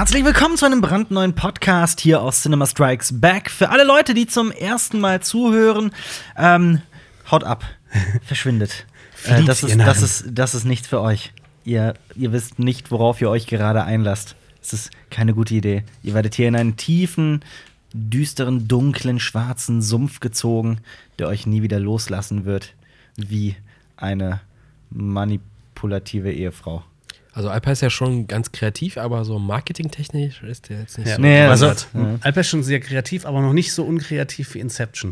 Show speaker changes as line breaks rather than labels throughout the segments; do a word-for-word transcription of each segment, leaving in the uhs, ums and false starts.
Herzlich willkommen zu einem brandneuen Podcast hier aus Cinema Strikes Back. Für alle Leute, die zum ersten Mal zuhören, ähm, haut ab, verschwindet. äh, das, ist, das, ist, das ist nichts für euch. Ihr, ihr wisst nicht, worauf ihr euch gerade einlasst. Es ist keine gute Idee. Ihr werdet hier in einen tiefen, düsteren, dunklen, schwarzen Sumpf gezogen, der euch nie wieder loslassen wird, wie eine manipulative Ehefrau.
Also Alper ist ja schon ganz kreativ, aber so marketingtechnisch ist der jetzt nicht
ja.
so.
Nee, also, ja.
Alper ist schon sehr kreativ, aber noch nicht so unkreativ wie Inception.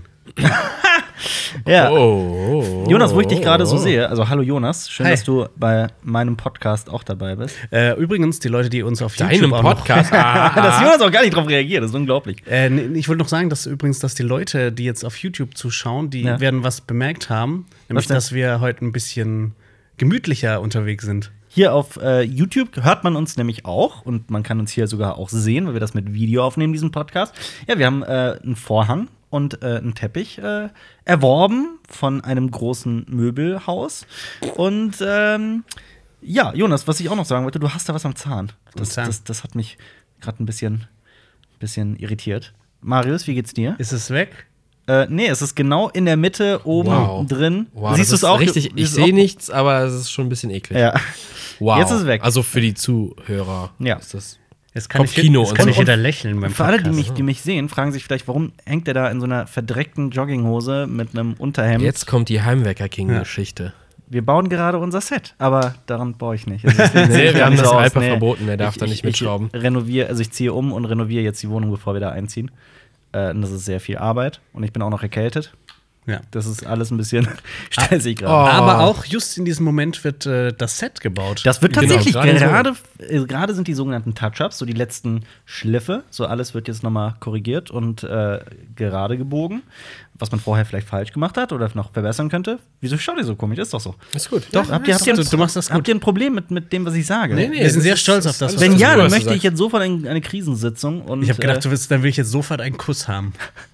Ja.
Oh, oh,
Jonas, wo ich dich gerade so sehe, also hallo Jonas, schön,
Hi.
dass du bei meinem Podcast auch dabei bist.
Äh, übrigens, die Leute, die uns auf
Deinem
YouTube auch noch
Podcast? Ah,
Dass Jonas auch gar nicht drauf reagiert, das ist unglaublich.
Äh, nee, ich wollte noch sagen, dass übrigens, dass die Leute, die jetzt auf YouTube zuschauen, die
Ja.
werden was bemerkt haben, nämlich,
denn?
dass wir heute ein bisschen gemütlicher unterwegs sind.
Hier auf äh, YouTube hört man uns nämlich auch und man kann uns hier sogar auch sehen, weil wir das mit Video aufnehmen, diesen Podcast. Ja, wir haben äh, einen Vorhang und äh, einen Teppich äh, erworben von einem großen Möbelhaus. Und ähm, ja, Jonas, was ich auch noch sagen wollte, du hast da was am Zahn. Das,
Zahn.
das, das hat mich gerade ein bisschen, bisschen irritiert. Marius, wie geht's dir?
Ist es weg?
Äh, nee, es ist genau in der Mitte oben
Wow.
drin.
Wow,
Siehst du
das
es auch?
ist richtig?
Siehst
Ich
du's
sehe
auch?
nichts, aber es ist schon ein bisschen eklig.
Ja.
Wow.
Jetzt ist es weg.
Also für die Zuhörer
Ja.
ist das
Jetzt kann
Kopfkino
ich, jetzt
und
kann
so.
ich wieder lächeln beim
Für alle, die
Podcast.
mich, die mich sehen, fragen sich vielleicht, warum hängt er da in so einer verdreckten Jogginghose mit einem Unterhemd?
Jetzt kommt die Heimwecker-King-Geschichte.
Wir bauen gerade unser Set, aber daran baue ich nicht. Also deswegen
Nee,
sieht
wir
gar
haben
nicht
das
so aus.
Alper
Nee.
verboten, der darf
Ich-
da nicht
ich-
mitschrauben.
Ich renoviere, also ich ziehe um und renoviere jetzt die Wohnung, bevor wir da einziehen. Äh, und das ist sehr viel Arbeit und ich bin auch noch erkältet.
Ja.
Das ist alles ein bisschen stressig gerade.
Oh.
Aber auch just in diesem Moment wird äh, das Set gebaut.
Das wird
Genau,
tatsächlich
gerade
gerade, äh, gerade sind die sogenannten Touch-Ups, so die letzten Schliffe. So alles wird jetzt nochmal korrigiert und äh, gerade gebogen. Was man vorher vielleicht falsch gemacht hat oder noch verbessern könnte. Wieso schaut ihr so komisch? Ist doch so.
Ist gut.
Doch, habt ihr, habt ihr,
du, du machst das
habt
gut.
ihr ein Problem mit, mit dem, was ich sage?
Nee, nee,
Wir sind
das
sehr
ist-
stolz
das
auf das,
ist
was
Wenn
alles
ja,
gut,
dann
was du
möchte ich
sagst.
jetzt sofort ein, eine Krisensitzung. Und,
Ich habe gedacht,
äh,
du willst, dann will ich jetzt sofort einen Kuss haben.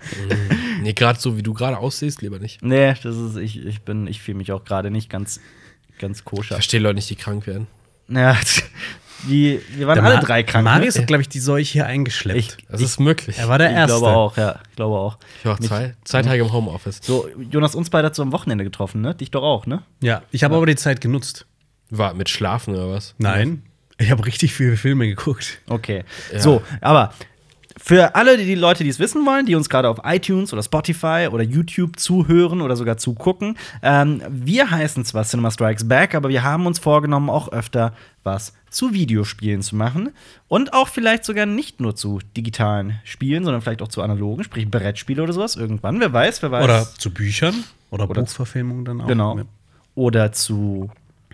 Nee, gerade so wie du gerade aussiehst, lieber nicht.
Nee, das ist, ich, ich bin, ich fühle mich auch gerade nicht ganz, ganz
Ich
koscher.
verstehe Leute nicht, die krank werden.
Ja, die, wir waren
Der
alle
Ma-
drei krank.
Marius
ne?
hat, glaube ich, die Seuche hier eingeschleppt.
Ich-
Das ist möglich.
er war der
Ich
Erste.
glaube auch, ja. Ich glaube auch.
Ich war auch zwei, zwei Tage im Homeoffice.
So, Jonas, uns beide hat so am Wochenende getroffen, ne? Dich doch auch, ne?
Ja, ich habe aber die Zeit genutzt.
War mit Schlafen oder was?
Nein, ich habe richtig viele Filme geguckt.
Okay.
Ja.
So, aber für alle die, die Leute, die es wissen wollen, die uns gerade auf iTunes oder Spotify oder YouTube zuhören oder sogar zugucken, ähm, wir heißen zwar Cinema Strikes Back, aber wir haben uns vorgenommen, auch öfter was zu Videospielen zu machen und auch vielleicht sogar nicht nur zu digitalen Spielen, sondern vielleicht auch zu analogen, sprich Brettspiele oder sowas irgendwann, wer weiß, wer weiß.
Oder zu Büchern oder,
Oder
Buchverfilmungen dann auch.
Genau.
Ja.
Oder zu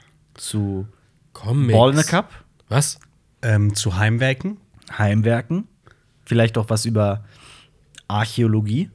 zu
Comics.
Ball in the Cup,
Was?
Ähm, zu Heimwerken.
Heimwerken, vielleicht auch was über Archäologie.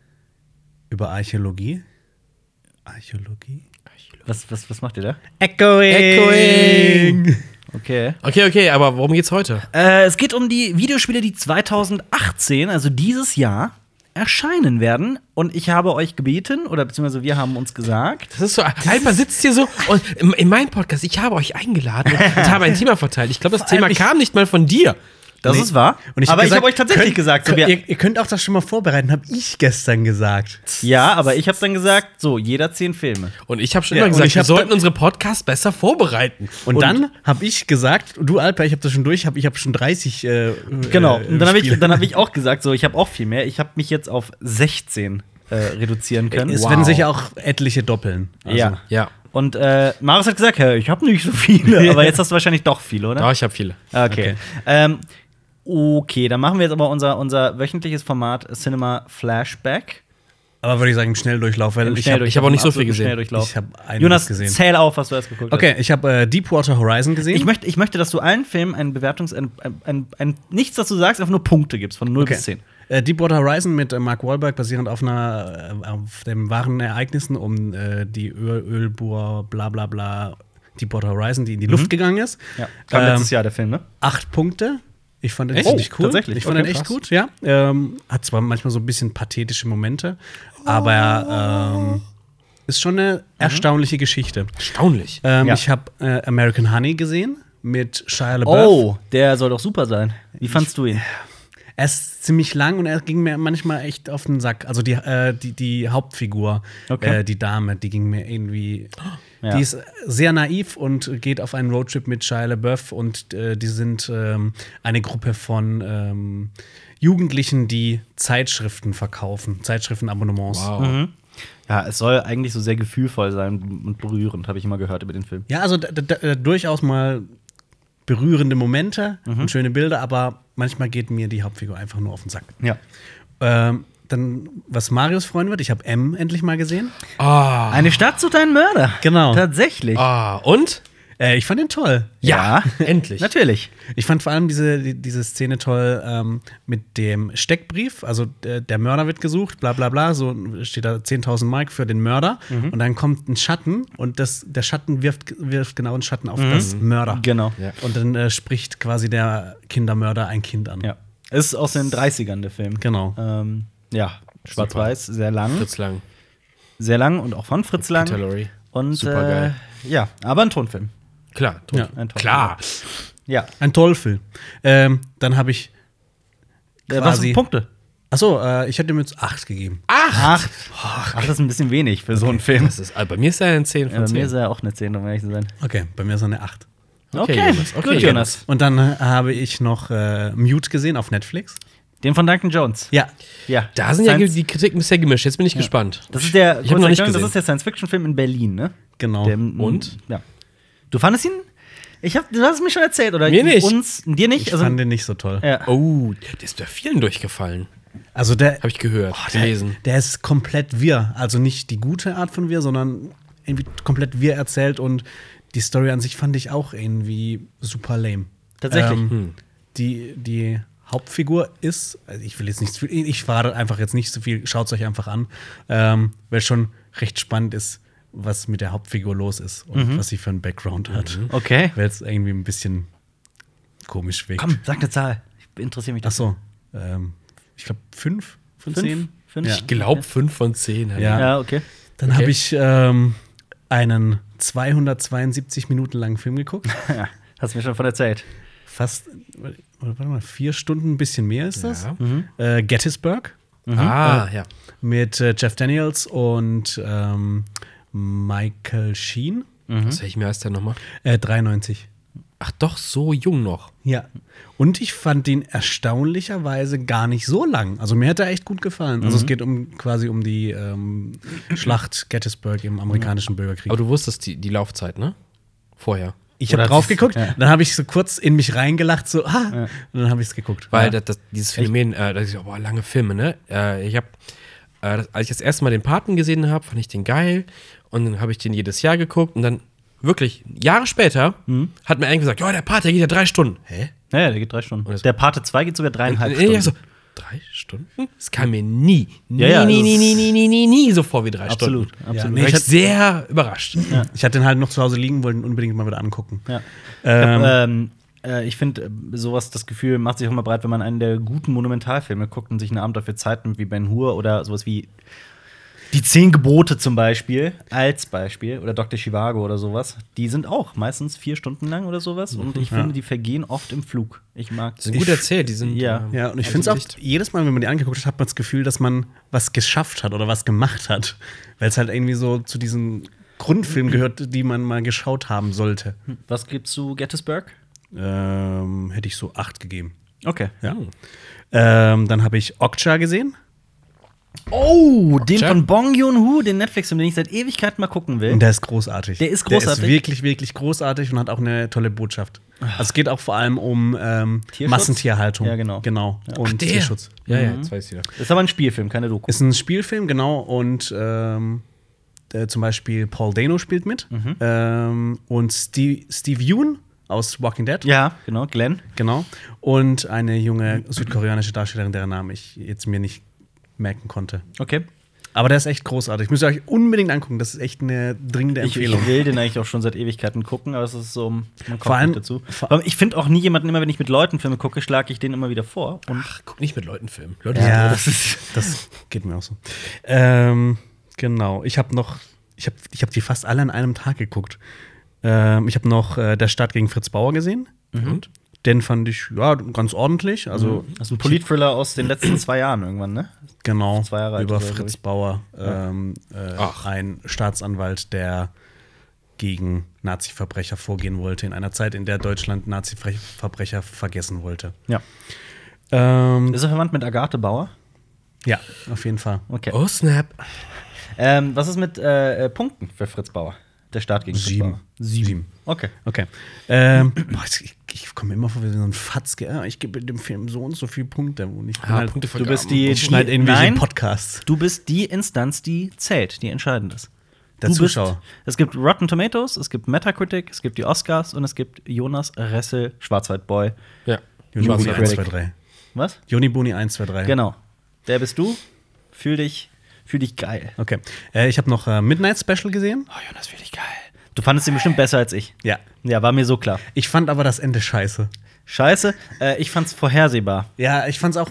Über Archäologie. Archäologie?
Was, was, was macht ihr da?
Echoing!
Echoing!
Okay.
Okay, okay, aber worum geht's heute?
Äh, es geht um die Videospiele, die zwanzig achtzehn, also dieses Jahr, erscheinen werden. Und ich habe euch gebeten, oder beziehungsweise wir haben uns gesagt.
Das ist so, Alper sitzt hier so und in, in meinem Podcast, ich habe euch eingeladen und, und habe ein Thema verteilt. Ich glaube, das Thema
ich-
kam nicht mal von dir.
Das
Nee.
ist wahr.
Und ich
aber
hab
ich
gesagt,
habe euch tatsächlich
könnt-
gesagt, so,
könnt,
wir,
ihr, ihr könnt auch das schon mal vorbereiten, habe ich gestern gesagt.
ja, aber ich habe dann gesagt, so, jeder zehn Filme.
Und ich habe schon
Ja,
immer
und
gesagt,
ich
wir
hab
sollten
dann-
unsere Podcasts besser vorbereiten.
Und, dann habe ich gesagt, du Alper, ich habe das schon durch, hab, ich habe schon dreißig. Äh,
Genau.
äh,
Und dann habe ich,
Spiele.
dann hab ich auch gesagt, so, ich habe auch viel mehr. Ich habe mich jetzt auf sechzehn äh, reduzieren können.
Es
Wow.
werden sicher auch etliche doppeln. Also,
Ja.
Ja,
Und äh, Marius hat gesagt, hey, ich habe nicht so viele, aber jetzt hast du wahrscheinlich doch viele, oder?
da ich habe viele.
Okay.
Okay.
Ähm, okay, dann machen wir jetzt aber unser, unser wöchentliches Format Cinema Flashback.
Aber würde ich sagen, im Schnelldurchlauf, weil
Im
ich habe
ich hab auch nicht so viel
absoluten
gesehen.
Schnelldurchlauf.
Ich hab einiges
Jonas,
gesehen.
zähl auf, was du erst geguckt
Okay, ich habe äh, Deepwater Horizon gesehen.
hast. Ich möchte, ich möchte, dass du allen Filmen ein Bewertungs-, ein, ein, ein, ein, nichts, was du sagst, einfach nur Punkte gibst, von null
Okay.
bis zehn.
Äh, Deepwater Horizon mit äh, Mark Wahlberg, basierend auf einer äh, auf den wahren Ereignissen um äh, die Öl Ölbohr, bla bla bla, Deepwater Horizon, die in die Luft gegangen ist.
Ja, kam
Ähm,
letztes Jahr der Film, ne?
Acht Punkte. Ich fand den
Echt?
ziemlich
Oh,
cool.
tatsächlich?
Ich fand
Okay,
den echt
krass.
gut, ja. Ähm, hat zwar manchmal so ein bisschen pathetische Momente, aber ähm, ist schon eine erstaunliche Geschichte.
Erstaunlich.
Ähm,
Ja.
Ich habe äh, American Honey gesehen mit Shia LaBeouf.
Oh, der soll doch super sein. Wie fandst du ihn?
Er ist ziemlich lang und er ging mir manchmal echt auf den Sack. Also die, äh, die, die Hauptfigur,
Okay.
äh, die Dame, die ging mir irgendwie.
Ja.
Die ist sehr naiv und geht auf einen Roadtrip mit Shia LaBeouf und äh, die sind ähm, eine Gruppe von ähm, Jugendlichen, die Zeitschriften verkaufen, Zeitschriftenabonnements.
Wow.
Mhm. Ja, es soll eigentlich so sehr gefühlvoll sein und berührend, habe ich immer gehört über den Film.
Ja, also d- d- durchaus mal berührende Momente und schöne Bilder, aber manchmal geht mir die Hauptfigur einfach nur auf den Sack.
Ja.
Ähm, dann, was Marius freuen wird, ich habe M endlich mal gesehen.
Ah,
Eine Stadt sucht einen Mörder.
Genau.
Tatsächlich.
ah, und?
Äh, ich fand ihn toll.
Ja, endlich.
Natürlich.
Ich fand vor allem diese, die, diese Szene toll ähm, mit dem Steckbrief. Also der, der Mörder wird gesucht, bla bla bla. So steht da zehntausend Mark für den Mörder. Und dann kommt ein Schatten und das, der Schatten wirft, wirft genau einen Schatten auf das Mörder.
Genau.
Ja.
Und dann äh, spricht quasi der Kindermörder ein Kind an.
Ja. Ist aus den dreißigern, der Film.
Genau.
Ähm, ja, schwarz-weiß, sehr lang.
Fritz Lang.
Sehr lang und auch von Fritz Lang.
Peter Lorre.
Und
Supergeil.
äh, ja, aber ein Tonfilm.
Klar,
Ja.
ja.
Ein Tonfilm.
Klar.
Ja.
Ein Teufel. Ähm, dann habe ich
Äh, was
quasi.
sind Punkte?
Achso, äh, ich hätte ihm jetzt acht gegeben.
Acht. Ach, das ist ein bisschen wenig für so einen Film.
Das ist, also bei mir ist er ein zehn
Ja,
von
bei mir
zehn.
ist er auch eine zehn, um ehrlich zu sein.
Okay, bei mir ist er eine acht.
Okay,
Jonas.
gut,
Okay,
Jonas.
Und dann äh, habe ich noch äh, Mute gesehen auf Netflix.
Den von Duncan Jones.
Ja.
Ja.
Da sind ja
Science-
die Kritiken bisher gemischt. Jetzt bin ich gespannt.
Das ist der,
Ich hab noch nicht
das
gesehen.
ist der Science-Fiction-Film in Berlin, ne?
Genau.
Der,
Und?
Ja. Du fandest ihn? Ich hab, du hast es mir schon erzählt, oder?
Mir nicht.
Uns, dir nicht?
Ich
Also,
fand den nicht so toll.
ja.
Oh, der ist bei vielen durchgefallen.
Also der,
Habe ich gehört, gelesen.
der ist komplett wirr. Also nicht die gute Art von wirr, sondern irgendwie komplett wirr erzählt und die Story an sich fand ich auch irgendwie super lame.
Tatsächlich.
Ähm,
Hm.
die, die Hauptfigur ist, also ich will jetzt nicht zu viel, ich verrate einfach jetzt nicht so viel, schaut es euch einfach an, ähm, weil es schon recht spannend ist, was mit der Hauptfigur los ist und was sie für einen Background hat.
Okay.
Weil es irgendwie ein bisschen komisch wirkt.
Komm, sag eine Zahl. Ich interessiere mich
Ach so, ähm, ich glaube fünf von
Fünf?
zehn.
Fünf?
Ja.
Ich glaube fünf von zehn.
Ja.
Ja, okay.
Dann
Okay.
habe ich ähm, einen zweihundertzweiundsiebzig Minuten langen Film geguckt.
Ja, hast du mir schon von erzählt.
Fast, warte mal, vier Stunden, ein bisschen mehr ist das.
Ja.
Äh, Gettysburg
Ah, ja.
mit äh, Jeff Daniels und ähm, Michael Sheen.
Was welchem Jahr ist der nochmal?
Äh, dreiundneunzig.
Ach doch, so jung noch.
Ja. Und ich fand den erstaunlicherweise gar nicht so lang. Also mir hat er echt gut gefallen. Also es geht um quasi um die ähm, Schlacht Gettysburg im amerikanischen Bürgerkrieg.
Aber du wusstest die, die Laufzeit, ne? Vorher.
Ich habe
Oder
drauf
hat sie's-
geguckt,
ja.
dann habe ich so kurz in mich reingelacht, so, ah, und dann habe ich es geguckt.
Weil
ja.
das, das, dieses Phänomen, äh, das ist, oh, boah, lange Filme, ne? Äh, ich habe, äh, das- als ich das erste Mal den Paten gesehen habe, fand ich den geil. Und dann habe ich den jedes Jahr geguckt. Und dann wirklich, Jahre später, hat mir eigentlich gesagt, ja, der Pate, der geht ja drei Stunden. Hä?
Ja, der geht drei Stunden.
das-
Der Pate zwei geht sogar dreieinhalb
Und,
Stunden.
ja, so, drei Stunden? Das kam mir nie, nie,
Ja, ja,
nie,
das
nie,
ist-
nie, nie, nie, nie, nie so vor wie drei
Absolut,
Stunden.
absolut.
Ja,
Da
nee,
war
ich
ich
hatte-
sehr überrascht.
Ich hatte den halt noch zu Hause liegen, wollte ihn unbedingt mal wieder angucken.
Ja.
Ähm,
Ich, hab, ähm, äh, ich finde, äh, sowas, das Gefühl macht sich auch immer breit, wenn man einen der guten Monumentalfilme guckt und sich einen Abend dafür Zeit nimmt, wie Ben Hur oder sowas wie Die Zehn Gebote zum Beispiel, als Beispiel, oder Doktor Zhivago oder sowas. Die sind auch meistens vier Stunden lang oder sowas. Und ich finde, die vergehen oft im Flug. Ich mag
Die sind gut erzählt, die sind.
Ja.
äh,
Ja, und ich
also
finde es auch,
echt-
jedes Mal, wenn man die angeguckt hat, hat man das Gefühl, dass man was geschafft hat oder was gemacht hat. Weil es halt irgendwie so zu diesen Grundfilmen gehört, die man mal geschaut haben sollte.
Was gibst du Gettysburg?
Ähm, hätte ich so acht gegeben.
Okay.
Ja. Ähm, dann habe ich Okja gesehen.
Oh, den
Okja?
von Bong Joon-ho, den Netflix-Film, den ich seit Ewigkeiten mal gucken will.
Und der ist großartig.
Der ist
Der
großartig?
ist wirklich, wirklich großartig und hat auch eine tolle Botschaft. Also es geht auch vor allem um ähm,
Tierschutz?
Massentierhaltung.
Ja, genau.
Genau. Und
Ach, der.
Tierschutz.
Ja, ja, jetzt weiß ich wieder.
ist aber ein Spielfilm, keine Doku.
Ist ein Spielfilm, genau. Und ähm, äh, zum Beispiel Paul Dano spielt mit.
Mhm.
Ähm, und Steve, Steve Yeun aus Walking Dead.
Ja, genau, Glenn.
Genau. Und eine junge südkoreanische Darstellerin, deren Namen ich jetzt mir nicht merken konnte.
Okay.
Aber der ist echt großartig. Müsst ihr euch unbedingt angucken. Das ist echt eine dringende
Ich,
Empfehlung.
ich will den eigentlich auch schon seit Ewigkeiten gucken, aber es ist so, man kommt
Vor allem-
nicht dazu.
vor-
Aber ich finde auch nie jemanden, immer wenn ich mit Leuten Filme gucke, schlage ich den immer wieder vor. Und
Ach, guck nicht mit Leuten filmen. Leute
Ja,
das ist-
das geht mir auch so. Ähm, genau. Ich habe noch, ich habe ich hab die fast alle an einem Tag geguckt. Ähm, ich habe noch äh, Der Staat gegen Fritz Bauer gesehen.
Mhm.
Den fand ich ja ganz ordentlich. Also,
Das ist ein Polit-Thriller aus den letzten zwei Jahren irgendwann, ne?
genau,
Zwei Jahre alt
über
oder so,
Fritz
glaub ich.
Bauer, ähm, äh,
Ach.
ein Staatsanwalt, der gegen Nazi-Verbrecher vorgehen wollte, in einer Zeit, in der Deutschland Nazi-Verbrecher vergessen wollte.
Ja.
Ähm,
Ist er verwandt mit Agathe Bauer?
ja, auf jeden Fall.
Okay.
Oh, Snap.
Ähm, was ist mit äh, äh, Punkten für Fritz Bauer? Der Start gegen
Sieben.
Fritz Bauer.
Sieben.
Okay.
Okay. Ähm, boah, ich ich komme immer vor wie so ein Fatzke. Ja, ich gebe dem Film so und so viele Punkte. Und ich bin
Ah,
halt,
Punktevergaben.
Du bist die-
ich schneide irgendwelche
Nein.
Podcasts.
Du bist die Instanz, die zählt, die entscheidend ist.
Der
Du bist-
Zuschauer.
Es gibt Rotten Tomatoes, es gibt Metacritic, es gibt die Oscars und es gibt Jonas Ressel, Schwarzwaldboy.
Ja.
Joni
Movie
Buni eins, zwei,
Critic.
drei.
Was?
Joni Buni eins, zwei, drei.
Genau. Der bist du. Fühl dich, fühl dich geil.
Okay. Äh, ich habe noch äh, Midnight Special gesehen.
Oh, Jonas, fühl dich geil. Du fandest ihn bestimmt besser als ich.
Ja.
Ja, war mir so klar.
Ich fand aber das Ende scheiße.
Scheiße, äh, ich fand's vorhersehbar.
Ja, ich fand's auch.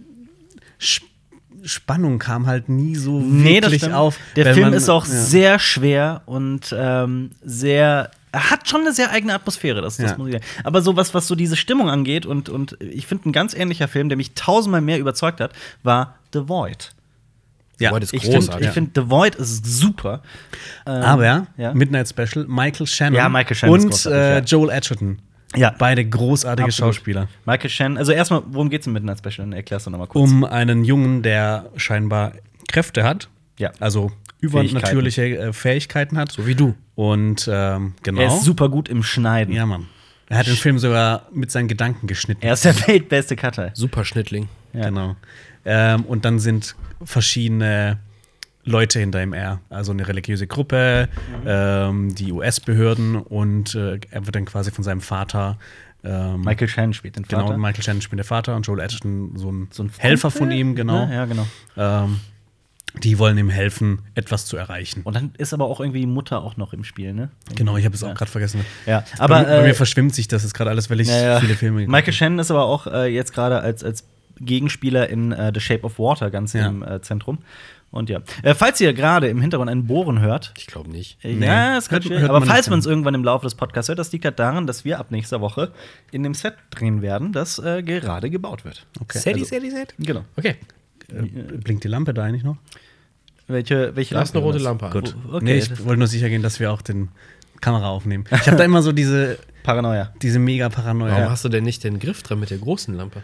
Sp Spannung kam halt nie so
Nee, das
wirklich
stimmt.
auf.
Der
wenn
Film
man-
ist auch
ja.
sehr schwer und ähm, sehr. Er hat schon eine sehr eigene Atmosphäre, das, das
Ja.
muss ich sagen. Aber so was, was so diese Stimmung angeht, und, und ich finde, ein ganz ähnlicher Film, der mich tausendmal mehr überzeugt hat, war The Void.
Ja.
Void ist
Ich finde,
großartig.
ich find, The Void ist super. Ähm,
Aber
ja.
Midnight Special, Michael Shannon,
Ja, Michael Shannon ist
und
großartig,
äh,
ja.
Joel Edgerton.
Ja.
Beide großartige
Absolut.
Schauspieler.
Michael Shannon, also erstmal, worum geht's im Midnight Special? Erklärst du noch mal kurz.
Um einen Jungen, der scheinbar Kräfte hat.
Ja.
Also übernatürliche Fähigkeiten, äh, Fähigkeiten hat.
So wie du.
Und ähm, genau.
Er ist super gut im Schneiden.
Ja, Mann. Er hat den Film sogar mit seinen Gedanken geschnitten.
Er ist der weltbeste Cutter.
Super Schnittling.
Ja.
Genau. Ähm, und dann sind verschiedene Leute hinter ihm her. Also eine religiöse Gruppe, ähm, die U S-Behörden und äh, er wird dann quasi von seinem Vater. Ähm,
Michael Shannon spielt den Vater.
Genau, Michael Shannon spielt der Vater und Joel Edgerton so ein,
So ein
Helfer
Kumpel?
von ihm, genau.
Ja, ja, genau.
Ähm, die wollen ihm helfen, etwas zu erreichen.
Und dann ist aber auch irgendwie die Mutter auch noch im Spiel, ne?
Genau, ich habe es
Ja.
auch gerade vergessen.
Ja,
Aber
aber
bei, mir- bei
äh,
mir verschwimmt sich das jetzt gerade alles, weil ich
ja, ja.
viele Filme geguckt
Michael
habe.
Shannon ist aber auch äh, jetzt gerade als, als Gegenspieler in äh, The Shape of Water ganz
Ja.
im äh, Zentrum. Und ja. Äh, falls ihr gerade im Hintergrund ein Bohren hört,
Ich glaube nicht.
äh,
Nee.
ja, ist
Hört-
gerade schwierig.
hört
Aber
man
falls
nicht
wir uns
an.
irgendwann im Laufe des Podcasts hört, das liegt halt daran, dass wir ab nächster Woche in dem Set drehen werden, das äh, gerade gebaut wird.
Okay,
Sadie,
also,
Sadie, Sadie.
Genau.
Okay.
äh, blinkt die Lampe da eigentlich noch?
Welche, welche
Da ist eine rote
Jonas?
Lampe an.
Gut.
okay,
nee, ich
das-
wollte nur sicher gehen, dass wir auch den Kamera aufnehmen. Ich habe da immer so diese,
Paranoia.
diese mega Paranoia.
Warum hast du denn nicht den Griff dran mit der großen Lampe?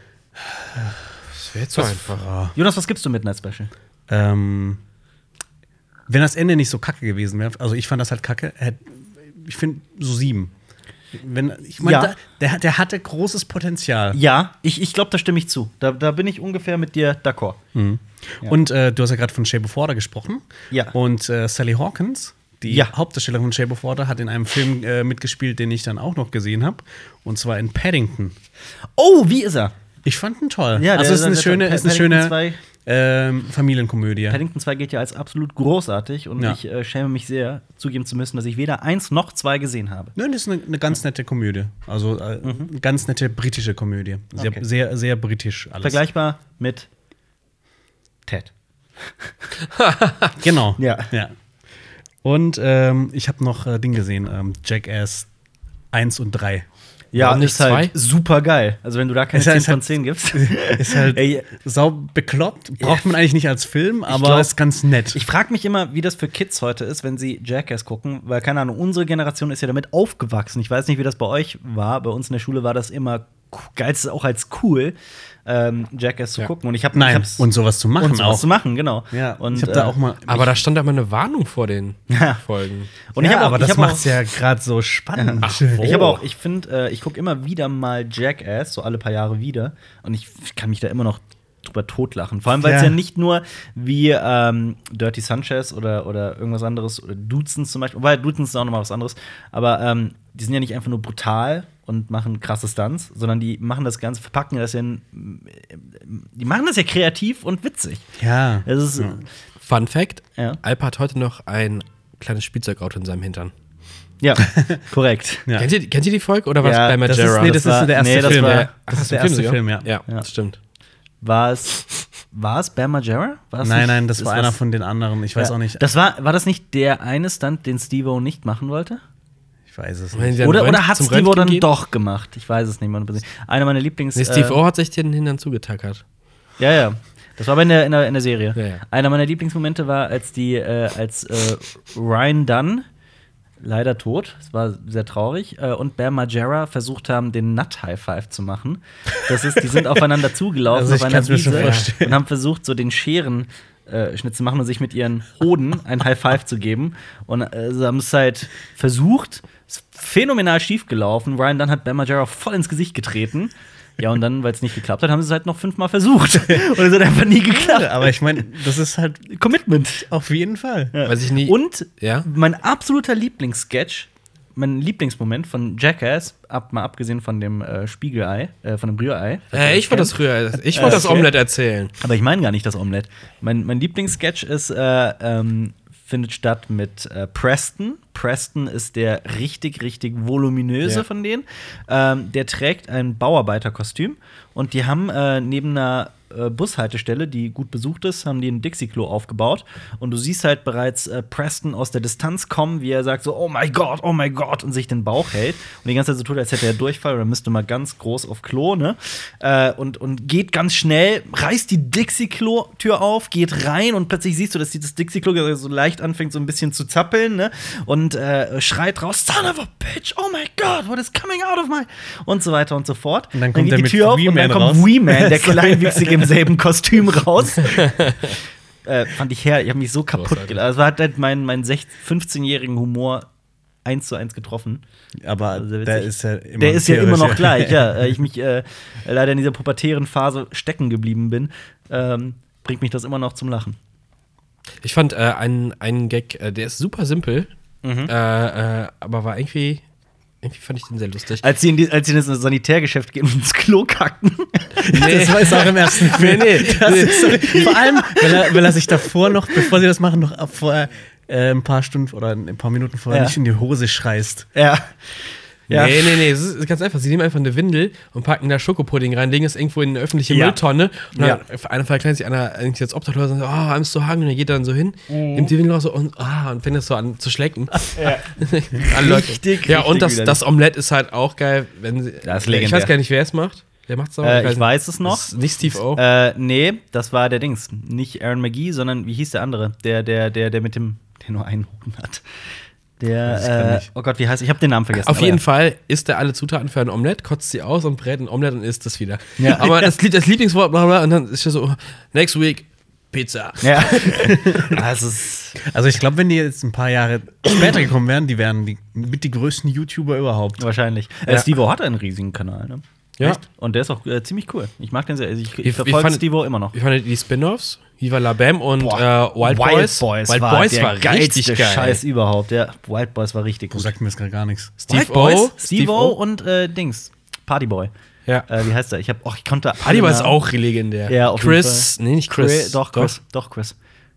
Das wäre zu einfach.
Jonas, was gibst du Midnight Special?
Ähm, wenn das Ende nicht so kacke gewesen wäre, also ich fand das halt kacke, hätt- ich finde so sieben. Wenn, ich meine,
Ja.
da- der, der hatte großes Potenzial.
Ja, ich, ich glaube, da stimme ich zu. Da, da bin ich ungefähr mit dir d'accord. Ja.
Und äh, du hast ja gerade von Shape of Water gesprochen.
Ja.
Und äh, Sally Hawkins, die
Ja.
Hauptdarstellerin von Shape of Water, hat in einem Film äh, mitgespielt, den ich dann auch noch gesehen habe. Und zwar in Paddington.
Oh, wie ist er?
Ich fand ihn toll.
Ja,
also
der-
es ist eine
der-
schöne,
der-
ist eine
Paddington
schöne
zwei
ähm, Familienkomödie.
Paddington zwei geht ja als absolut großartig und
Ja.
ich äh, schäme mich sehr, zugeben zu müssen, dass ich weder eins noch zwei gesehen habe.
Nein, das ist eine, eine ganz nette Komödie. Also äh, eine ganz nette britische Komödie. Sehr,
Okay.
sehr, sehr britisch alles.
Vergleichbar mit Ted.
Genau.
Ja.
ja. Und ähm, ich habe noch äh, Ding gesehen, ähm, Jackass eins und drei.
Ja,
Warum nicht
ist halt
zwei?
super geil. Also, wenn du da keine
Ist halt-
zehn von
ist
zehn gibst.
Ist halt
Ey,
sau bekloppt. Braucht man eigentlich nicht als Film, aber
glaub-
ist ganz nett.
ich frage mich immer, wie das für Kids heute ist, wenn sie Jackass gucken, weil, keine Ahnung, unsere Generation ist ja damit aufgewachsen. Ich weiß nicht, wie das bei euch war. Bei uns in der Schule war das immer geil, auch als cool, ähm, Jackass zu
Ja.
gucken. Und ich habe
Nein, und sowas zu machen
und sowas
auch.
zu machen, genau.
Ja,
und
ich habe da
äh,
auch mal.
Aber da stand da mal eine Warnung vor den
Ja.
Folgen.
Und
ja,
ich habe auch,
aber
ich
das
hab
macht's
auch,
ja gerade so spannend.
Ach, wo?
Ich habe auch, ich finde, äh, ich gucke immer wieder mal Jackass, so alle paar Jahre wieder. Und ich kann mich da immer noch drüber totlachen. Vor allem, weil es
Ja.
ja nicht nur wie ähm, Dirty Sanchez oder, oder irgendwas anderes, oder Dudesons zum Beispiel, wobei Dudesons ist auch noch mal was anderes, aber ähm, die sind ja nicht einfach nur brutal und machen krasse Stunts, sondern die machen das Ganze, verpacken das ja in, die machen das ja kreativ und witzig.
Ja.
Es ist,
Ja.
Fun Fact:
Ja.
Alp hat heute noch ein kleines Spielzeugauto in seinem Hintern.
ja, korrekt.
Ja.
Kennt, ihr, kennt ihr die Folge oder war
Ja,
es bei
Das ist,
Majera?
nee, das
war-
ist der erste
nee, das
Film.
war-
Ja, das ist der
ein
erste
sogar?
Film, ja.
Ja,
Ja.
das stimmt.
War es, war es Bam Margera? War es
Nein,
nicht-
nein, das
ist
war
was-
einer von den anderen. Ich weiß
Ja.
auch nicht.
Das war, war das nicht der eine Stunt, den Steve-O nicht machen wollte?
Ich weiß es
Wenn
nicht.
sie an
Oder,
Rönt-
oder hat
zum
Steve-O
Röntgen
dann
gehen?
doch gemacht? Ich weiß es nicht mehr. Einer meiner Lieblings...
Nee, Steve
äh,
O hat sich den Hintern zugetackert.
Ja, ja. Das war aber in der, in der, in der Serie.
Ja, ja.
Einer meiner Lieblingsmomente war, als die, äh, als äh, Ryan Dunn, leider tot, es war sehr traurig, äh, und Bam Margera versucht haben, den Nut-High-Five zu machen. Das ist, die sind aufeinander zugelaufen
Also ich
auf einer
kann's mir schon
Wiese
vorstellen.
und haben versucht, so den Scheren äh, Schnitt zu machen und sich mit ihren Hoden ein High-Five zu geben. Und äh, sie haben es halt versucht, ist phänomenal schief gelaufen. Ryan Dunn hat Bam Margera voll ins Gesicht getreten. Ja, und dann, weil es nicht geklappt hat, haben sie es halt noch fünfmal versucht. Und es hat einfach nie geklappt.
Aber ich meine, das ist halt
Commitment.
auf jeden Fall.
Ja.
Weiß ich nie.
Und
Ja?
mein absoluter Lieblingssketch, mein Lieblingsmoment von Jackass, ab, mal abgesehen von dem äh, Spiegelei, äh, von dem Rührei.
Äh, ich wollte das früher. Ich wollte das
okay.
Omelette erzählen.
Aber ich meine gar nicht das Omelette. Mein, mein Lieblingssketch ist, äh, ähm, findet statt mit äh, Preston. Preston ist der richtig, richtig voluminöse
Ja.
von denen. Ähm, der trägt ein Bauarbeiterkostüm und die haben äh, neben einer äh, Bushaltestelle, die gut besucht ist, haben die ein Dixie-Klo aufgebaut. Und du siehst halt bereits äh, Preston aus der Distanz kommen, wie er sagt so, oh mein Gott, oh mein Gott, und sich den Bauch hält. Und die ganze Zeit so tut, als hätte er Durchfall oder müsste mal ganz groß auf Klo, ne? Äh, und, und geht ganz schnell, reißt die Dixie-Klo-Tür auf, geht rein und plötzlich siehst du, dass dieses Dixie-Klo so leicht anfängt, so ein bisschen zu zappeln, ne? Und äh, schreit raus, son of a bitch, oh my God, what is coming out of my... Und so weiter und so fort.
Und dann kommt
geht
der
die
mit
Tür auf und dann
Wee-Man
kommt
raus.
Wee-Man, der Kleinwüchsige im selben Kostüm raus. äh, fand ich her, ich habe mich so kaputt
Großartig.
gelacht. Also hat halt meinen, meinen fünfzehnjährigen Humor eins zu eins getroffen.
Aber
Also sehr
der
witzig.
ist ja immer
Der ist ja immer noch
tierisch.
gleich, ja. Äh, Ich mich äh, leider in dieser pubertären Phase stecken geblieben bin, ähm, bringt mich das immer noch zum Lachen.
Ich fand äh, einen, einen Gag, äh, der ist super simpel,
Mhm.
äh, äh, aber war irgendwie, irgendwie fand ich den sehr lustig.
Als sie in, die, als sie in das Sanitärgeschäft gehen und ins Klo kacken.
Das war es auch im ersten Film.
Nee, nee.
Das ist so, vor allem, weil er, weil er sich davor noch, bevor sie das machen, noch vorher äh, ein paar Stunden oder ein paar Minuten vorher
Ja.
nicht in die Hose scheißt.
Ja. Ja.
Nee, nee, nee, es ist ganz einfach. Sie nehmen einfach eine Windel und packen da Schokopudding rein, legen es irgendwo in eine öffentliche
Ja.
Mülltonne. Und dann
Ja.
einer verkleidet sich, einer eigentlich jetzt Obdachlos und sagt, oh, I'm so hungry. Und dann geht er dann so hin,
Mhm.
nimmt die Windel raus so und, ah, und fängt das so an zu schlecken. Alle Leute.
Richtig,
Ja,
richtig
und das,
widerlich.
das Omelett ist halt auch geil, wenn sie.
Das ist
ich
legendär.
weiß gar nicht, wer es macht. Wer macht's auch?
Äh, ich weiß es noch.
Das ist nicht Steve O.
Äh, nee, das war der Dings. Nicht Aaron McGee, sondern wie hieß der andere? Der, der, der, der mit dem, der nur einen Hoden hat. Der,
Das kann
äh,
ich.
oh Gott, wie heißt? Ich habe den Namen vergessen.
Auf
aber
jeden
ja.
Fall isst er alle Zutaten für ein Omelett, kotzt sie aus und brät ein Omelett und isst es wieder.
Ja.
Aber das, Lied- das Lieblingswort, bla bla, und dann ist er so, next week, Pizza.
Ja. Das ist.
Also ich glaube, wenn die jetzt ein paar Jahre später gekommen wären, die wären die, mit die größten YouTuber überhaupt.
Wahrscheinlich. Äh,
Ja.
Steve-O hat einen riesigen Kanal, ne?
Ja.
Echt? Und der ist auch äh, ziemlich cool. Ich mag den sehr. Also ich
Ich-
ich
ich
verfolge
fand-
Steve-O immer noch.
Ich fand die Spin-Offs, Viva La Bam und
Boah,
äh, Wild, Boys. Wild
war,
Boys
der
war richtig
geilste
geil.
Scheiß überhaupt. Der Wild Boys war richtig
Du
gut.
sagt mir jetzt gerade gar nichts.
Steve
Wild Boys,
O,
Steve-O und äh, Dings. Partyboy.
Ja.
Äh, wie heißt der? Ich hab, oh, ich konnte.
Party
alle
war ist
Namen-
auch legendär.
Ja, auf jeden
Chris, nee, nicht Chris.
Chris. Doch, Chris. Doch, Chris.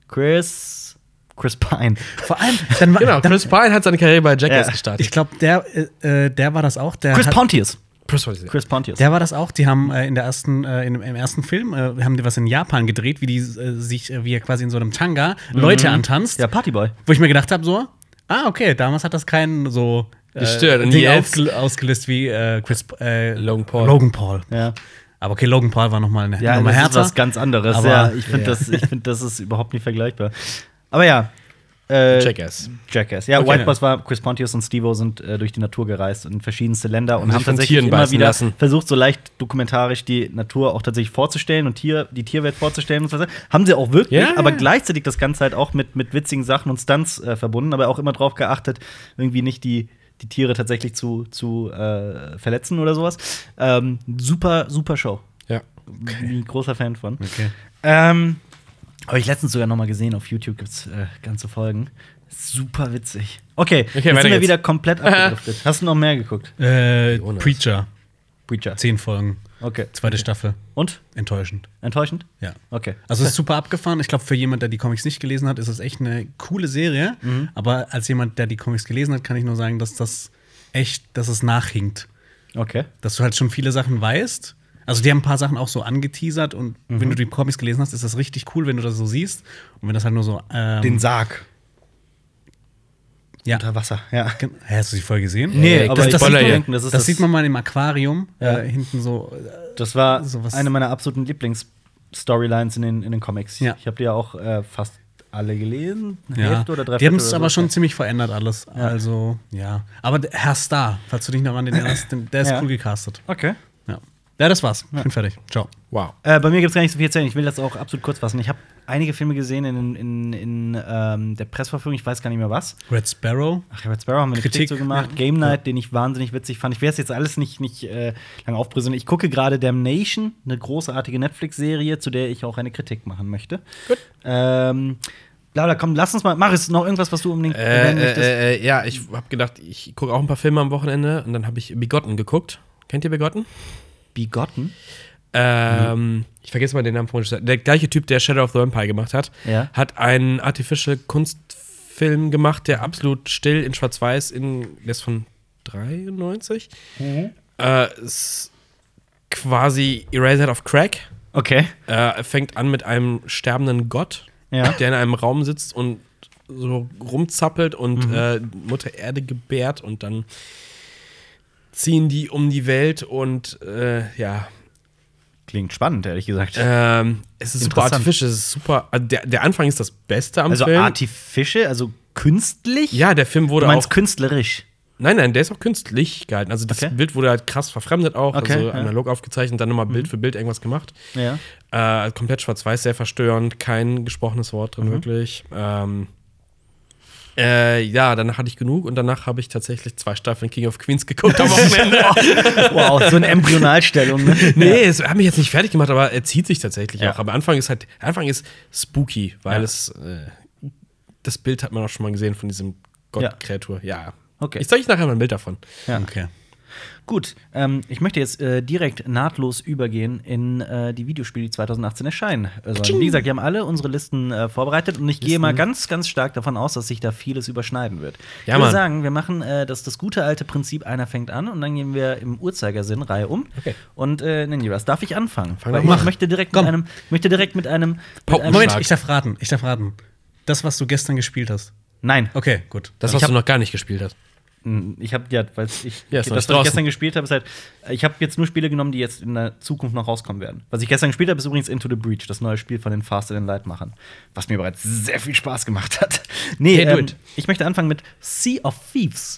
Chris. Chris Pine.
Vor allem, dann war,
Genau,
dann,
Chris Pine hat seine Karriere bei Jackass
Ja.
gestartet.
ich glaube, der, äh, der war das auch. Der
Chris
hat,
Pontius.
Chris Pine.
Chris Pontius.
Der war das auch. Die haben äh, in der ersten, äh, in, im ersten Film äh, haben die was in Japan gedreht, wie die äh, sich, äh, wie er quasi in so einem Tanga Leute antanzt.
Ja, Partyboy.
Wo ich mir gedacht habe, so, ah, okay, damals hat das keinen so äh,
Gestört. Und
Ding
jetzt-
ausgel ausgelöst wie äh, Chris äh,
Logan Paul.
Logan Paul.
Ja.
Aber okay, Logan Paul war noch mal eine
Ja,
Nummer
das
härter.
ist was ganz anderes.
Aber-
ja, ich finde,
ja.
das, ich find, das ist überhaupt nicht vergleichbar. Aber ja. Äh,
Jackass.
Jackass. Ja,
Okay.
White Boys war, Chris Pontius und Steve-O sind äh, durch die Natur gereist in verschiedenste Länder und
Haben
haben
sich von
tatsächlich
Tieren
immer
beißen
wieder
lassen.
versucht, so leicht dokumentarisch die Natur auch tatsächlich vorzustellen und Tier, die Tierwelt vorzustellen und so weiter. Haben sie auch wirklich,
Ja,
aber
ja.
gleichzeitig das Ganze halt auch mit, mit witzigen Sachen und Stunts äh, verbunden, aber auch immer drauf geachtet, irgendwie nicht die, die Tiere tatsächlich zu, zu äh, verletzen oder sowas. Ähm, super, super Show.
Ja.
Bin ein großer Fan von.
Okay.
Ähm, habe ich letztens sogar noch mal gesehen, auf YouTube gibt's äh, ganze Folgen. Super witzig. Okay,
Okay,
jetzt
weiter
sind wir
geht's.
wieder komplett abgedriftet. Hast du noch mehr geguckt?
Äh,
Jonas.
Preacher,
Preacher.
zehn Folgen,
Okay.
zweite Staffel.
Und?
Enttäuschend.
Enttäuschend?
Ja.
Okay.
Also es ist super abgefahren. Ich glaube, für jemand, der die Comics nicht gelesen hat, ist es echt eine coole Serie.
Mhm.
Aber als jemand, der die Comics gelesen hat, kann ich nur sagen, dass das echt, dass es nachhinkt.
Okay.
Dass du halt schon viele Sachen weißt. Also die haben ein paar Sachen auch so angeteasert und
Mhm.
wenn du die Comics gelesen hast, ist das richtig cool, wenn du das so siehst. Und wenn das halt nur so ähm,
Sarg.
Ja.
Unter Wasser, ja.
Hä, hast du die Folge gesehen?
Nee,
Äh,
aber
das-
ich
das
wollte
sieht man-
denken, das ist
Das
das,
sieht man mal im Aquarium,
Ja.
äh, hinten so.
das war
sowas-
eine meiner absoluten Lieblings-Storylines in den, in den Comics.
Ja.
Ich habe die ja auch äh, fast alle gelesen. Eine
Ja.
Hälfte oder drei
Die haben
Viertel
es
oder
aber
so.
schon ziemlich verändert alles. Also, ja. Aber der Herr Star, falls du dich noch an den erinnerst, der ist
Ja.
cool gecastet.
Okay.
Ja. Ja, das war's. Ich bin fertig. Ciao.
Wow.
Äh, bei mir gibt es gar nicht so viel zu erzählen. Ich will das auch absolut kurz fassen. Ich habe einige Filme gesehen in, in, in ähm, der Pressverführung. Ich weiß gar nicht mehr was.
Red Sparrow.
Ach, Red Sparrow haben wir eine Kritik,
Kritik,
so gemacht.
ja.
Game Night, den ich wahnsinnig witzig fand. Ich werde es jetzt alles nicht, nicht äh, lange aufbröseln. Ich gucke gerade Damnation, eine großartige Netflix-Serie, zu der ich auch eine Kritik machen möchte.
Gut.
Ähm, Laura, komm, lass uns mal. Mach es noch irgendwas, was du unbedingt
Äh,
erwähnen möchtest?
äh, äh, ja, ich habe gedacht, ich gucke auch ein paar Filme am Wochenende und dann habe ich Begotten geguckt. Kennt ihr Begotten?
Begotten?
Ähm, ich vergesse mal den Namen von der gleiche Typ, der Shadow of the Vampire gemacht hat,
Ja.
hat einen Artificial Kunstfilm gemacht, der absolut still in Schwarz-Weiß in der ist von dreiundneunzig.
Mhm.
Äh, ist quasi Eraserhead of Crack.
Okay.
Äh, fängt an mit einem sterbenden Gott,
Ja.
der in einem Raum sitzt und so rumzappelt und äh, Mutter Erde gebärt und dann ziehen die um die Welt und äh, ja,
Klingt spannend, ehrlich gesagt.
ähm, es ist super
Interessant.
artificial, es ist super. Also der, der Anfang ist das Beste am
also
Film.
artificial, also künstlich?
Ja, der Film
Du
wurde
meinst
auch.
künstlerisch?
Nein, nein, der ist auch künstlich gehalten. Also das
Okay.
Bild wurde halt krass verfremdet auch,
Okay,
also
ja.
analog aufgezeichnet, dann nochmal Bild für Bild irgendwas gemacht.
Ja.
Äh, komplett schwarz-weiß, sehr verstörend, kein gesprochenes Wort drin, wirklich. Ähm, äh, ja, danach hatte ich genug und danach habe ich tatsächlich zwei Staffeln King of Queens geguckt am Wochenende.
Wow, so eine Embryonalstellung. Ne?
Nee, es hat mich jetzt nicht fertig gemacht, aber er zieht sich tatsächlich
Ja.
auch. Aber Anfang ist halt, Anfang ist spooky, weil
Ja.
es äh, das Bild hat man auch schon mal gesehen von diesem Gott-Kreatur. Ja.
Okay.
Ich zeige euch nachher mal ein Bild davon.
Ja.
Okay.
Gut, ähm, ich möchte jetzt äh, direkt nahtlos übergehen in äh, die Videospiele, die zwanzig achtzehn erscheinen. Also, wie gesagt, wir haben alle unsere Listen äh, vorbereitet und ich gehe mal ganz, ganz stark davon aus, dass sich da vieles überschneiden wird. Ich
Ja,
würde
Mann.
sagen, wir machen äh, das, das gute alte Prinzip, einer fängt an und dann gehen wir im Uhrzeigersinn Reihe um.
Okay.
Und äh, nennen was. Darf ich anfangen?
Fang
Weil
doch
ich
mal.
möchte direkt
Komm.
mit einem, ich möchte direkt mit einem, mit
Pop-
einem
Moment,
Schlag.
ich darf raten. Ich darf raten. Das, was du gestern gespielt hast.
Nein.
Okay, gut.
Das,
Ich
was
hab-
du noch gar nicht gespielt hast.
Ich habe ja, weil ich
Ja, ist noch
das, was
nicht
ich
draußen.
gestern gespielt habe, ist halt, ich habe jetzt nur Spiele genommen, die jetzt in der Zukunft noch rauskommen werden. Was ich gestern gespielt habe, ist übrigens Into the Breach, das neue Spiel von den Fast and Light-Machern, was mir bereits sehr viel Spaß gemacht hat. Nee,
Hey, do
ähm,
it.
ich möchte anfangen mit Sea of Thieves.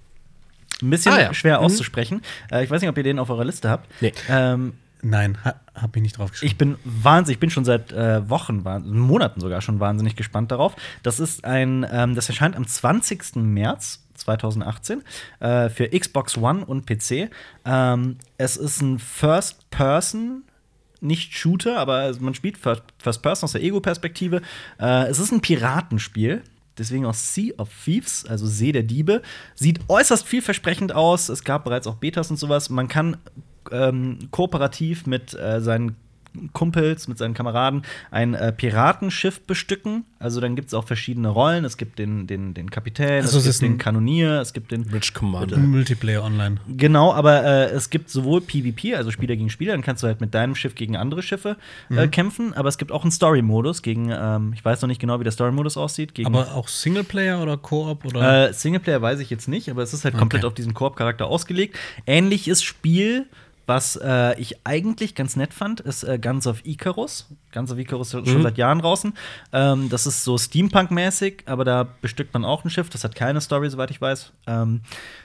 Ein bisschen
Ah, ja.
schwer
Mhm.
auszusprechen. Äh, ich weiß nicht, ob ihr den auf eurer Liste habt.
Nee.
Ähm,
Nein, ha, hab ich nicht draufgeschrieben.
ich bin wahnsinnig, ich bin schon seit äh, Wochen, wahn- Monaten sogar schon wahnsinnig gespannt darauf. Das ist ein, ähm, das erscheint am zwanzigsten März zweitausendachtzehn äh, für Xbox One und P C. Ähm, es ist ein First Person, nicht Shooter, aber man spielt First First Person aus der Ego-Perspektive. Äh, es ist ein Piratenspiel. Deswegen auch Sea of Thieves, also See der Diebe. Sieht äußerst vielversprechend aus. Es gab bereits auch Betas und sowas. Man kann ähm, kooperativ mit äh, seinen Kumpels, mit seinen Kameraden ein äh, Piratenschiff bestücken. Also dann gibt es auch verschiedene Rollen. Es gibt den, den, den Kapitän,
Also es
es
ist
gibt den
ein-
Kanonier, es gibt den
Rich Commander.
Multiplayer online.
Genau, aber äh, es gibt sowohl PvP, also Spieler gegen Spieler, dann kannst du halt mit deinem Schiff gegen andere Schiffe äh, kämpfen, aber es gibt auch einen Story-Modus gegen, ähm, ich weiß noch nicht genau, wie der Story-Modus aussieht, gegen
Aber auch Singleplayer oder Koop oder?
äh, Singleplayer weiß ich jetzt nicht, aber es ist halt komplett
Okay.
auf diesen Koop-Charakter ausgelegt. Ähnliches Spiel, was äh, ich eigentlich ganz nett fand, ist äh, Guns of Icarus. Guns of Icarus ist schon
Mhm.
seit Jahren draußen. Ähm, das ist so Steampunk-mäßig, aber da bestückt man auch ein Schiff. Das hat keine Story, soweit ich weiß. Ähm,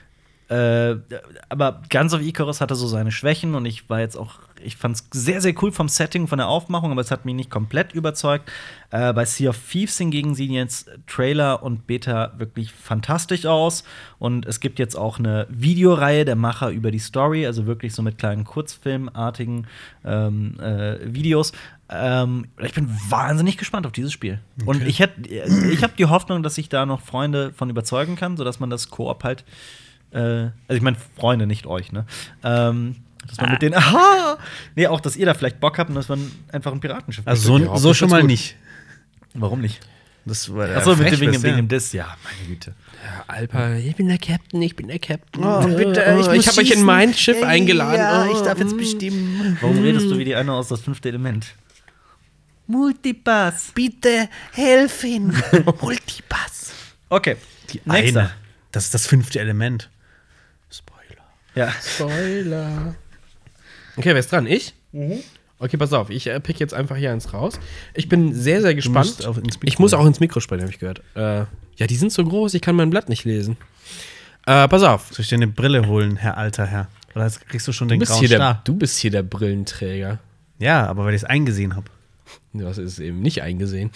äh, aber Guns of Icarus hatte so seine Schwächen und ich war jetzt auch, ich fand es sehr, sehr cool vom Setting, von der Aufmachung, aber es hat mich nicht komplett überzeugt. Äh, bei Sea of Thieves hingegen sehen jetzt Trailer und Beta wirklich fantastisch aus und es gibt jetzt auch eine Videoreihe der Macher über die Story, also wirklich so mit kleinen Kurzfilmartigen ähm, äh, Videos. Ähm, ich bin wahnsinnig gespannt auf dieses Spiel. Und ich hätte, ich habe die Hoffnung, dass ich da noch Freunde von überzeugen kann, sodass man das Koop halt äh, also ich meine Freunde, nicht euch, ne? Ähm, dass man mit denen, aha! Nee, auch, dass ihr da vielleicht Bock habt und dass man einfach ein Piratenschiff
Also
bestückt.
so,
Ja,
so
das
schon
wird's
mal
gut.
nicht.
Warum nicht?
Das war
Achso, mit dem, wegen, dem- wegen
ja.
dem Diss, ja, meine Güte.
Ja, Alper, ich bin der Captain, ich bin der Captain.
Oh, bitte,
Oh,
ich
ich
muss
habe euch in
schießen.
mein Schiff eingeladen.
Ja,
Oh,
ich darf jetzt
mm.
bestimmen.
Warum redest du wie die eine aus das fünfte Element? Multipass.
Bitte helfen. Multipass.
Okay.
Die
Nächster.
eine. Das ist das fünfte Element. Spoiler.
Ja.
Spoiler. Okay, wer ist dran? Ich? Mhm. Okay, pass auf. Ich äh, pick jetzt einfach hier eins raus. Ich bin sehr, sehr gespannt.
musst auch ins Mikro
Ich muss auch ins Mikro sprechen, habe ich gehört. Äh, ja, die sind so groß, ich kann mein Blatt nicht lesen. Äh, pass auf.
Soll ich dir eine Brille holen, Herr alter Herr? Oder jetzt kriegst du schon
Du
den
bist,
grauen
hier der,
Star?
du bist hier der Brillenträger.
Ja, aber weil ich es eingesehen habe.
Du hast es eben nicht eingesehen.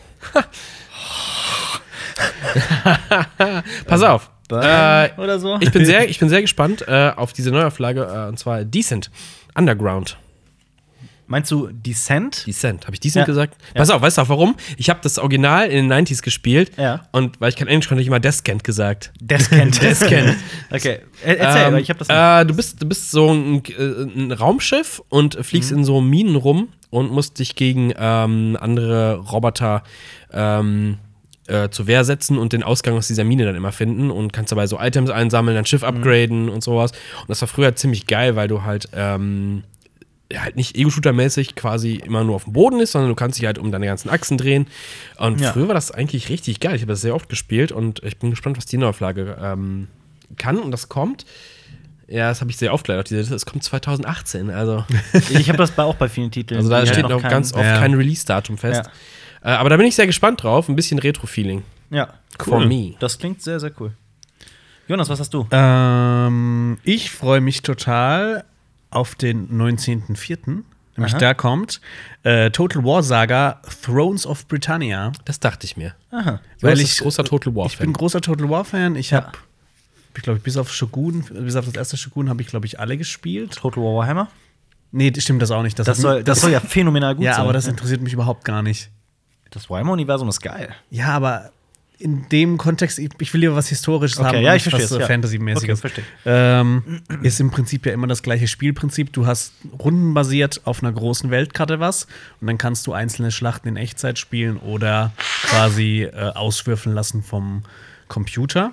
Pass auf. Äh,
Oder so.
ich, bin sehr, ich bin sehr gespannt äh, auf diese Neuauflage, äh, und zwar Descent. Underground.
Meinst du Descent?
Descent. Habe ich Descent
Ja.
gesagt?
Ja.
Pass auf, weißt du auch warum? Ich habe das Original in den neunziger gespielt.
Ja.
Und weil ich kein Englisch konnte, ich immer Descent gesagt.
Descent.
Descent.
Okay, er- erzähl,
Ähm,
aber ich habe das nicht.
äh, du, bist, du bist so ein, äh, ein Raumschiff und fliegst
Mhm.
in so Minen rum und musst dich gegen ähm, andere Roboter ähm, äh, zur Wehr setzen und den Ausgang aus dieser Mine dann immer finden und kannst dabei so Items einsammeln, dein Schiff upgraden und sowas. Und das war früher ziemlich geil, weil du halt ähm, ja, halt nicht Ego-Shooter-mäßig quasi immer nur auf dem Boden ist, sondern du kannst dich halt um deine ganzen Achsen drehen. Und
Ja.
früher war das eigentlich richtig geil. Ich habe das sehr oft gespielt und ich bin gespannt, was die Neuauflage ähm, kann. Und das kommt, ja, das habe ich sehr oft leider auf diese Liste, es kommt zwanzig achtzehn. Also,
Ich habe das bei, auch bei vielen Titeln.
also da
Die
steht
halt
noch
kein-
ganz oft
Ja.
kein Release-Datum fest. Äh, aber da bin ich sehr gespannt drauf. Ein bisschen Retro-Feeling.
Ja,
For me.
Das klingt sehr, sehr cool. Jonas, was hast du?
Ähm, ich freue mich total auf den neunzehnten vierten Nämlich
Aha.
da kommt äh, Total War Saga Thrones of Britannia.
Das dachte ich mir.
Aha.
Weil
Weil
ich
ich-
großer Total War
Ich bin
Fan.
großer Total War Fan. Ich
Ja.
habe, ich glaube, bis auf Shogun, bis auf das erste Shogun habe ich, glaube ich, alle gespielt.
Total War Warhammer?
Nee, das stimmt das auch nicht.
Das
hat
soll,
mich-
das soll ja phänomenal gut
ja,
sein.
aber das interessiert mich überhaupt gar nicht.
Das Warhammer-Universum ist geil.
Ja, aber in dem Kontext, ich, ich will lieber was Historisches
Okay,
haben,
ja,
und
ich
nicht
verstehe
was
es,
äh,
ja.
Fantasy-mäßiges.
Okay, verstehe.
ähm, ist im Prinzip ja immer das gleiche Spielprinzip. Du hast rundenbasiert auf einer großen Weltkarte was und dann kannst du einzelne Schlachten in Echtzeit spielen oder quasi äh, auswürfeln lassen vom Computer.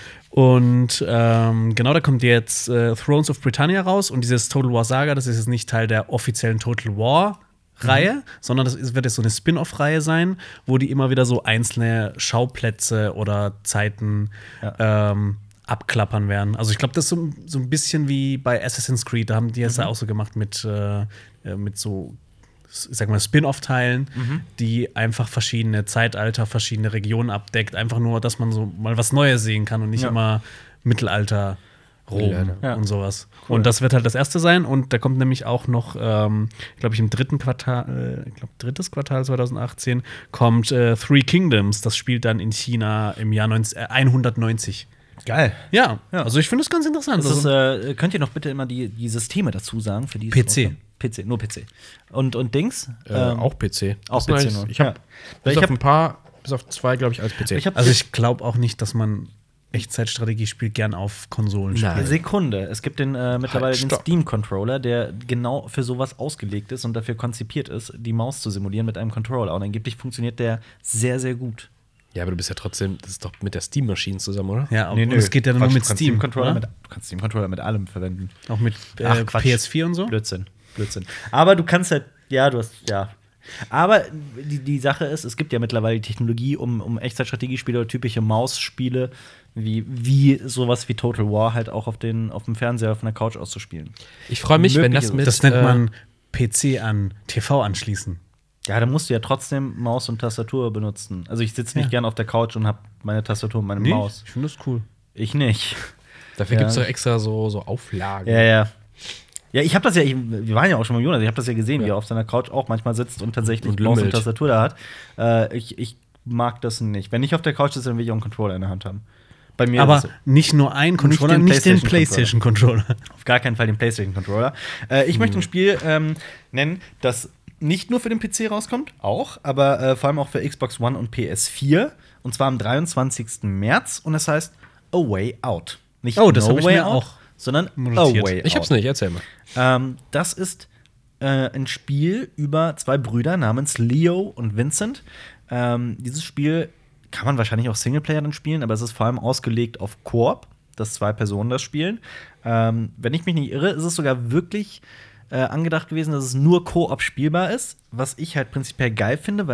Und ähm, genau, da kommt jetzt äh, Thrones of Britannia raus und dieses Total War Saga, das ist jetzt nicht Teil der offiziellen Total War Reihe, sondern das ist, wird jetzt so eine Spin-off-Reihe sein, wo die immer wieder so einzelne Schauplätze oder Zeiten ähm, abklappern werden. Also ich glaube, das ist so, so ein bisschen wie bei Assassin's Creed, da haben die es ja auch so gemacht mit, äh, äh, mit so, ich sag mal, Spin-off-Teilen, die einfach verschiedene Zeitalter, verschiedene Regionen abdeckt. Einfach nur, dass man so mal was Neues sehen kann und nicht
Ja.
immer Mittelalter. Rom
Ja.
und sowas. Und das wird halt das erste sein. Und da kommt nämlich auch noch, ähm, glaube ich, im dritten Quartal, äh, ich glaube, drittes Quartal zwanzig achtzehn, kommt äh, Three Kingdoms. Das spielt dann in China im Jahr neunzehn, äh, hundertneunzig.
Geil.
Ja,
Ja.
also ich finde das ganz interessant.
Das ist,
Also,
äh, könnt ihr noch bitte immer die, die Systeme dazu sagen? Für die es
P C.
rauskommt? P C, nur P C. Und, und Dings?
Äh,
Ähm,
auch P C.
auch
Das
P C
ist
nur.
nice. Ich habe
Ja.
bis
Ich
auf
hab-
ein paar, bis auf zwei, glaube ich, als P C.
Ich hab-
also ich glaube auch nicht, dass man Echtzeitstrategiespiel gern auf Konsolen spielt.
Nein.
Sekunde. Es gibt den äh, mittlerweile
Halt,
den
stopp.
Steam-Controller, der genau für sowas ausgelegt ist und dafür konzipiert ist, die Maus zu simulieren mit einem Controller. Und angeblich funktioniert der sehr, sehr gut.
Ja, aber du bist ja trotzdem, das ist doch mit der Steam-Maschine zusammen, oder?
Ja, und es geht ja nur
Quatsch,
mit
du kannst
Steam.
Steam-Controller
oder?
mit, du kannst Steam-Controller mit allem verwenden.
Auch mit äh,
Ach, Quatsch.
P S vier und so?
Blödsinn. Blödsinn. Aber du kannst halt, ja, du hast, ja. Aber die, die Sache ist, es gibt ja mittlerweile die Technologie, um, um Echtzeitstrategiespiele oder typische Mausspiele wie, wie sowas wie Total War halt auch auf, den, auf dem Fernseher auf einer Couch auszuspielen.
Ich freue mich, wenn das
Möglich
mit.
Das nennt
äh,
man P C an T V anschließen.
Ja, da musst du ja trotzdem Maus und Tastatur benutzen. Also ich sitze nicht
Ja.
gern auf der Couch und habe meine Tastatur und meine
Nee,
Maus.
ich finde das cool.
Ich nicht.
Dafür
Ja.
gibt es doch extra so, so Auflagen.
Ja, ja. Ja, ich habe das ja, ich, wir waren ja auch schon mal Jonas, ich habe das ja gesehen, wie er auf seiner Couch auch manchmal sitzt und tatsächlich
Und
Maus und
lümmelt.
Tastatur da hat. Äh, ich, ich mag das nicht. Wenn ich auf der Couch sitze, dann will ich auch einen Controller in der Hand haben. Bei mir
Aber
ist es
nicht nur ein Controller,
den
nicht den
PlayStation-Controller.
PlayStation-Controller.
auf gar keinen Fall den PlayStation-Controller. Äh, ich möchte ein Spiel ähm, nennen, das nicht nur für den P C rauskommt, auch, aber äh, vor allem auch für Xbox One und P S vier. Und zwar am dreiundzwanzigsten März. Und das heißt A Way Out. Nicht
Oh, das
No
hab ich
Way
mir
Out,
auch
sondern A
notiert.
Way Out.
Ich hab's nicht, erzähl mal.
Ähm, das ist äh, ein Spiel über zwei Brüder namens Leo und Vincent. Ähm, dieses Spiel kann man wahrscheinlich auch Singleplayer dann spielen, aber es ist vor allem ausgelegt auf Koop, dass zwei Personen das spielen. Ähm, wenn ich mich nicht irre, ist es sogar wirklich äh, angedacht gewesen, dass es nur Koop spielbar ist, was ich halt prinzipiell geil finde, weil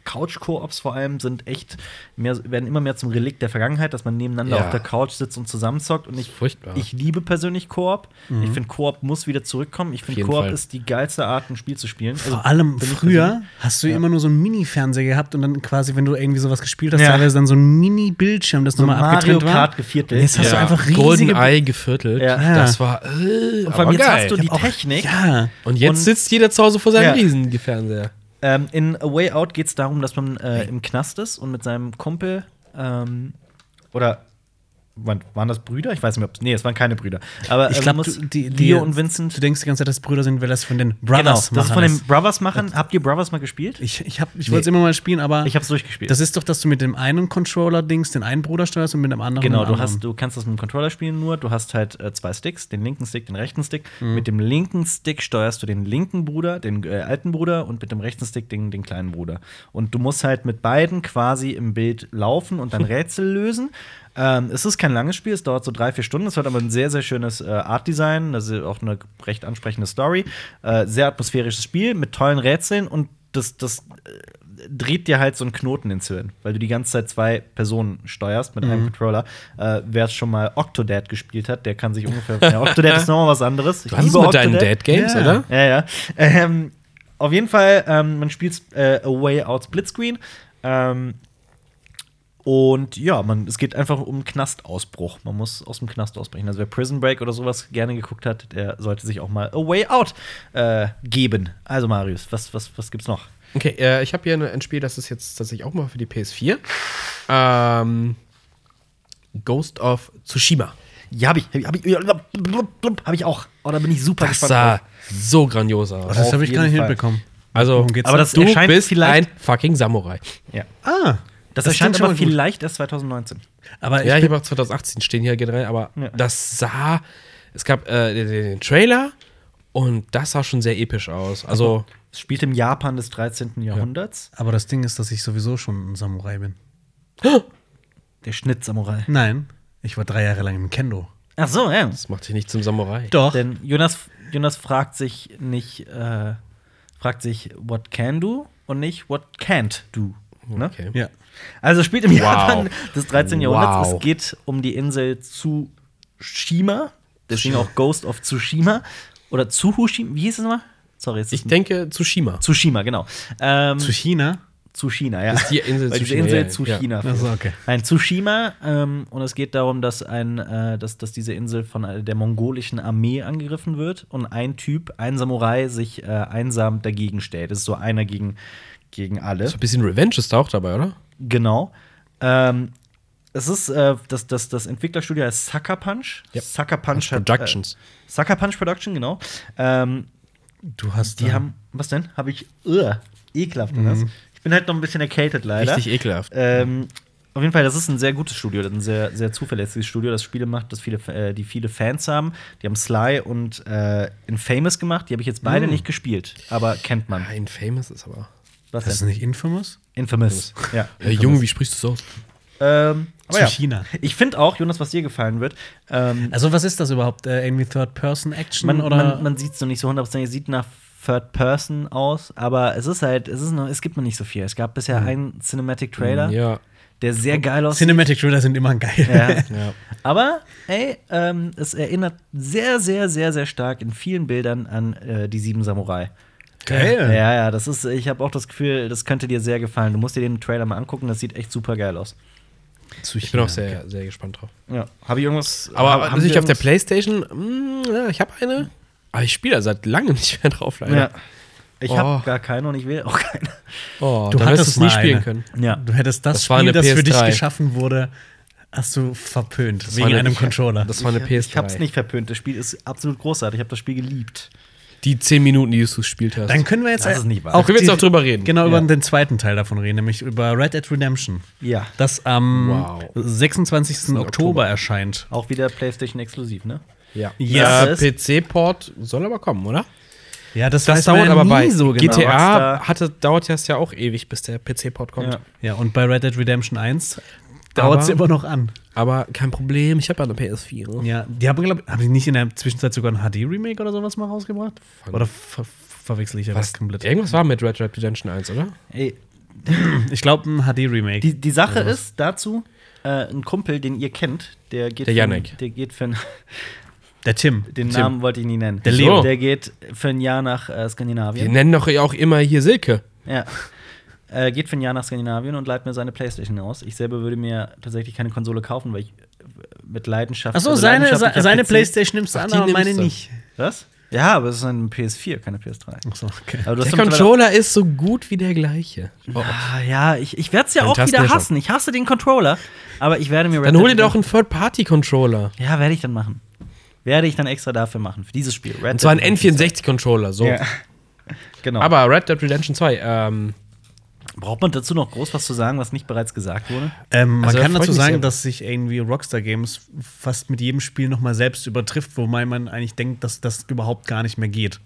Couch-Koops vor allem sind echt mehr, werden immer mehr zum Relikt der Vergangenheit, dass man nebeneinander
Ja.
auf der Couch sitzt und zusammenzockt. Und ich,
Furchtbar.
ich liebe persönlich Koop. Ich finde, Koop muss wieder zurückkommen. Ich finde,
jeden
Koop
Fall.
ist die geilste Art, ein Spiel zu spielen. Also,
Vor allem
bin ich
früher
persönlich-
hast du immer nur so einen Mini-Fernseher gehabt und dann quasi, wenn du irgendwie sowas gespielt hast,
Ja.
teilweise dann so ein Mini-Bildschirm, das
so
nochmal
Mario
abgetrennt war.
Kart geviertelt.
Jetzt hast du einfach riesige
Golden Eye geviertelt.
Ja.
Das war äh,
Und vor allem
aber
jetzt
geil.
hast du die
Auch-
Technik.
Ja.
Und jetzt
Und-
sitzt jeder zu Hause vor seinem
Ja.
Riesen-Fernseher.
Ähm, in A Way Out geht es darum, dass man äh, im Knast ist und mit seinem Kumpel ähm, oder waren, waren das Brüder? Ich weiß nicht, ob nee, es waren keine Brüder. Aber
Ich
äh,
glaube,
man muss
die, die,
Leo und Vincent.
Du denkst die ganze Zeit, dass Brüder sind, weil das von den
Genau,
Brothers
das ist von den Brothers machen. Habt ihr Brothers mal gespielt?
Ich, ich, hab- ich wollte es immer mal spielen, aber
Ich hab's durchgespielt.
das ist doch, dass du mit dem einen Controller-Dings den einen Bruder steuerst und mit dem anderen
Genau,
den
du,
anderen.
hast, du kannst das mit dem Controller spielen nur. Du hast halt äh, zwei Sticks, den linken Stick, den rechten Stick. Mit dem linken Stick steuerst du den linken Bruder, den äh, alten Bruder und mit dem rechten Stick den, den kleinen Bruder. Und du musst halt mit beiden quasi im Bild laufen und dann Rätsel lösen. Ähm, es ist kein langes Spiel, es dauert so drei, vier Stunden. Es hat aber ein sehr, sehr schönes äh, Art-Design, das ist auch eine recht ansprechende Story. Äh, sehr atmosphärisches Spiel mit tollen Rätseln und das, das äh, dreht dir halt so einen Knoten ins Hirn, weil du die ganze Zeit zwei Personen steuerst mit einem Controller. Äh, Wer schon mal Octodad gespielt hat, der kann sich ungefähr. Ja, Octodad ist nochmal was anderes. Ich
Du hast es mit deinen Dad-Games,
Ja.
oder?
Ja, ja. Ähm, auf jeden Fall, ähm, man spielt äh, A Way Out Splitscreen. Ähm, und ja, man, es geht einfach um Knastausbruch. Man muss aus dem Knast ausbrechen. Also wer Prison Break oder sowas gerne geguckt hat, der sollte sich auch mal A Way Out äh, geben. Also Marius, was, was, was gibt's noch?
Okay, äh, ich habe hier ein Spiel, das ist jetzt tatsächlich auch mal für die P S vier. Ähm, Ghost of Tsushima.
Ja, hab ich, hab ich, hab ich, hab ich auch. Oh, da bin ich super
Das
gespannt
sah
drauf.
so grandios aus.
das
auf
habe ich gar
jeden
nicht
Fall.
hinbekommen.
Also,
Worum geht's
aber
da?
das
du
erscheint
bist
vielleicht-
ein fucking Samurai.
Ja.
Ah,
Das,
das
erscheint
klingt schon
aber
mal gut.
vielleicht erst zwanzig neunzehn.
aber ich
Ja, ich
bin,
habe auch zwanzig achtzehn stehen hier generell, aber
Ja.
das sah, es gab äh, den, den Trailer und das sah schon sehr episch aus. Also,
Es spielt im Japan des dreizehnten Jahrhunderts.
aber das Ding ist, dass ich sowieso schon ein Samurai bin.
Der Schnitt-Samurai.
Nein, ich war drei Jahre lang im Kendo.
Ach so, ja.
das macht dich nicht zum Samurai.
Doch.
Denn Jonas, Jonas fragt sich nicht, äh, fragt sich, what can do und nicht, what can't do. Ne?
Okay.
Ja.
Also spielt im
Wow.
Japan des dreizehnten Jahrhunderts.
Wow.
Es geht um die Insel Tsushima. Deswegen auch Ghost of Tsushima. Oder Tsuhushima. Wie hieß es nochmal? Sorry, jetzt
Ich
ist
denke Tsushima.
Tsushima, genau. Ähm,
Zu China?
Tsushima, ja.
Ist die Insel
Weil diese
Tsushima,
Insel
ja,
Tsushima.
ja. Ach so, okay.
Ein Tsushima, ähm, und es geht darum, dass, ein, äh, dass, dass diese Insel von äh, der mongolischen Armee angegriffen wird und ein Typ, ein Samurai, sich äh, einsam dagegen stellt. Das ist so einer gegen, gegen alle.
So ein bisschen Revenge ist da auch dabei, oder?
Genau. Ähm, es ist, äh, das, das, das Entwicklerstudio heißt Sucker Punch.
Yep.
Sucker Punch hat,
Productions.
Äh, Sucker Punch Production, genau. Ähm,
Du hast
die
da-
haben, was denn? Habe ich, uh, ekelhaft, das. Ich bin halt noch ein bisschen erkältet, leider.
Richtig ekelhaft.
Ähm, auf jeden Fall, das ist ein sehr gutes Studio, ein sehr, sehr zuverlässiges Studio, das Spiele macht, das viele, äh, die viele Fans haben. Die haben Sly und äh, Infamous gemacht. Die habe ich jetzt beide
Mm.
nicht gespielt, aber kennt man.
Ah, Infamous ist aber.
Was
Das ist
denn?
nicht Infamous?
Infamous. Ja.
Hey, Junge, wie sprichst du so aus?
Ähm, aber
Zu
ja.
China.
Ich finde auch, Jonas, was dir gefallen wird. Ähm,
Also, was ist das überhaupt? Äh, irgendwie Third-Person-Action?
man,
oder?
man, man sieht es noch nicht so hundertprozentig, sieht nach Third Person aus, aber es ist halt, es ist noch, es gibt noch nicht so viel. Es gab bisher einen Cinematic Trailer,
Ja.
der sehr geil aussieht.
Cinematic Trailer sind immer geil.
Ja.
Ja.
Aber, ey, ähm, es erinnert sehr, sehr, sehr, sehr stark in vielen Bildern an äh, die Sieben Samurai.
Geil.
Ja, ja, das ist, ich habe auch das Gefühl, das könnte dir sehr gefallen. Du musst dir den Trailer mal angucken, das sieht echt super geil aus.
Ich bin auch sehr, sehr gespannt drauf.
Ja. Habe ich irgendwas.
Aber
hab- haben
natürlich
wir
auf der
irgendwas-
Playstation, mh, ja, ich habe eine. Aber ich spiele da seit langem nicht mehr drauf, leider.
Ja. Ich habe
Oh.
gar keine und ich will auch keine.
Oh,
Du
dann
hattest
wirst du es nie
mal
spielen
eine.
können.
Ja.
Du hättest das,
Das war
Spiel,
eine
das für dich
P S drei.
geschaffen wurde, hast du verpönt.
war
wegen
eine-
einem
ich-
Controller.
Das war eine
ich,
P S drei.
Ich hab's nicht verpönt. Das Spiel ist absolut großartig. Ich habe das Spiel geliebt.
Die zehn Minuten, die du gespielt hast.
Dann können wir jetzt
Das ist nicht wahr.
Auch, können wir jetzt
die-
auch drüber reden.
Genau, über
Ja.
den zweiten Teil davon reden, nämlich über Red Dead Redemption.
Ja.
Das am
Wow.
sechsundzwanzigsten
Oktober.
Oktober erscheint.
Auch wieder PlayStation exklusiv, ne?
Ja.
Ja.
Äh, P C-Port soll aber kommen, oder?
Ja, das,
Das
weiß man
dauert
ja
aber
nie
bei
so genau.
G T A
Rockstar.
hatte, dauert das ja auch ewig, bis der P C-Port kommt.
Ja.
Ja, und bei Red Dead Redemption eins dauert es
Aber-
immer noch an.
Aber kein Problem, ich habe ja eine P S vier.
Ja, die haben, glaube haben die nicht in der Zwischenzeit sogar ein H D-Remake oder sowas mal rausgebracht?
Von-
Oder ver verwechsel ich ja
Was,
was komplett?
irgendwas war mit Red Dead Redemption eins, oder?
Ey,
Ich glaube, ein H D-Remake.
Die, die Sache ist dazu, äh, ein Kumpel, den ihr kennt, der geht
Der
für,
Yannick.
der geht für ein,
Der Tim.
den
Tim.
Namen wollte ich nie nennen.
Der Leo.
Der geht für ein Jahr nach äh,
Wir
Skandinavien.
nennen doch auch immer hier Silke.
Ja. Äh, geht für ein Jahr nach Skandinavien und leiht mir seine Playstation aus. Ich selber würde mir tatsächlich keine Konsole kaufen, weil ich mit Leidenschaft.
Achso,
also
seine,
leidenschaftlicher
seine
P C.
Playstation nimmst du
Ach,
an,
die
aber meine
nimmst du.
nicht.
Was? Ja, aber es ist ein P S vier, keine P S drei.
Achso, okay.
Aber du hast
Der
doch mittlerweile-
Controller ist so gut wie der gleiche. Oh.
Ah, ja, ich, ich werde es ja auch
Fantastisch.
wieder hassen. Ich hasse den Controller, aber ich werde mir
Dann hol dir doch einen Third-Party-Controller.
Ja, werde ich dann machen. Werde ich dann extra dafür machen, für dieses Spiel. Red
Und zwar einen
Dead
N vierundsechzig-Controller, so.
Ja. Genau.
Aber Red Dead Redemption zwei, ähm,
braucht man dazu noch groß was zu sagen, was nicht bereits gesagt wurde?
Ähm, man
Also,
kann
da freu
dazu
ich mich
sagen,
sehr.
dass sich irgendwie Rockstar Games fast mit jedem Spiel noch mal selbst übertrifft, wobei man eigentlich denkt, dass das überhaupt gar nicht mehr geht.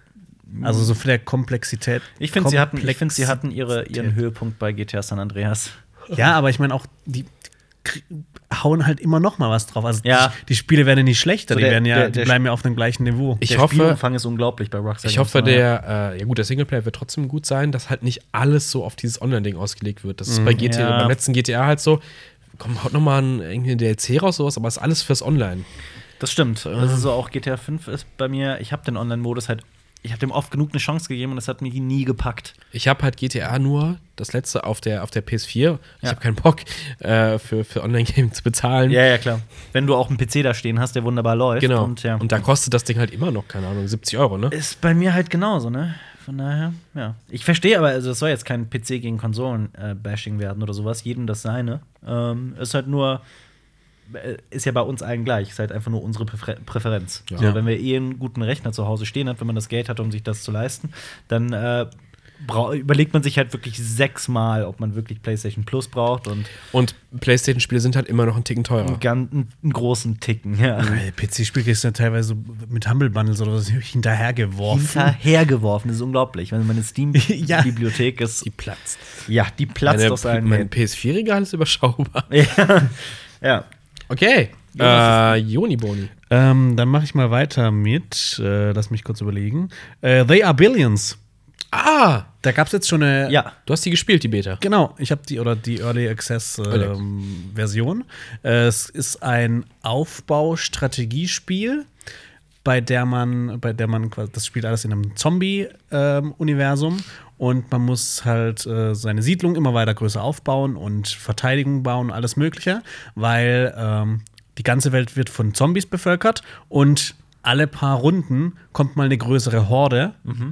Also so viel der Komplexität.
Ich finde, sie hatten, ich find, sie hatten ihre, ihren Höhepunkt bei G T A San Andreas.
Ja, aber ich meine auch, die, die krie- hauen halt immer noch mal was drauf. Also
Ja.
die, die Spiele werden ja nicht schlechter,
So
die,
der-
werden ja,
der-
die
der-
bleiben ja auf dem gleichen Niveau.
Ich
der
hoffe-
Spielumfang ist unglaublich bei Rockstar.
ich
Games,
hoffe,
ne?
der, äh, ja gut, der Singleplayer wird trotzdem gut sein, dass halt nicht alles so auf dieses Online-Ding ausgelegt wird. Das ist bei G T A,
ja.
beim letzten G T A halt so, komm, haut noch mal ein irgendwie D L C raus, sowas, aber es ist alles fürs Online.
Das stimmt. Also so auch G T A fünf ist bei mir, ich habe den Online-Modus halt, ich habe dem oft genug eine Chance gegeben und es hat mich nie gepackt.
Ich habe halt G T A nur das letzte auf der, auf der P S vier. Ich
Ja.
habe keinen Bock, äh, für, für Online-Gaming zu bezahlen.
Ja, ja, klar. Wenn du auch einen P C da stehen hast, der wunderbar läuft.
Genau.
Und, ja.
Und da kostet das Ding halt immer noch, keine Ahnung, siebzig Euro, ne?
Ist bei mir halt genauso, ne? Von daher, ja. Ich verstehe aber, also es soll jetzt kein P C gegen Konsolen-Bashing werden oder sowas, jedem das seine. Ähm, ist halt nur, äh, ist ja bei uns allen gleich, ist halt einfach nur unsere Präfer Präferenz.
Ja.
So, wenn wir eh einen guten Rechner zu Hause stehen hat, wenn man das Geld hat, um sich das zu leisten, dann äh, brau- überlegt man sich halt wirklich sechsmal, ob man wirklich PlayStation Plus braucht und
Und PlayStation-Spiele sind halt immer noch einen Ticken teurer.
einen, gan- einen, einen großen Ticken, ja.
Weil P C-Spiel kriegst du ja teilweise mit Humble Bundles oder was hinterhergeworfen.
Hinterhergeworfen, das ist unglaublich. Wenn meine
Ja.
Steam-Bibliothek ist,
Die platzt.
ja, die platzt
Meine,
aus allen
mein
Nähten.
P S vier-Regal ist überschaubar.
Ja. ja.
Okay. Äh, Joniboni.
Ähm, dann mache ich mal weiter mit, äh, lass mich kurz überlegen. Äh, They Are Billions.
Ah!
Da gab es jetzt schon eine.
Ja.
Du hast die gespielt, die Beta.
Genau, ich habe die oder die Early Access
Early
ähm, Version. Äh, es ist ein Aufbaustrategiespiel, bei der man, bei der man quasi, das spielt alles in einem Zombie-Universum und man muss halt äh, seine Siedlung immer weiter größer aufbauen und Verteidigung bauen, alles Mögliche, weil ähm, die ganze Welt wird von Zombies bevölkert und alle paar Runden kommt mal eine größere Horde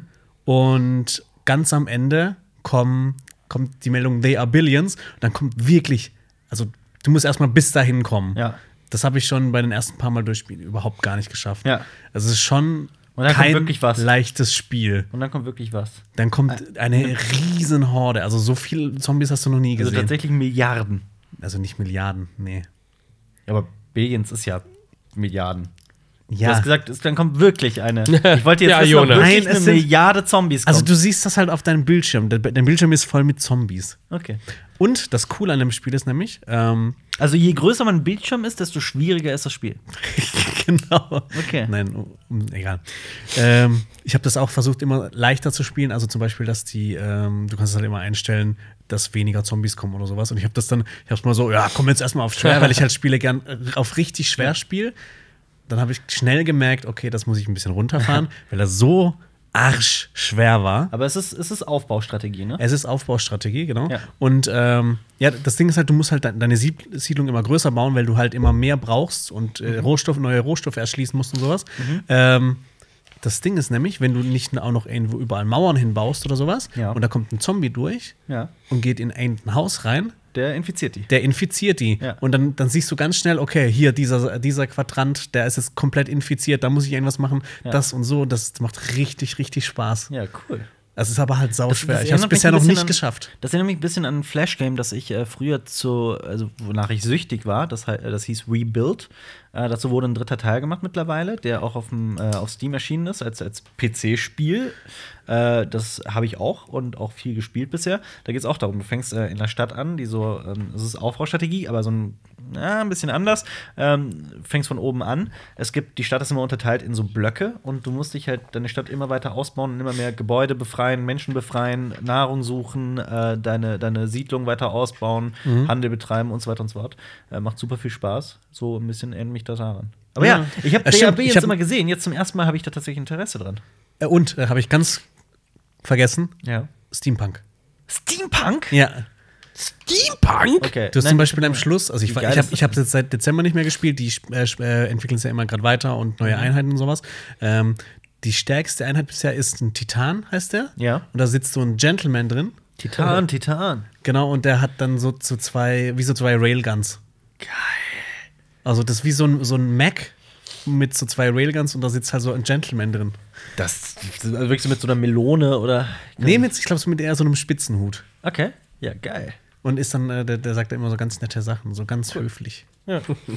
und ganz am Ende kommen, kommt die Meldung They Are Billions und dann kommt wirklich, also du musst erstmal bis dahin kommen.
Ja.
Das habe ich schon bei den ersten paar Mal durchspielen überhaupt gar nicht geschafft.
Ja.
Also es ist schon
Und dann kommt
kein
wirklich was.
leichtes Spiel.
Und dann kommt wirklich was.
Dann kommt eine riesen Horde. Also so viele Zombies hast du noch nie
Also
gesehen.
tatsächlich Milliarden.
Also nicht Milliarden, nee.
Aber Billions ist ja Milliarden. Du
Ja.
hast gesagt, es, dann kommt wirklich eine. Ich wollte jetzt
Ja,
wissen, ob
Jonas.
wirklich
Nein,
eine
es sind-
Milliarde Zombies kommt.
Also du siehst das halt auf deinem Bildschirm. Der, dein Bildschirm ist voll mit Zombies.
okay.
Und das Coole an dem Spiel ist nämlich, ähm,
Also je größer mein Bildschirm ist, desto schwieriger ist das Spiel.
genau.
Okay.
Nein, um, um, egal. Ähm, ich habe das auch versucht, immer leichter zu spielen. Also zum Beispiel, dass die, ähm, du kannst es halt immer einstellen, dass weniger Zombies kommen oder sowas. Und ich habe das dann, ich habe es mal so, ja, komm jetzt erstmal auf schwer, weil ich halt Spiele gern äh, auf richtig schwer spiele. Dann habe ich schnell gemerkt, okay, das muss ich ein bisschen runterfahren, weil das so arschschwer war.
Aber es ist, es ist Aufbaustrategie, ne?
Es ist Aufbaustrategie, genau.
Ja.
Und ähm, ja, das Ding ist halt, du musst halt de deine Sied Siedlung immer größer bauen, weil du halt immer mehr brauchst und äh, Rohstoffe, neue Rohstoffe erschließen musst und sowas. Ähm, das Ding ist nämlich, wenn du nicht auch noch irgendwo überall Mauern hinbaust oder sowas,
Ja.
und da kommt ein Zombie durch
Ja.
und geht in ein Haus rein,
Der infiziert die.
der infiziert die.
Ja.
Und dann, dann siehst du ganz schnell, okay, hier, dieser, dieser Quadrant, der ist jetzt komplett infiziert, da muss ich irgendwas machen,
Ja.
das und so. Das macht richtig, richtig Spaß.
Ja, cool.
Es ist aber halt sauschwer.
Das- das
Ich habe es
erinnert mich
bisher
ein
noch
bisschen
nicht
an-
geschafft.
Das erinnert mich ein bisschen an ein Flash-Game, das ich äh, früher zu, also wonach ich süchtig war. Das, hei- äh, das hieß Rebuild. Äh, dazu wurde ein dritter Teil gemacht mittlerweile, der auch auf, dem, äh, auf Steam erschienen ist, als, als P C-Spiel. Äh, das habe ich auch und auch viel gespielt bisher. Da geht es auch darum, du fängst äh, in der Stadt an, die so, ähm, es ist Aufbaustrategie, aber so ein ja, ein bisschen anders. Ähm, fängst von oben an. Es gibt, die Stadt ist immer unterteilt in so Blöcke und du musst dich halt deine Stadt immer weiter ausbauen und immer mehr Gebäude befreien, Menschen befreien, Nahrung suchen, äh, deine, deine Siedlung weiter ausbauen, mhm. Handel betreiben und so weiter und so fort. Äh, macht super viel Spaß. So ein bisschen erinnert mich das daran. Aber ja, ja ich habe D A B jetzt hab, immer gesehen. Jetzt zum ersten Mal habe ich da tatsächlich Interesse dran.
Äh, und äh, habe ich ganz vergessen:
ja.
Steampunk.
Steampunk?
Ja.
Steampunk?
Okay. Du hast Nein, zum Beispiel am Schluss, also ich, ich habe ich hab jetzt seit Dezember nicht mehr gespielt, die äh, entwickeln es ja immer gerade weiter und neue mhm. Einheiten und sowas. Ähm, die stärkste Einheit bisher ist ein Titan, heißt der.
Ja.
Und da sitzt so ein Gentleman drin.
Titan, Titan.
Genau, und der hat dann so, so zwei, wie so zwei Railguns.
Geil.
Also das ist wie so ein, so ein Mac mit so zwei Railguns und da sitzt halt so ein Gentleman drin.
Das, das wirklich so mit so einer Melone oder?
Nee, mit, ich glaube, so mit eher so einem Spitzenhut.
Okay, ja, geil.
Und ist dann, äh, der, der sagt immer so ganz nette Sachen, so ganz cool. höflich.
Ja.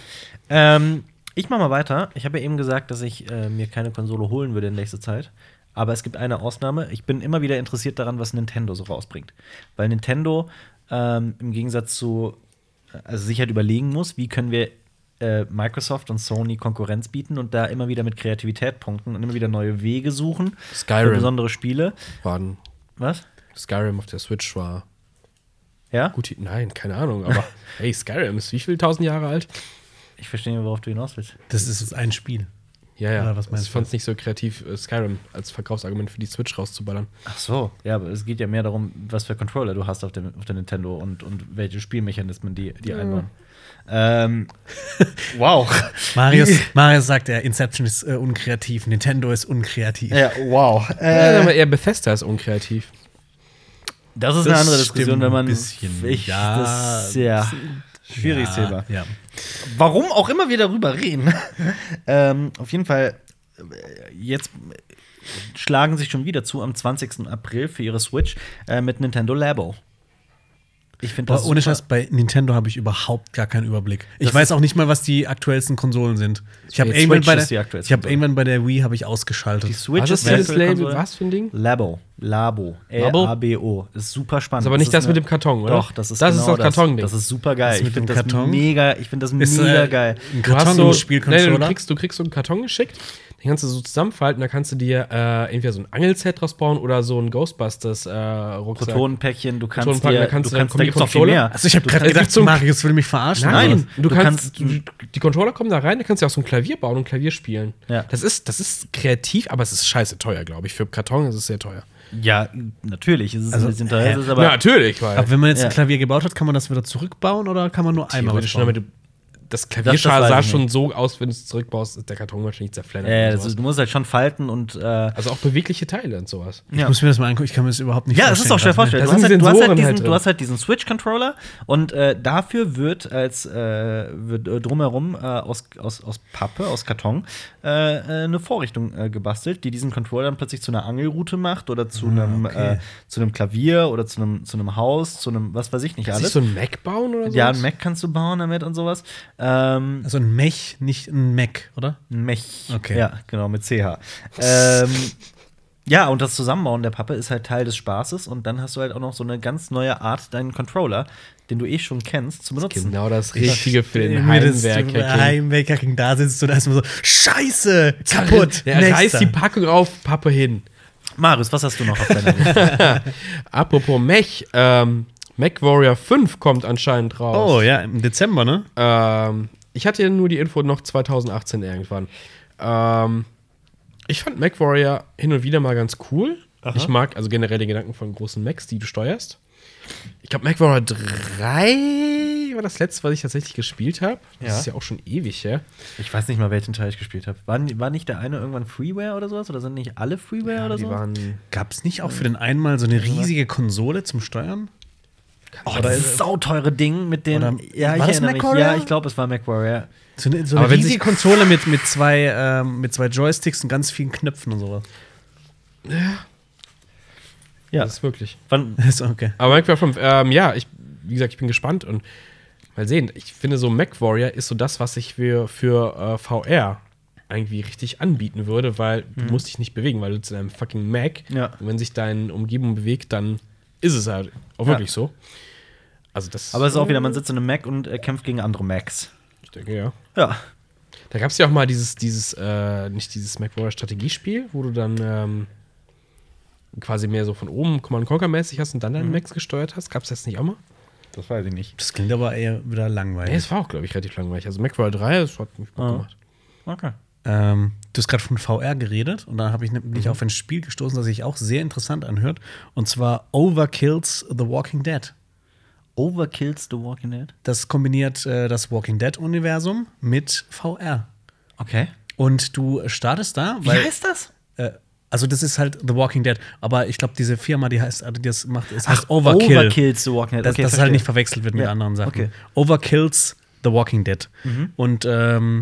ähm, ich mach mal weiter. Ich habe ja eben gesagt, dass ich äh, mir keine Konsole holen würde in nächster Zeit. Aber es gibt eine Ausnahme. Ich bin immer wieder interessiert daran, was Nintendo so rausbringt. Weil Nintendo ähm, im Gegensatz zu, also sich halt überlegen muss, wie können wir äh, Microsoft und Sony Konkurrenz bieten und da immer wieder mit Kreativität punkten und immer wieder neue Wege suchen.
Skyrim.
Für besondere Spiele.
Waren.
Was?
Skyrim auf der Switch war.
Ja?
Gut, nein, keine Ahnung, aber hey, Skyrim ist wie viel tausend Jahre alt?
Ich verstehe nicht, worauf du hinaus willst.
Das ist ein Spiel.
Ja, ja.
Oder was meinst
ich fand es nicht so kreativ, Skyrim als Verkaufsargument für die Switch rauszuballern.
Ach so, ja, aber es geht ja mehr darum, was für Controller du hast auf der, auf der Nintendo und, und welche Spielmechanismen die, die ja. einbauen. Ähm, wow.
Marius, Marius sagt, ja, Inception ist äh, unkreativ, Nintendo ist unkreativ.
Ja, wow.
Äh, ja, aber eher Bethesda ist unkreativ.
Das ist das eine andere Diskussion, wenn man
ein bisschen,
ich,
ja,
das ist ja schwieriges
ja,
Thema.
Ja.
Warum auch immer wir darüber reden. ähm, auf jeden Fall, jetzt schlagen sich schon wieder zu am zwanzigsten April für ihre Switch äh, mit Nintendo Labo. Ich finde das
ohne Scheiß, bei Nintendo habe ich überhaupt gar keinen Überblick. Ich das weiß auch nicht mal, was die aktuellsten Konsolen sind. Ich habe irgendwann, bei der, ich hab irgendwann bei der Wii habe ich ausgeschaltet.
Die Switch
ist das Label, was für ein Ding?
Labo. Labo. L A B O. Ist super spannend.
Das ist aber nicht das, das mit dem Karton, oder?
Doch, das ist
das,
genau
ist das Karton-Ding.
Das ist super geil.
Das mit dem Karton?
Mega, ich finde das
ist,
mega
äh,
geil.
Ein Karton
so,
im Spielcontroller?
Nee, du, kriegst, du kriegst so einen Karton geschickt, den kannst du so zusammenfalten, da kannst du dir äh, entweder so ein Angelset draus bauen oder so ein Ghostbusters äh, Rucksack.
Protonenpäckchen, du kannst
Protonenpack,
dir,
da kannst
du
du,
kannst,
da
da gibt's noch viel mehr.
Also ich habe gerade gedacht, so Marius will mich verarschen.
Nein, du,
du
kannst,
kannst
du, die Controller kommen da rein, da kannst du auch so ein Klavier bauen und Klavier spielen.
Ja.
Das ist, das ist kreativ, aber es ist scheiße teuer, glaube ich. Für Karton ist es sehr teuer.
Ja, natürlich. Es ist
also,
ein bisschen teuer.
Äh,
ist aber
ja, natürlich. Weil
aber wenn man jetzt
ja.
ein Klavier gebaut hat, kann man das wieder zurückbauen oder kann man nur einmal
ausbauen? Das Klavierschal
das, das
sah schon so aus, wenn du es zurückbaust, ist der Karton wahrscheinlich zerfleddert.
Ja, also, du musst halt schon falten und äh
also auch bewegliche Teile und sowas.
Ich ja. muss mir das mal angucken, ich kann mir das überhaupt nicht
ja,
vorstellen.
Ja, es ist auch schwer vorstellen. Du,
halt,
du, hast halt diesen,
halt
du hast halt diesen Switch-Controller und äh, dafür wird als äh, wird drumherum äh, aus, aus, aus Pappe, aus Karton, äh, eine Vorrichtung äh, gebastelt, die diesen Controller dann plötzlich zu einer Angelrute macht oder zu einem
okay.
äh, zu einem Klavier oder zu einem zu einem Haus, zu einem was weiß ich nicht
kannst
alles.
Kannst du so ein Mac bauen oder so?
Ja, ein Mac kannst du bauen damit und sowas. Ähm,
also ein Mech, nicht ein Mac, oder?
Ein Mech.
Okay.
Ja, genau, mit C H. ähm, ja, und das Zusammenbauen der Pappe ist halt Teil des Spaßes und dann hast du halt auch noch so eine ganz neue Art, deinen Controller, den du eh schon kennst, zu benutzen.
Genau das Richtige für den
Heimwerker. Heimwerker da sitzt du da erstmal so, Scheiße, kaputt.
Der reißt die Packung auf, Pappe hin.
Marius, was hast du noch auf deiner Liste?
Apropos Mech, ähm, MechWarrior fünf kommt anscheinend raus.
Oh ja, im Dezember, ne?
Ähm, ich hatte ja nur die Info noch zwanzig achtzehn irgendwann. Ähm, ich fand MechWarrior hin und wieder mal ganz cool. Aha. Ich mag also generell den Gedanken von großen Mechs, die du steuerst. Ich glaube, MechWarrior drei war das letzte, was ich tatsächlich gespielt habe. Das
ja.
ist ja auch schon ewig her.
Ich weiß nicht mal, welchen Teil ich gespielt habe. War, war nicht der eine irgendwann Freeware oder sowas? Oder sind nicht alle Freeware
ja,
oder
die
so?
Gab es nicht auch für den einen mal so eine riesige Konsole zum Steuern?
Oh, das sauteure Ding mit den.
Oder,
ja, ich erinnere mich. Ja, ich glaube, es war MechWarrior.
So eine, so eine riesige Konsole mit, mit, zwei, ähm, mit zwei Joysticks und ganz vielen Knöpfen und sowas.
Ja. Ja. Das ist wirklich.
Wann?
Ist okay.
Aber MechWarrior fünf, ähm, ja, ich, wie gesagt, ich bin gespannt und mal sehen. Ich finde, so MechWarrior ist so das, was ich für, für äh, V R irgendwie richtig anbieten würde, weil mhm. du musst dich nicht bewegen, weil du zu deinem fucking Mac,
ja.
und wenn sich deine Umgebung bewegt, dann ist es halt auch wirklich ja. so. Also das,
Aber es ist auch wieder, man sitzt in einem Mac und äh, kämpft gegen andere Macs.
Ich denke, ja.
Ja.
Da gab es ja auch mal dieses, dieses, äh, nicht dieses MacWarrior Strategiespiel, wo du dann ähm, quasi mehr so von oben Command Conquer mäßig hast und dann deinen mhm. Max gesteuert hast. Gab es das nicht auch mal?
Das weiß ich nicht.
Das klingt aber eher wieder langweilig.
Nee, es war auch, glaube ich, relativ langweilig. Also MacWarrior drei, das hat mich gut
ah.
gemacht.
Okay.
Ähm, du hast gerade von V R geredet und da habe ich nämlich
mhm.
auf ein Spiel gestoßen, das sich auch sehr interessant anhört. Und zwar Overkill's The Walking Dead.
Overkill's The Walking Dead?
Das kombiniert äh, das Walking Dead-Universum mit V R.
Okay.
Und du startest da.
Wie
weil,
heißt das?
Äh, also, das ist halt The Walking Dead. Aber ich glaube, diese Firma, die heißt, also die das macht, es heißt
Ach,
Overkill.
Overkill's The Walking Dead.
Das,
Okay,
das halt nicht verwechselt wird mit
ja.
anderen Sachen.
Okay.
Overkill's The Walking Dead.
Mhm.
Und ähm,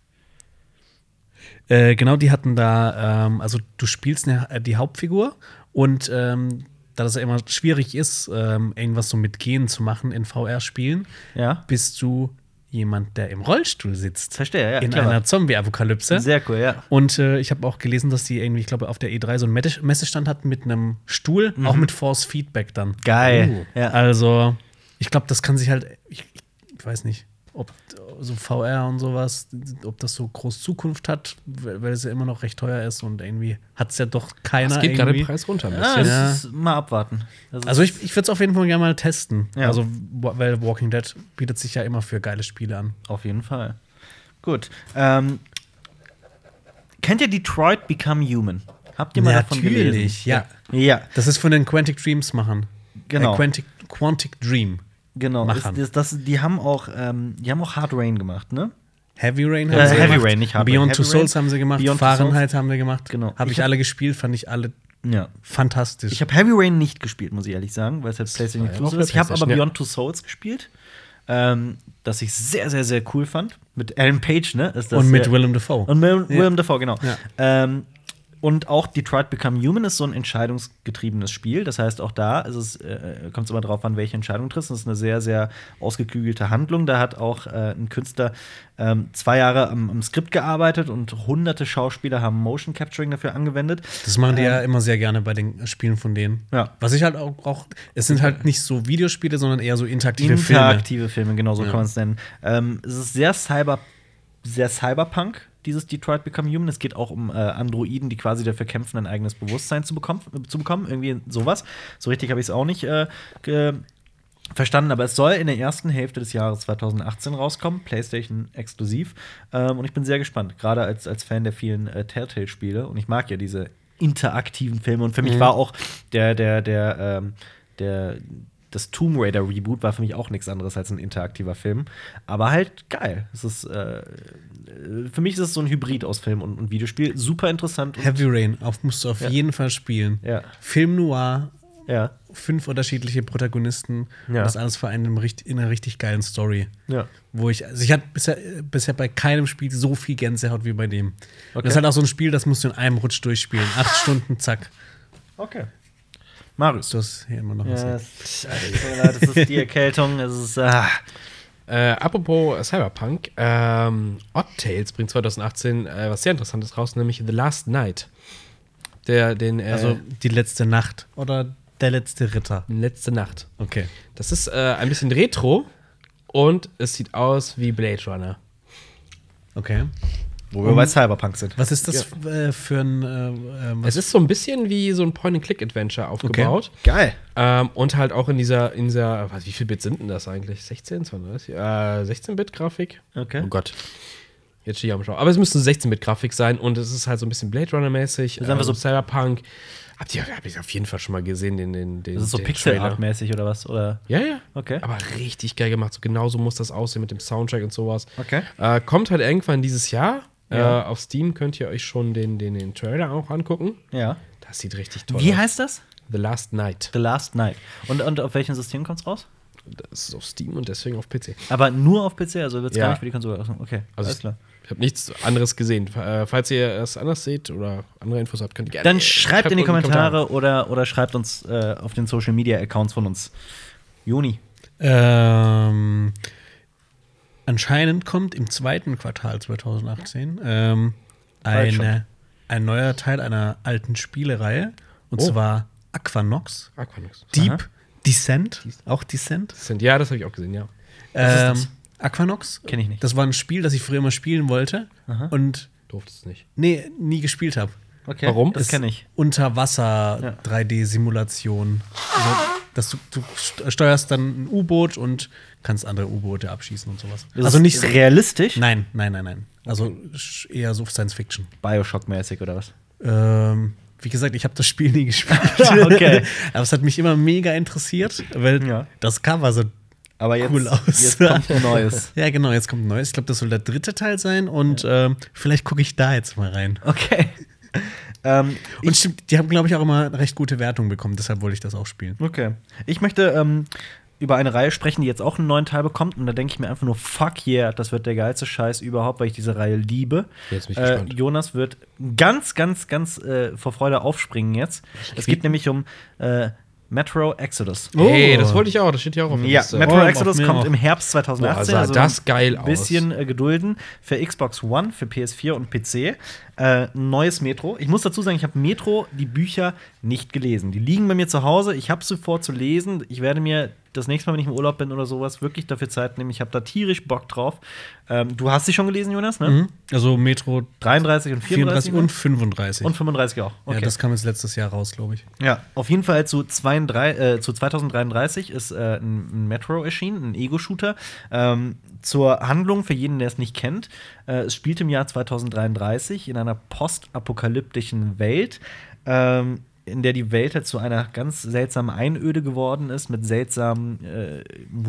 äh, genau, die hatten da, ähm, also du spielst eine, die Hauptfigur und ähm, da das ja immer schwierig ist, ähm, irgendwas so mit Gehen zu machen in V R-Spielen,
ja.
bist du jemand, der im Rollstuhl sitzt.
Verstehe, ja.
In
clever.
einer Zombie-Apokalypse.
Sehr cool, ja.
Und äh, ich habe auch gelesen, dass die irgendwie, ich glaube, auf der E drei so einen Messestand hatten mit einem Stuhl,
Mhm.
auch mit Force Feedback dann.
Geil.
Uh.
Ja.
Also, ich glaube, das kann sich halt, ich, ich weiß nicht, ob so V R und sowas, ob das so groß Zukunft hat, weil es ja immer noch recht teuer ist und irgendwie hat es ja doch keiner.
Es geht gerade
irgendwie.
im Preis runter ein
Ja,
bisschen.
das ist, mal abwarten. Das
Also
ist-
ich, ich würde es auf jeden Fall gerne mal testen.
Ja.
Also, weil Walking Dead bietet sich ja immer für geile Spiele an.
Auf jeden Fall. Gut. Ähm, kennt ihr Detroit Become Human? Habt ihr mal davon gelesen?
Natürlich, ja.
Ja,
Das ist von den Quantic Dreams machen.
genau.
Äh, Quantic, Quantic Dream.
genau.
Machern.
Das, das, das, die haben auch, ähm, die haben auch Hard Rain gemacht, ne?
Heavy Rain haben
Äh,
sie
Heavy
gemacht.
Rain, nicht Hard Rain.
Beyond
Heavy
Two Souls
Rain.
haben sie gemacht.
Beyond Two
Fahrenheit
Souls.
haben wir gemacht.
Genau.
Habe
Ich
ich,
hab-
alle gespielt, fand ich alle
Ja.
fantastisch.
Ich habe Heavy Rain nicht gespielt, muss ich ehrlich sagen, weil es halt PlayStation
war ja
Exclusive
auf
ist. Ich habe
PlayStation,
aber
ja.
Beyond Two Souls gespielt, ähm, das ich sehr, sehr, sehr cool fand. Mit Alan Page, ne? Ist das
und mit
ja-
Willem Dafoe.
Und Will,
Ja.
Willem Dafoe, genau.
Ja.
Ähm, und auch Detroit Become Human ist so ein entscheidungsgetriebenes Spiel. Das heißt, auch da ist es, äh, kommt es immer darauf an, welche Entscheidung du triffst. Das ist eine sehr, sehr ausgeklügelte Handlung. Da hat auch äh, ein Künstler ähm, zwei Jahre am, am Skript gearbeitet und hunderte Schauspieler haben Motion Capturing dafür angewendet.
Das machen die
Ähm,
ja immer sehr gerne bei den Spielen von denen.
Ja.
Was ich halt auch, auch es sind halt nicht so Videospiele, sondern eher so interaktive,
Interaktive Filme, genau so
Ja.
kann man es nennen. Ähm, es ist sehr Cyber, sehr Cyberpunk, dieses Detroit Become Human. Es geht auch um äh, Androiden, die quasi dafür kämpfen, ein eigenes Bewusstsein zu bekommen. Zu bekommen. Irgendwie sowas. So richtig habe ich es auch nicht äh, ge- verstanden, aber es soll in der ersten Hälfte des Jahres zwanzig achtzehn rauskommen, PlayStation exklusiv. Ähm, und ich bin sehr gespannt, gerade als, als Fan der vielen äh, Telltale-Spiele. Und ich mag ja diese interaktiven Filme. Und für mich
Mhm.
war auch der, der, der, ähm, der das Tomb Raider Reboot war für mich auch nichts anderes als ein interaktiver Film. Aber halt geil. Es ist, äh, für mich ist es so ein Hybrid aus Film und, und Videospiel. Super interessant. Und,
Heavy Rain, auf, musst du auf
Ja.
jeden Fall spielen.
Ja.
Film Noir,
Ja.
fünf unterschiedliche Protagonisten.
Ja.
Das alles vereint in, einem richt- in einer richtig geilen Story.
Ja.
Wo ich, also ich hatte bisher, bisher bei keinem Spiel so viel Gänsehaut wie bei dem. Und
Okay.
das ist halt auch so ein Spiel, das musst du in einem Rutsch durchspielen. Acht Stunden, zack.
Okay. Marius.
Du hast hier immer noch was.
Ja, es, Alter, tut mir leid, es ist die Erkältung. Es ist. Ah.
Äh, apropos Cyberpunk, ähm, Odd Tales bringt zwanzig achtzehn äh, was sehr Interessantes raus, nämlich The Last Night. Der, den, äh,
Also die letzte Nacht oder der letzte Ritter.
letzte Nacht.
Okay.
Das ist äh, ein bisschen retro und es sieht aus wie Blade Runner.
Okay.
Wo wir bei Cyberpunk sind.
Was ist das äh, für ein äh, ähm, was-
Es ist so ein bisschen wie so ein Point-and-Click-Adventure aufgebaut.
Geil.
Ähm, und halt auch in dieser, in dieser, was, wie viel Bit sind denn das eigentlich? sechzehn, zwanzig? Äh, sechzehn Bit Grafik?
Okay.
Oh Gott. Jetzt stehe ich am Schau. Aber es müsste sechzehn Bit Grafik sein und es ist halt so ein bisschen Blade Runner-mäßig.
Das ist einfach so-
Cyberpunk. Habt ihr, hab ich auf jeden Fall schon mal gesehen, den, den, den
Das ist so
den
Pixel-Art-mäßig oder was? Oder?
Ja, ja.
Okay.
Aber richtig geil gemacht. So genauso muss das aussehen mit dem Soundtrack und sowas.
Okay.
Äh, kommt halt irgendwann dieses Jahr.
Ja.
Äh, auf Steam könnt ihr euch schon den, den, den Trailer auch angucken.
Ja.
Das sieht richtig toll
Wie
aus.
heißt das?
The Last Night.
The Last Night. Und, und auf welchem System kommt's raus?
Das ist auf Steam und deswegen auf P C.
Aber nur auf P C, also wird's
Ja.
gar nicht für die Konsole. Achso, okay,
Also
alles klar.
Ich habe nichts anderes gesehen. Äh, falls ihr es anders seht oder andere Infos habt, könnt ihr gerne.
Dann
äh,
schreibt in die
unten
Kommentare oder, oder schreibt uns äh, auf den Social Media Accounts von uns. Juni.
Ähm, anscheinend kommt im zweiten Quartal zwanzig achtzehn ähm,
Bald schon.
eine, ein neuer Teil einer alten Spielereihe. Und
Oh.
zwar Aquanox.
Aquanox.
Deep,
Aha.
Descent? Auch Descent?
Descent, ja, das habe ich auch gesehen, ja.
Ähm, Aquanox?
Kenn ich nicht.
Das war ein Spiel, das ich früher immer spielen wollte.
Aha.
Und
Durfte es nicht.
nee, nie gespielt habe.
Okay.
Warum?
Das kenne ich.
Unterwasser
Ja.
drei D-Simulation. Also, dass du, du st- steuerst dann ein U-Boot und kannst andere U-Boote abschießen und sowas.
Das
also
ist
nicht so.
realistisch?
Nein, nein, nein, nein. Also sch- eher so Science Fiction.
Bioshock-mäßig oder was?
Ähm, wie gesagt, ich habe das Spiel nie gespielt.
Okay.
Aber es hat mich immer mega interessiert, weil
Ja.
das Cover so
Aber jetzt,
cool aus.
jetzt kommt ein neues.
Ja, genau, jetzt kommt ein neues. Ich glaube, das soll der dritte Teil sein und ähm, vielleicht gucke ich da jetzt mal rein.
Okay. ähm,
Und stimmt, die haben, glaube ich, auch immer eine recht gute Wertung bekommen, deshalb wollte ich das auch spielen.
Okay. Ich möchte ähm, über eine Reihe sprechen, die jetzt auch einen neuen Teil bekommt. Und da denke ich mir einfach nur, fuck yeah, das wird der geilste Scheiß überhaupt, weil ich diese Reihe liebe.
Jetzt bin ich
Äh,
gespannt.
Jonas wird ganz, ganz, ganz äh, vor Freude aufspringen jetzt. Es geht nämlich um äh, Metro Exodus.
Oh.
Hey, das wollte ich auch, das steht ja auch auf der
Ja,
Liste.
Metro
Oh,
Exodus
auf mir
kommt
auch.
im Herbst zwanzig achtzehn.
Boah, sah das geil
Ein bisschen äh, gedulden für Xbox One, für P S vier und P C. Äh, ein neues Metro. Ich muss dazu sagen, ich habe Metro, die Bücher, nicht gelesen. Die liegen bei mir zu Hause. Ich habe sie vor zu lesen. Ich werde mir das nächste Mal, wenn ich im Urlaub bin oder sowas, wirklich dafür Zeit nehmen. Ich habe da tierisch Bock drauf. Ähm, du hast sie schon gelesen, Jonas, ne?
Mhm. Also Metro
dreiunddreißig und vierunddreißig.
vierunddreißig und fünfunddreißig.
und fünfunddreißig auch. Okay.
Ja, das kam jetzt letztes Jahr raus, glaube ich.
Ja, auf jeden Fall zu, zweiunddreißig, äh, zu zweitausenddreiunddreißig ist äh, ein, ein Metro erschienen, ein Ego-Shooter. Ähm, zur Handlung, für jeden, der es nicht kennt, äh, es spielt im Jahr zweitausenddreiunddreißig in einer postapokalyptischen Welt, ähm, in der die Welt halt zu einer ganz seltsamen Einöde geworden ist, mit seltsamen äh,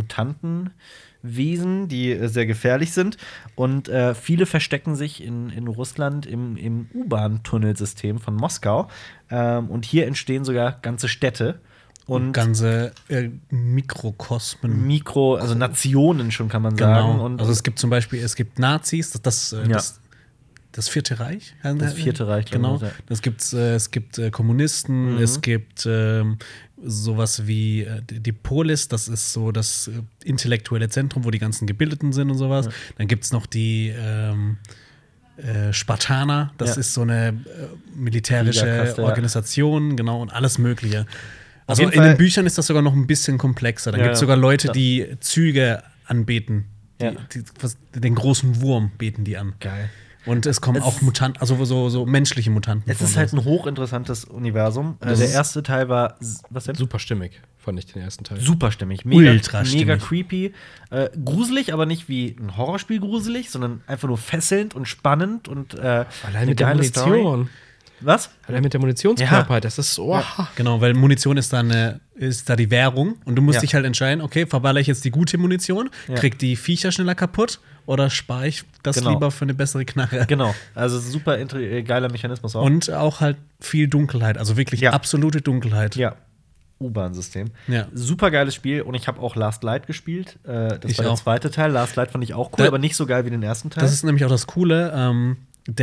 Mutantenwesen, die äh, sehr gefährlich sind. Und äh, viele verstecken sich in, in Russland im, im U-Bahn-Tunnelsystem von Moskau. Ähm, und hier entstehen sogar ganze Städte. Und
ganze äh, Mikrokosmen.
Mikro, also Nationen schon, kann man sagen.
Genau.
Und
Also es gibt zum Beispiel, es gibt Nazis, das, das, äh,
Ja.
das, das Vierte Reich.
Das Vierte Reich, glaub ich,
genau.
ja.
Das gibt's, äh, es gibt äh, Kommunisten,
Mhm.
es gibt ähm, sowas wie äh, die die Polis, das ist so das äh, intellektuelle Zentrum, wo die ganzen Gebildeten sind und sowas.
Ja.
Dann gibt es noch die ähm, äh, Spartaner, das
Ja.
ist so eine äh, militärische
Kriegerkaste, ja.
Organisation, genau, und alles Mögliche. Also
jeden
in den
Fall-
Büchern ist das sogar noch ein bisschen komplexer. Dann
Ja,
gibt es
ja.
sogar Leute,
Ja.
die Züge anbeten. Die,
Ja.
die, was, den großen Wurm beten die an.
geil.
Und es kommen
Es-
auch Mutanten, also so, so menschliche Mutanten.
Es
vor
ist
und
halt
sowas.
ein hochinteressantes Universum. Äh,
Das
der
ist-
erste Teil war, was denn?
Super stimmig, fand ich den ersten Teil.
Super stimmig. Mega,
Ultra stimmig.
mega creepy. Äh, gruselig, aber nicht wie ein Horrorspiel gruselig, sondern einfach nur fesselnd und spannend und äh,
Allein
eine
mit der
geile Story.
Munition.
Was?
Allein mit der Munitionsknappheit, das ist oh.
Genau, weil Munition ist da, eine, ist da die Währung und du musst
Ja.
dich halt entscheiden, okay, verballere ich jetzt die gute Munition,
Ja.
krieg die Viecher schneller kaputt oder spare ich das
Genau.
lieber für eine bessere Knarre?
Genau. Also super inter- äh, geiler Mechanismus auch.
Und auch halt viel Dunkelheit, also wirklich
Ja.
absolute Dunkelheit.
ja. U-Bahn-System.
Ja.
Super geiles Spiel und ich habe auch Last Light gespielt. Äh, das
Ich
war der
auch.
zweite Teil. Last Light fand ich auch cool,
Da-
aber nicht so geil wie den ersten Teil.
Das ist nämlich auch das Coole. Ähm,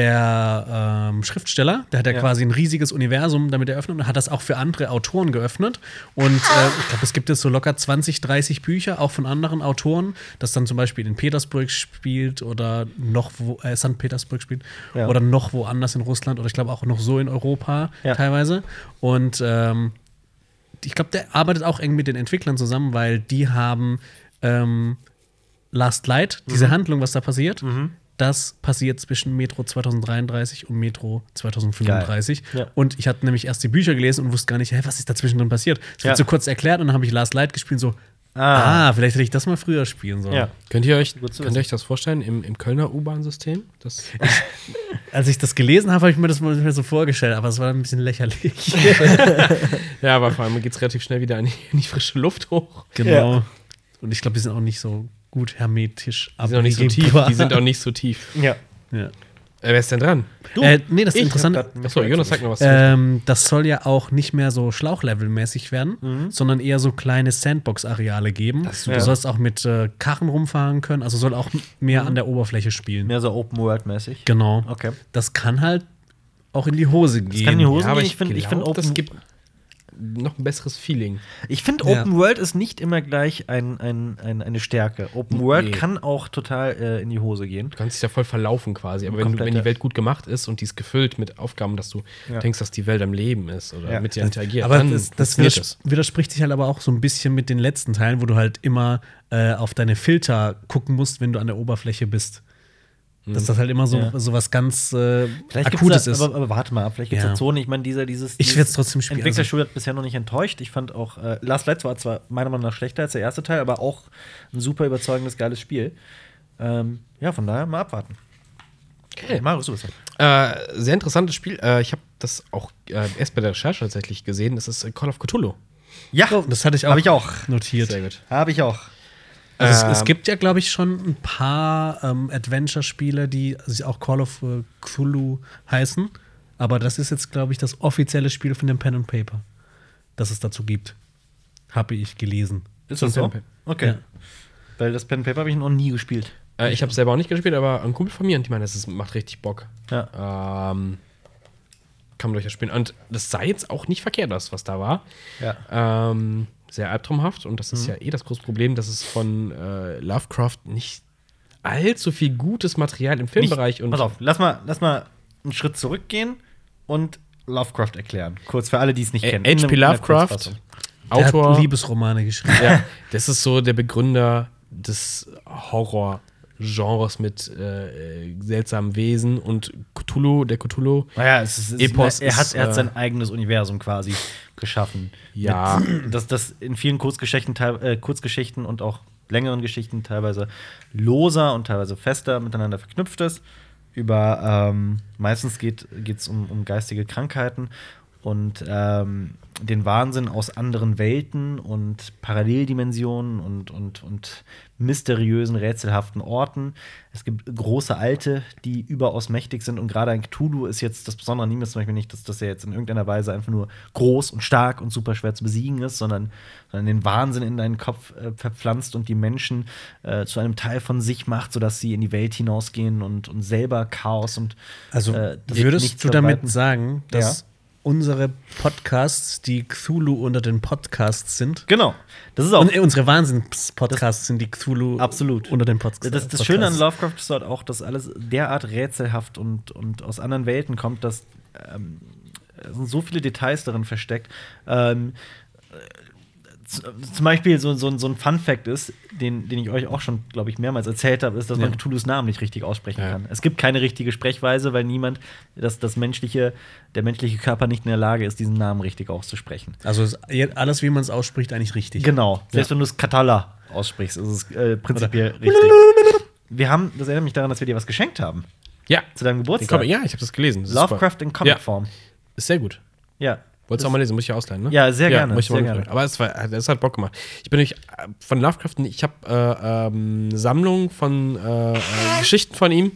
der ähm, Schriftsteller, der hat ja,
Ja.
quasi ein riesiges Universum damit eröffnet und hat das auch für andere Autoren geöffnet. Und äh, ich glaube, es gibt jetzt so locker zwanzig, dreißig Bücher, auch von anderen Autoren, das dann zum Beispiel in Petersburg spielt oder noch wo, äh, Sankt Petersburg spielt
Ja.
oder noch woanders in Russland oder ich glaube auch noch so in Europa
Ja.
teilweise. Und ähm, ich glaube, der arbeitet auch eng mit den Entwicklern zusammen, weil die haben ähm, Last Light, diese
Mhm.
Handlung, was da passiert, das passiert zwischen Metro zweitausenddreiunddreißig und Metro zweitausendfünfunddreißig.
Geil. Ja.
Und ich hatte nämlich erst die Bücher gelesen und wusste gar nicht, hä, was ist dazwischen drin passiert. Es
Ja.
wird so kurz erklärt und dann habe ich Last Light gespielt, so,
Ah.
ah, vielleicht hätte ich das mal früher spielen sollen.
Ja.
Könnt ihr euch,
Gut zu
könnt ihr euch das vorstellen im, im Kölner U-Bahn-System? Das
Als ich das gelesen habe, habe ich mir das mal so vorgestellt, aber es war ein bisschen lächerlich.
ja, aber vor allem geht es relativ schnell wieder in die, in die frische Luft hoch.
Genau.
Ja.
Und ich glaube, die sind auch nicht so gut hermetisch
Die sind auch nicht so tief.
abriegelbar.
Die sind auch nicht so tief.
Ja.
Ja.
Äh, wer ist denn dran?
Du,
Äh, nee, das
ich hab
Interessante-
grad ein
Achso,
Mikro
Jonas,
extra.
sag mal was. zu.
Ähm, das soll ja auch nicht mehr so Schlauchlevel-mäßig werden,
Mhm.
sondern eher so kleine Sandbox-Areale geben.
Das ist
Du
super.
sollst auch mit äh, Karren rumfahren können, also soll auch mehr
Mhm.
an der Oberfläche spielen.
Mehr so Open World-mäßig.
Genau.
Okay.
Das kann halt auch in die Hose gehen.
Das kann in die Hose
Ja, aber
gehen.
ich
Ich finde, ich
glaub,
find
das
Open
gibt- noch ein besseres Feeling.
Ich finde,
Ja.
Open World ist nicht immer gleich ein, ein, ein, eine Stärke. Open World
Nee.
kann auch total äh, in die Hose gehen.
Du kannst dich da voll verlaufen quasi. Aber wenn, du,
Komplett,
wenn
ja.
die Welt gut gemacht ist und die ist gefüllt mit Aufgaben, dass du
Ja.
denkst, dass die Welt am Leben ist oder
Ja.
mit dir interagiert,
Aber
dann
das, das
funktioniert
widers widerspricht sich halt aber auch so ein bisschen mit den letzten Teilen, wo du halt immer äh, auf deine Filter gucken musst, wenn du an der Oberfläche bist. Dass das halt immer so,
Ja.
so was ganz äh,
Vielleicht gibt's
Akutes
da,
ist.
aber, aber warte mal, vielleicht gibt es
Ja.
da Zonen. Ich meine, dieser, dieses,
Ich
dieses
werd's trotzdem spielen,
Entwicklerstudio hat bisher noch nicht enttäuscht. Ich fand auch, äh, Last Light war zwar meiner Meinung nach schlechter als der erste Teil, aber auch ein super überzeugendes, geiles Spiel. Ähm, ja, von daher mal abwarten.
Okay.
Marius, du bist
Äh, sehr interessantes Spiel. Äh, ich habe das auch äh, erst bei der Recherche tatsächlich gesehen. Das ist äh, Call of Cthulhu.
Ja,
Oh, das hatte ich auch,
Hab ich auch.
notiert.
Sehr gut.
habe ich auch.
Also es, es
Ähm,
gibt ja, glaube ich, schon ein paar ähm, Adventure-Spiele, die sich auch Call of äh, Cthulhu heißen. Aber das ist jetzt, glaube ich, das offizielle Spiel von dem Pen and Paper, das es dazu gibt. Habe ich gelesen.
Ist das
Pen
so?
and Paper.
Okay.
Ja.
Weil das Pen and Paper habe ich noch nie gespielt.
Äh, ich habe selber auch nicht gespielt, aber ein Kumpel von mir und die meinen, das ist, macht richtig Bock.
Ja.
Ähm, kann man durchaus spielen. Und das sah jetzt auch nicht verkehrt aus, was da war.
Ja.
Ähm, sehr albtraumhaft. Und das ist
Mhm.
ja eh das große Problem, dass es von äh, Lovecraft nicht allzu viel gutes Material im Filmbereich
Nicht,
und
pass auf, lass mal, lass mal einen Schritt zurückgehen und Lovecraft erklären. Kurz für alle, die es nicht
Äh,
kennen.
H P
In einer- in einer
Lovecraft,
Kurzfassung.
Der
Autor.
hat Liebesromane geschrieben.
Ja, das ist so der Begründer des Horror-Genres mit äh, seltsamen Wesen und Cthulhu, der Cthulhu.
Naja, es ist, es
Epos
ist, er hat,
ist,
er hat
äh,
sein eigenes Universum quasi geschaffen.
Ja.
Mit, das, das in vielen Kurzgeschichten, teil- äh, Kurzgeschichten und auch längeren Geschichten teilweise loser und teilweise fester miteinander verknüpft ist. Über ähm, meistens geht es um, um geistige Krankheiten und ähm, den Wahnsinn aus anderen Welten und Paralleldimensionen und, und, und mysteriösen, rätselhaften Orten. Es gibt große Alte, die überaus mächtig sind. Und gerade ein Cthulhu ist jetzt das Besondere an ihm ist zum Beispiel nicht, dass, dass er jetzt in irgendeiner Weise einfach nur groß und stark und super schwer zu besiegen ist, sondern, sondern den Wahnsinn in deinen Kopf äh, verpflanzt und die Menschen äh, zu einem Teil von sich macht, sodass sie in die Welt hinausgehen und, und selber Chaos und
Also
äh, das
würdest
Nichts
du damit
verbreiten.
sagen, dass
Ja.
unsere Podcasts die Cthulhu unter den Podcasts sind?
Genau. Das ist auch
Und äh, unsere Wahnsinns-Podcasts sind die Cthulhu
Absolut.
unter den Podcasts.
Das, das Schöne an Lovecraft ist halt auch, dass alles derart rätselhaft und, und aus anderen Welten kommt, dass ähm, es sind so viele Details darin versteckt. Ähm, z- zum Beispiel so, so, so ein Fun-Fact ist, den, den ich euch auch schon, glaube ich, mehrmals erzählt habe, ist, dass man
Ja.
Cthulhus Namen nicht richtig aussprechen
Ja.
kann. Es gibt keine richtige Sprechweise, weil niemand, das, das menschliche, der menschliche Körper nicht in der Lage ist, diesen Namen richtig auszusprechen.
Also ist je- alles, wie man es ausspricht, eigentlich richtig.
Genau. Selbst
Ja.
wenn du es Katala aussprichst, ist es äh, prinzipiell richtig. Wir haben, das erinnert mich daran, dass wir dir was geschenkt haben.
Ja,
Zu deinem
den
Geburtstag.
Comic, ja, ich habe das gelesen. Das ist super.
Lovecraft in Comicform.
Ist sehr gut.
Ja.
Wolltest du auch mal lesen, muss ich ja ausleihen, ne?
Ja, sehr gerne,
muss ich mal
sehr
mitbringen.
gerne.
Aber es, war, es hat Bock gemacht. Ich bin nämlich äh, von Lovecraft, ich habe äh, ähm, Sammlungen von äh, äh, Geschichten von ihm.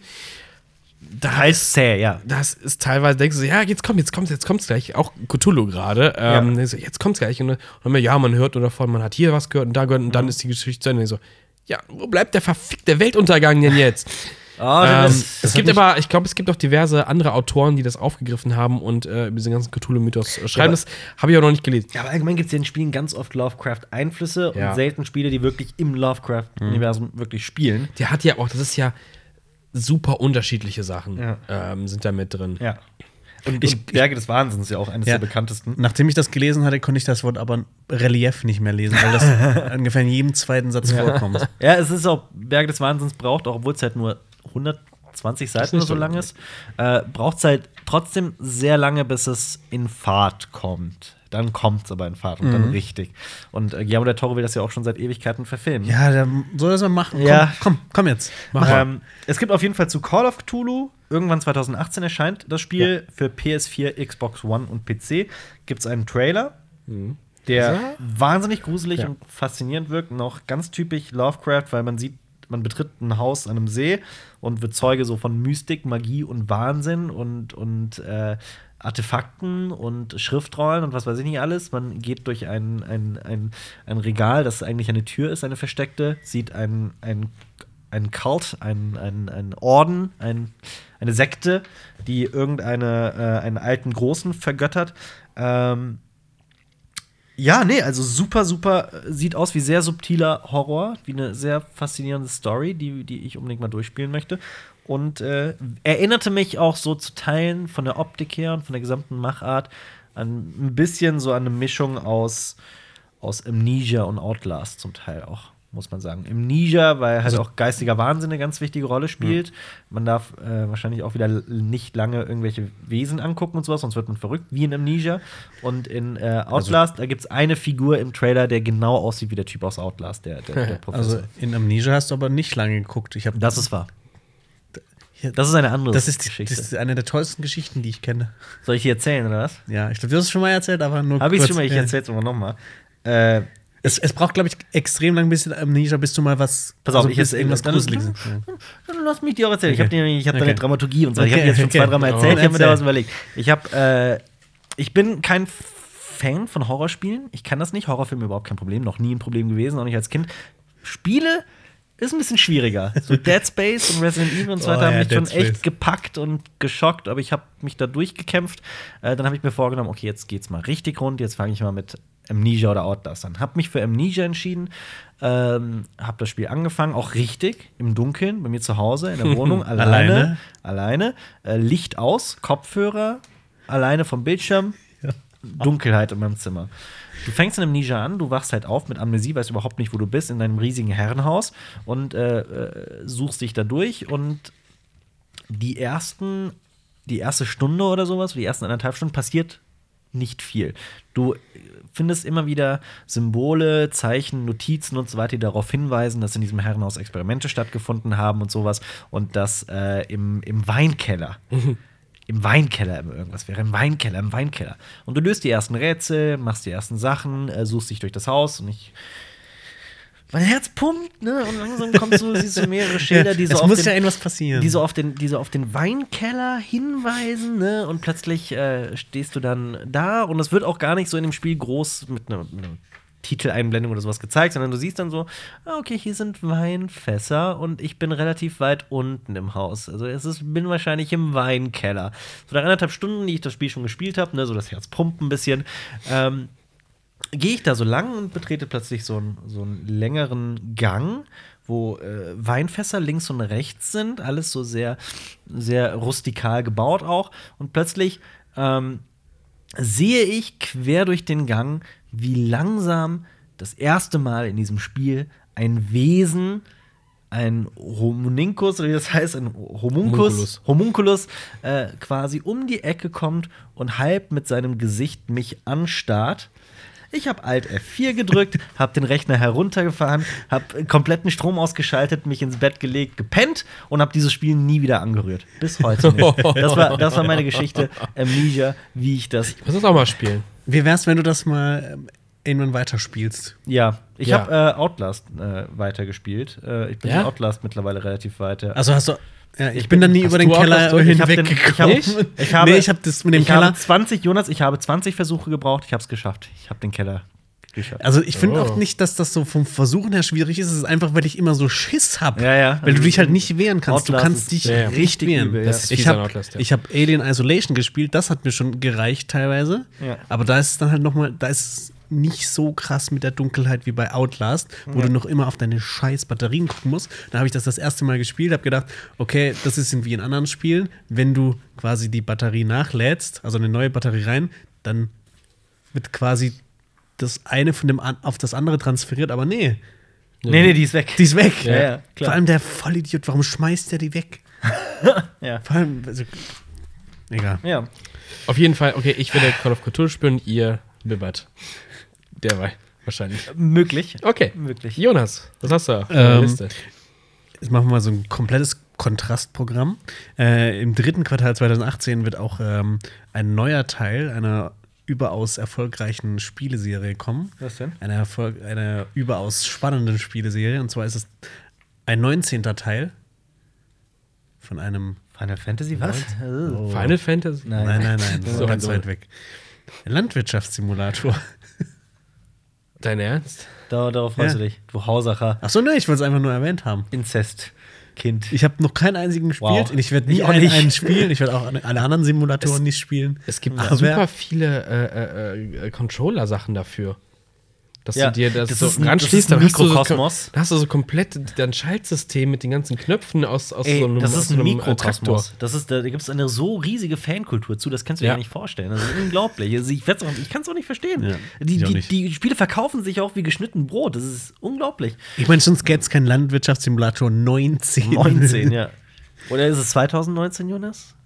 Da
Heißt zäh, ja.
Das ist teilweise, denkst du so, ja, jetzt kommt, jetzt kommt, jetzt kommt's gleich. Auch Cthulhu gerade. Ähm,
Ja.
denkst du, jetzt kommt's gleich. Und dann, und dann, ja, man hört nur davon, man hat hier was gehört und da gehört und dann ist die Geschichte zu Ende. Und ich so, ja, wo bleibt der verfickte Weltuntergang denn jetzt?
Oh,
ähm,
das,
es
das
gibt
hat mich-
aber, ich glaube, es gibt auch diverse andere Autoren, die das aufgegriffen haben und äh, über diesen ganzen Cthulhu-Mythos äh, schreiben.
aber-
das habe ich auch noch nicht gelesen.
Ja, aber allgemein gibt es in den Spielen ganz oft Lovecraft-Einflüsse
Ja.
und selten Spiele, die wirklich im Lovecraft-Universum wirklich spielen.
Der hat ja auch, das ist ja super unterschiedliche Sachen
Ja.
ähm, sind da mit drin.
Ja. Und,
Ich-
und Berge des Wahnsinns ist ja auch eines
Ja.
der bekanntesten.
Nachdem ich das gelesen hatte, konnte ich das Wort aber Relief nicht mehr lesen, weil das ungefähr in jedem zweiten Satz vorkommt.
Ja, es ist auch, Berge des Wahnsinns braucht, auch obwohl es halt nur hundertzwanzig Seiten
nicht
oder so
so
lang
lang.
ist, äh, braucht es halt trotzdem sehr lange, bis es in Fahrt kommt. Dann kommt es aber in Fahrt und dann richtig. Und äh, Guillermo del Toro will das ja auch schon seit Ewigkeiten verfilmen.
Ja, der soll das mal machen.
Ja.
Komm, komm, komm jetzt. Mach.
Ähm, es gibt auf jeden Fall zu Call of Cthulhu, irgendwann zwanzig achtzehn erscheint das Spiel, für P S vier, Xbox One und P C. Gibt es einen Trailer, der
Ja.
wahnsinnig gruselig
Ja.
und faszinierend wirkt. Und auch ganz typisch Lovecraft, weil man sieht, man betritt ein Haus an einem See und wird Zeuge so von Mystik, Magie und Wahnsinn und, und äh, Artefakten und Schriftrollen und was weiß ich nicht alles. Man geht durch ein, ein, ein, ein Regal, das eigentlich eine Tür ist, eine versteckte, sieht ein, ein, ein Kult, ein, ein, ein Orden, ein, eine Sekte, die irgendeine äh, einen alten Großen vergöttert. Ähm, Ja, nee, also super, super, sieht aus wie sehr subtiler Horror, wie eine sehr faszinierende Story, die, die ich unbedingt mal durchspielen möchte. Und äh, erinnerte mich auch so zu Teilen von der Optik her und von der gesamten Machart an ein bisschen so an eine Mischung aus, aus Amnesia und Outlast zum Teil auch, muss man sagen. Amnesia, weil halt
Also,
auch geistiger Wahnsinn eine ganz wichtige Rolle spielt. Ja. Man darf äh, wahrscheinlich auch wieder nicht lange irgendwelche Wesen angucken und sowas, sonst wird man verrückt, wie in Amnesia. Und in äh, Outlast, also, da gibt es eine Figur im Trailer, der genau aussieht wie der Typ aus Outlast, der, der, der Professor.
Also in Amnesia hast du aber nicht lange geguckt. Ich hab
das ist wahr. Das ist eine andere
das ist die,
Geschichte.
Das ist eine der tollsten Geschichten, die ich kenne.
Soll ich die erzählen, oder was?
Ja, ich glaube, du hast es schon mal erzählt, aber nur
Hab
kurz.
Hab ich schon mal, ich erzähl's aber noch mal. Äh,
Es, es braucht, glaube ich, extrem lang, bis in Amnesia, bis du mal was.
Pass auf,
also
ich jetzt
irgendwas
dann,
Gruseliges.
Dann, dann lass mich dir auch erzählen.
Okay.
Ich habe ich hab
okay.
da eine Dramaturgie und so.
Okay,
ich habe jetzt schon
okay.
zwei, dreimal erzählt.
Oh,
ich habe mir da
erzähl.
was überlegt. Ich habe, äh, ich bin kein Fan von Horrorspielen. Ich kann das nicht. Horrorfilme überhaupt kein Problem. Noch nie ein Problem gewesen, auch nicht als Kind. Spiele ist ein bisschen schwieriger. So Dead Space und Resident Evil und so weiter
Oh,
haben
ja,
mich
Dead
schon echt
Space.
gepackt und geschockt, aber ich habe mich da durchgekämpft. Äh, dann habe ich mir vorgenommen, okay, jetzt geht's mal richtig rund. Jetzt fange ich mal mit Amnesia oder Outlast an. Hab mich für Amnesia entschieden. Ähm, hab das Spiel angefangen, auch richtig, im Dunkeln, bei mir zu Hause, in der Wohnung, alleine. Alleine. Äh, Licht aus, Kopfhörer, alleine vom Bildschirm,
Ja.
Dunkelheit in meinem Zimmer. Du fängst in Amnesia an, du wachst halt auf mit Amnesie, weißt überhaupt nicht, wo du bist, in deinem riesigen Herrenhaus und äh, äh, suchst dich da durch. Und die ersten, die erste Stunde oder sowas, die ersten anderthalb Stunden passiert nicht viel. Du findest immer wieder Symbole, Zeichen, Notizen und so weiter, die darauf hinweisen, dass in diesem Herrenhaus Experimente stattgefunden haben und sowas. Und dass äh, im, im Weinkeller im Weinkeller irgendwas wäre, im Weinkeller, im Weinkeller. Und du löst die ersten Rätsel, machst die ersten Sachen, äh, suchst dich durch das Haus und ich. Mein Herz pumpt, ne? Und langsam kommst du, siehst du mehrere Schilder, die so,
es
auf
muss
den,
ja irgendwas passieren.
die so auf den, die so auf den Weinkeller hinweisen, ne? Und plötzlich äh, stehst du dann da und es wird auch gar nicht so in dem Spiel groß mit einer ne Titeleinblendung oder sowas gezeigt, sondern du siehst dann so, ah, okay, hier sind Weinfässer und ich bin relativ weit unten im Haus. Also es ist, bin wahrscheinlich im Weinkeller. So nach anderthalb Stunden, die ich das Spiel schon gespielt habe, ne, so das Herz pumpt ein bisschen, ähm, gehe ich da so lang und betrete plötzlich so, ein, so einen längeren Gang, wo äh, Weinfässer links und rechts sind, alles so sehr, sehr rustikal gebaut auch. Und plötzlich ähm, sehe ich quer durch den Gang, wie langsam das erste Mal in diesem Spiel ein Wesen, ein Homunculus, oder wie das heißt, ein Homunculus, Homunculus äh, quasi um die Ecke kommt und halb mit seinem Gesicht mich anstarrt. Ich habe Alt F vier gedrückt, habe den Rechner heruntergefahren, habe kompletten Strom ausgeschaltet, mich ins Bett gelegt, gepennt und habe dieses Spiel nie wieder angerührt. Bis heute nicht. Das war, das war meine Geschichte, Amnesia, wie ich das.
Ich muss das auch mal spielen.
Wie wär's, wenn du das mal ähm, irgendwann weiterspielst?
Ja, ich
Ja.
habe äh, Outlast äh, weitergespielt. Äh, ich bin
Ja?
in Outlast mittlerweile relativ weiter.
Also hast du. Ja, ich bin dann nie
Hast
über den
du
Keller
Outlast durch?
Ich hab den-
hinweggekommen.
ich hab- ich habe-
nee, ich habe das mit dem
ich
Keller.
habe zwanzig, Jonas, ich habe zwanzig Versuche gebraucht, ich habe es geschafft. Ich habe den Keller geschafft.
Also ich finde
Oh.
auch nicht, dass das so vom Versuchen her schwierig ist. Es ist einfach, weil ich immer so Schiss habe.
Ja, ja.
Weil du dich halt nicht wehren kannst.
Outlast
du kannst
ist
dich
ja, ja.
richtig
richtig
wehren.
übel, ja.
Das ist
Ich
fies an
habe
Outlast, ja.
ich hab Alien Isolation gespielt. Das hat mir schon gereicht teilweise.
Ja.
Aber da ist es dann halt noch mal, da ist es nicht so krass mit der Dunkelheit wie bei Outlast, wo
Ja.
du noch immer auf deine scheiß Batterien gucken musst. Da habe ich das das erste Mal gespielt, habe gedacht, okay, das ist wie in anderen Spielen. Wenn du quasi die Batterie nachlädst, also eine neue Batterie rein, dann wird quasi das eine von dem an auf das andere transferiert, aber nee,
Nee, nee, die ist weg.
die ist weg.
Ja, ja, klar.
Vor allem der Vollidiot, warum schmeißt der die weg?
Ja.
Vor allem, also, egal.
Ja.
Auf jeden Fall, okay, ich werde Call of Cthulhu spielen, ihr bibbert. Derweil, wahrscheinlich.
Möglich.
Okay.
Möglich.
Jonas, was hast du auf
Ähm,
der Liste?
Jetzt machen wir mal so ein komplettes Kontrastprogramm. Äh, Im dritten Quartal zweitausendachtzehn wird auch ähm, ein neuer Teil einer überaus erfolgreichen Spieleserie kommen.
Was denn?
Eine, Erfolg eine überaus spannenden Spieleserie. Und zwar ist es ein neunzehnter Teil von einem.
Final Fantasy, was?
Oh.
Final Fantasy?
Nein.
Nein, nein, nein, das ist
So
ganz
ein
weit weg. Ein Landwirtschaftssimulator.
Dein Ernst?
Da, darauf freust
Ja.
du dich. Du Hausacher.
Achso, ne, ich wollte es einfach nur erwähnt haben.
Inzest. Kind.
Ich habe noch keinen einzigen gespielt
Wow.
und ich werde nie
Ich auch
einen,
nicht.
einen spielen. Ich werde auch alle anderen Simulatoren nicht spielen.
Es gibt
Aber-
super viele äh, äh, äh, Controller-Sachen dafür. Dass
Ja,
du dir das,
das
so
ist ein-
ranschließt,
das ist ein
dann hast du, so,
Mikrokosmos.
dann hast du so komplett dein Schaltsystem mit den ganzen Knöpfen aus, aus
Ey,
so einem,
das
aus
ist
so
ein
einem äh, Traktor.
Mikrokosmos. Das ist, da gibt es eine so riesige Fankultur zu, das kannst du dir
Ja.
gar nicht vorstellen. Das ist unglaublich. Also ich werd's auch- ich kann es auch nicht verstehen.
Ja,
die,
ich auch
die,
nicht.
die Spiele verkaufen sich auch wie geschnitten Brot. Das ist unglaublich.
Ich meine, sonst gäbe es keinen Landwirtschaftssimulator neunzehn.
neunzehn, ja. Oder ist es zwanzig neunzehn, Jonas?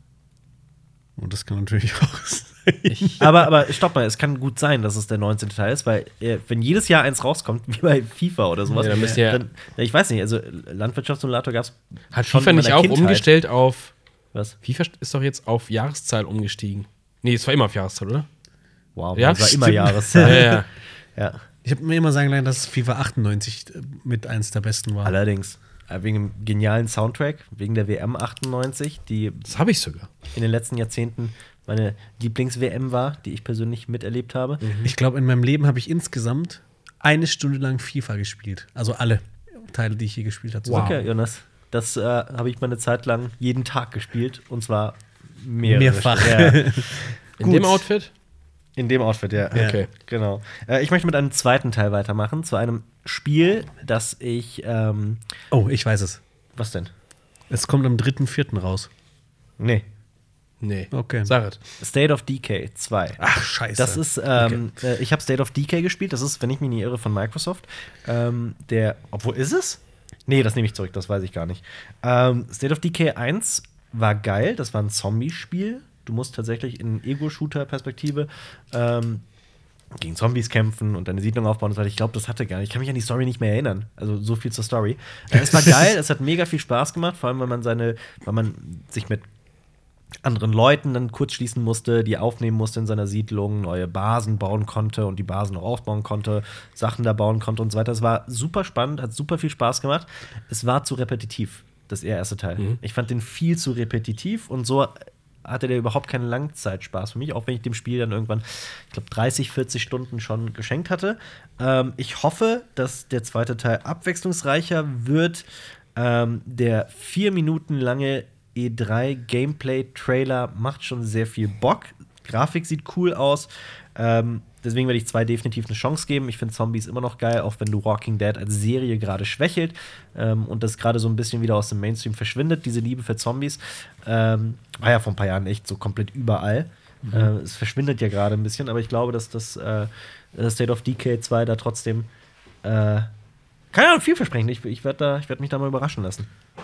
Und das kann natürlich auch sein.
aber, aber stopp mal, es kann gut sein, dass es der neunzehnte Teil ist, weil äh, wenn jedes Jahr eins rauskommt, wie bei FIFA oder sowas,
Ja, dann müsst ihr-
dann, ja, ich weiß nicht, also Landwirtschaftssimulator gab es
Hat FIFA nicht auch umgestellt auf.
Was?
FIFA ist doch jetzt auf Jahreszahl umgestiegen. Nee, es war immer auf Jahreszahl, oder?
Wow,
Ja,
das war immer
stimmt.
Jahreszahl.
Ja, ja.
Ja,
Ich habe mir immer sagen lassen, dass FIFA achtundneunzig mit eins der besten war.
allerdings. Äh, Wegen dem genialen Soundtrack, wegen der W M achtundneunzig, die
Das habe ich sogar.
in den letzten Jahrzehnten meine Lieblings-W M war, die ich persönlich miterlebt habe.
Ich glaube, in meinem Leben habe ich insgesamt eine Stunde lang FIFA gespielt. Also alle Teile, die ich je gespielt habe. zusammen.
Okay, Jonas. Das äh, habe ich mal eine Zeit lang jeden Tag gespielt. Und zwar mehrere
Mehrfach.
Ja.
In
Gut.
dem Outfit?
In dem Outfit, ja.
Ja.
Okay.
Genau. Äh, ich möchte mit einem zweiten Teil weitermachen, zu einem Spiel, das ich. Ähm,
Oh, ich weiß es.
was denn?
Es kommt am dritten vierten raus.
Nee.
Nee.
Okay.
Sag es.
State of Decay zwei.
Ach, scheiße.
Das ist, ähm, äh, ich habe State of Decay gespielt. Das ist, wenn ich mich nicht irre, von Microsoft. Ähm, der, obwohl, ist es? Nee, das nehme ich zurück, das weiß ich gar nicht. Ähm, State of Decay eins war geil. Das war ein Zombie-Spiel. Du musst tatsächlich in Ego-Shooter-Perspektive ähm, gegen Zombies kämpfen und deine Siedlung aufbauen. Ich glaube, das hatte gar nicht. Ich kann mich an die Story nicht mehr erinnern. Also so viel zur Story. Äh, es war geil, es hat mega viel Spaß gemacht, vor allem, wenn man seine, weil man sich mit anderen Leuten dann kurz schließen musste, die aufnehmen musste in seiner Siedlung, neue Basen bauen konnte und die Basen auch aufbauen konnte, Sachen da bauen konnte und so weiter. Es war super spannend, hat super viel Spaß gemacht. Es war zu repetitiv, das erste Teil.
Mhm.
Ich fand den viel zu repetitiv und so hatte der überhaupt keinen Langzeitspaß für mich, auch wenn ich dem Spiel dann irgendwann, ich glaube, dreißig, vierzig Stunden schon geschenkt hatte. Ähm, ich hoffe, dass der zweite Teil abwechslungsreicher wird. Ähm, der vier Minuten lange E drei Gameplay-Trailer macht schon sehr viel Bock. Grafik sieht cool aus. Ähm, deswegen werde ich zwei definitiv eine Chance geben. Ich finde Zombies immer noch geil, auch wenn du Walking Dead als Serie gerade schwächelt ähm, und das gerade so ein bisschen wieder aus dem Mainstream verschwindet, diese Liebe für Zombies. Ähm, war ja vor ein paar Jahren echt so komplett überall. Mhm. Äh, es verschwindet ja gerade ein bisschen, aber ich glaube, dass das äh, State of Decay zwei da trotzdem äh, keine Ahnung, vielversprechend. Ich, ich werde werd mich da mal überraschen lassen.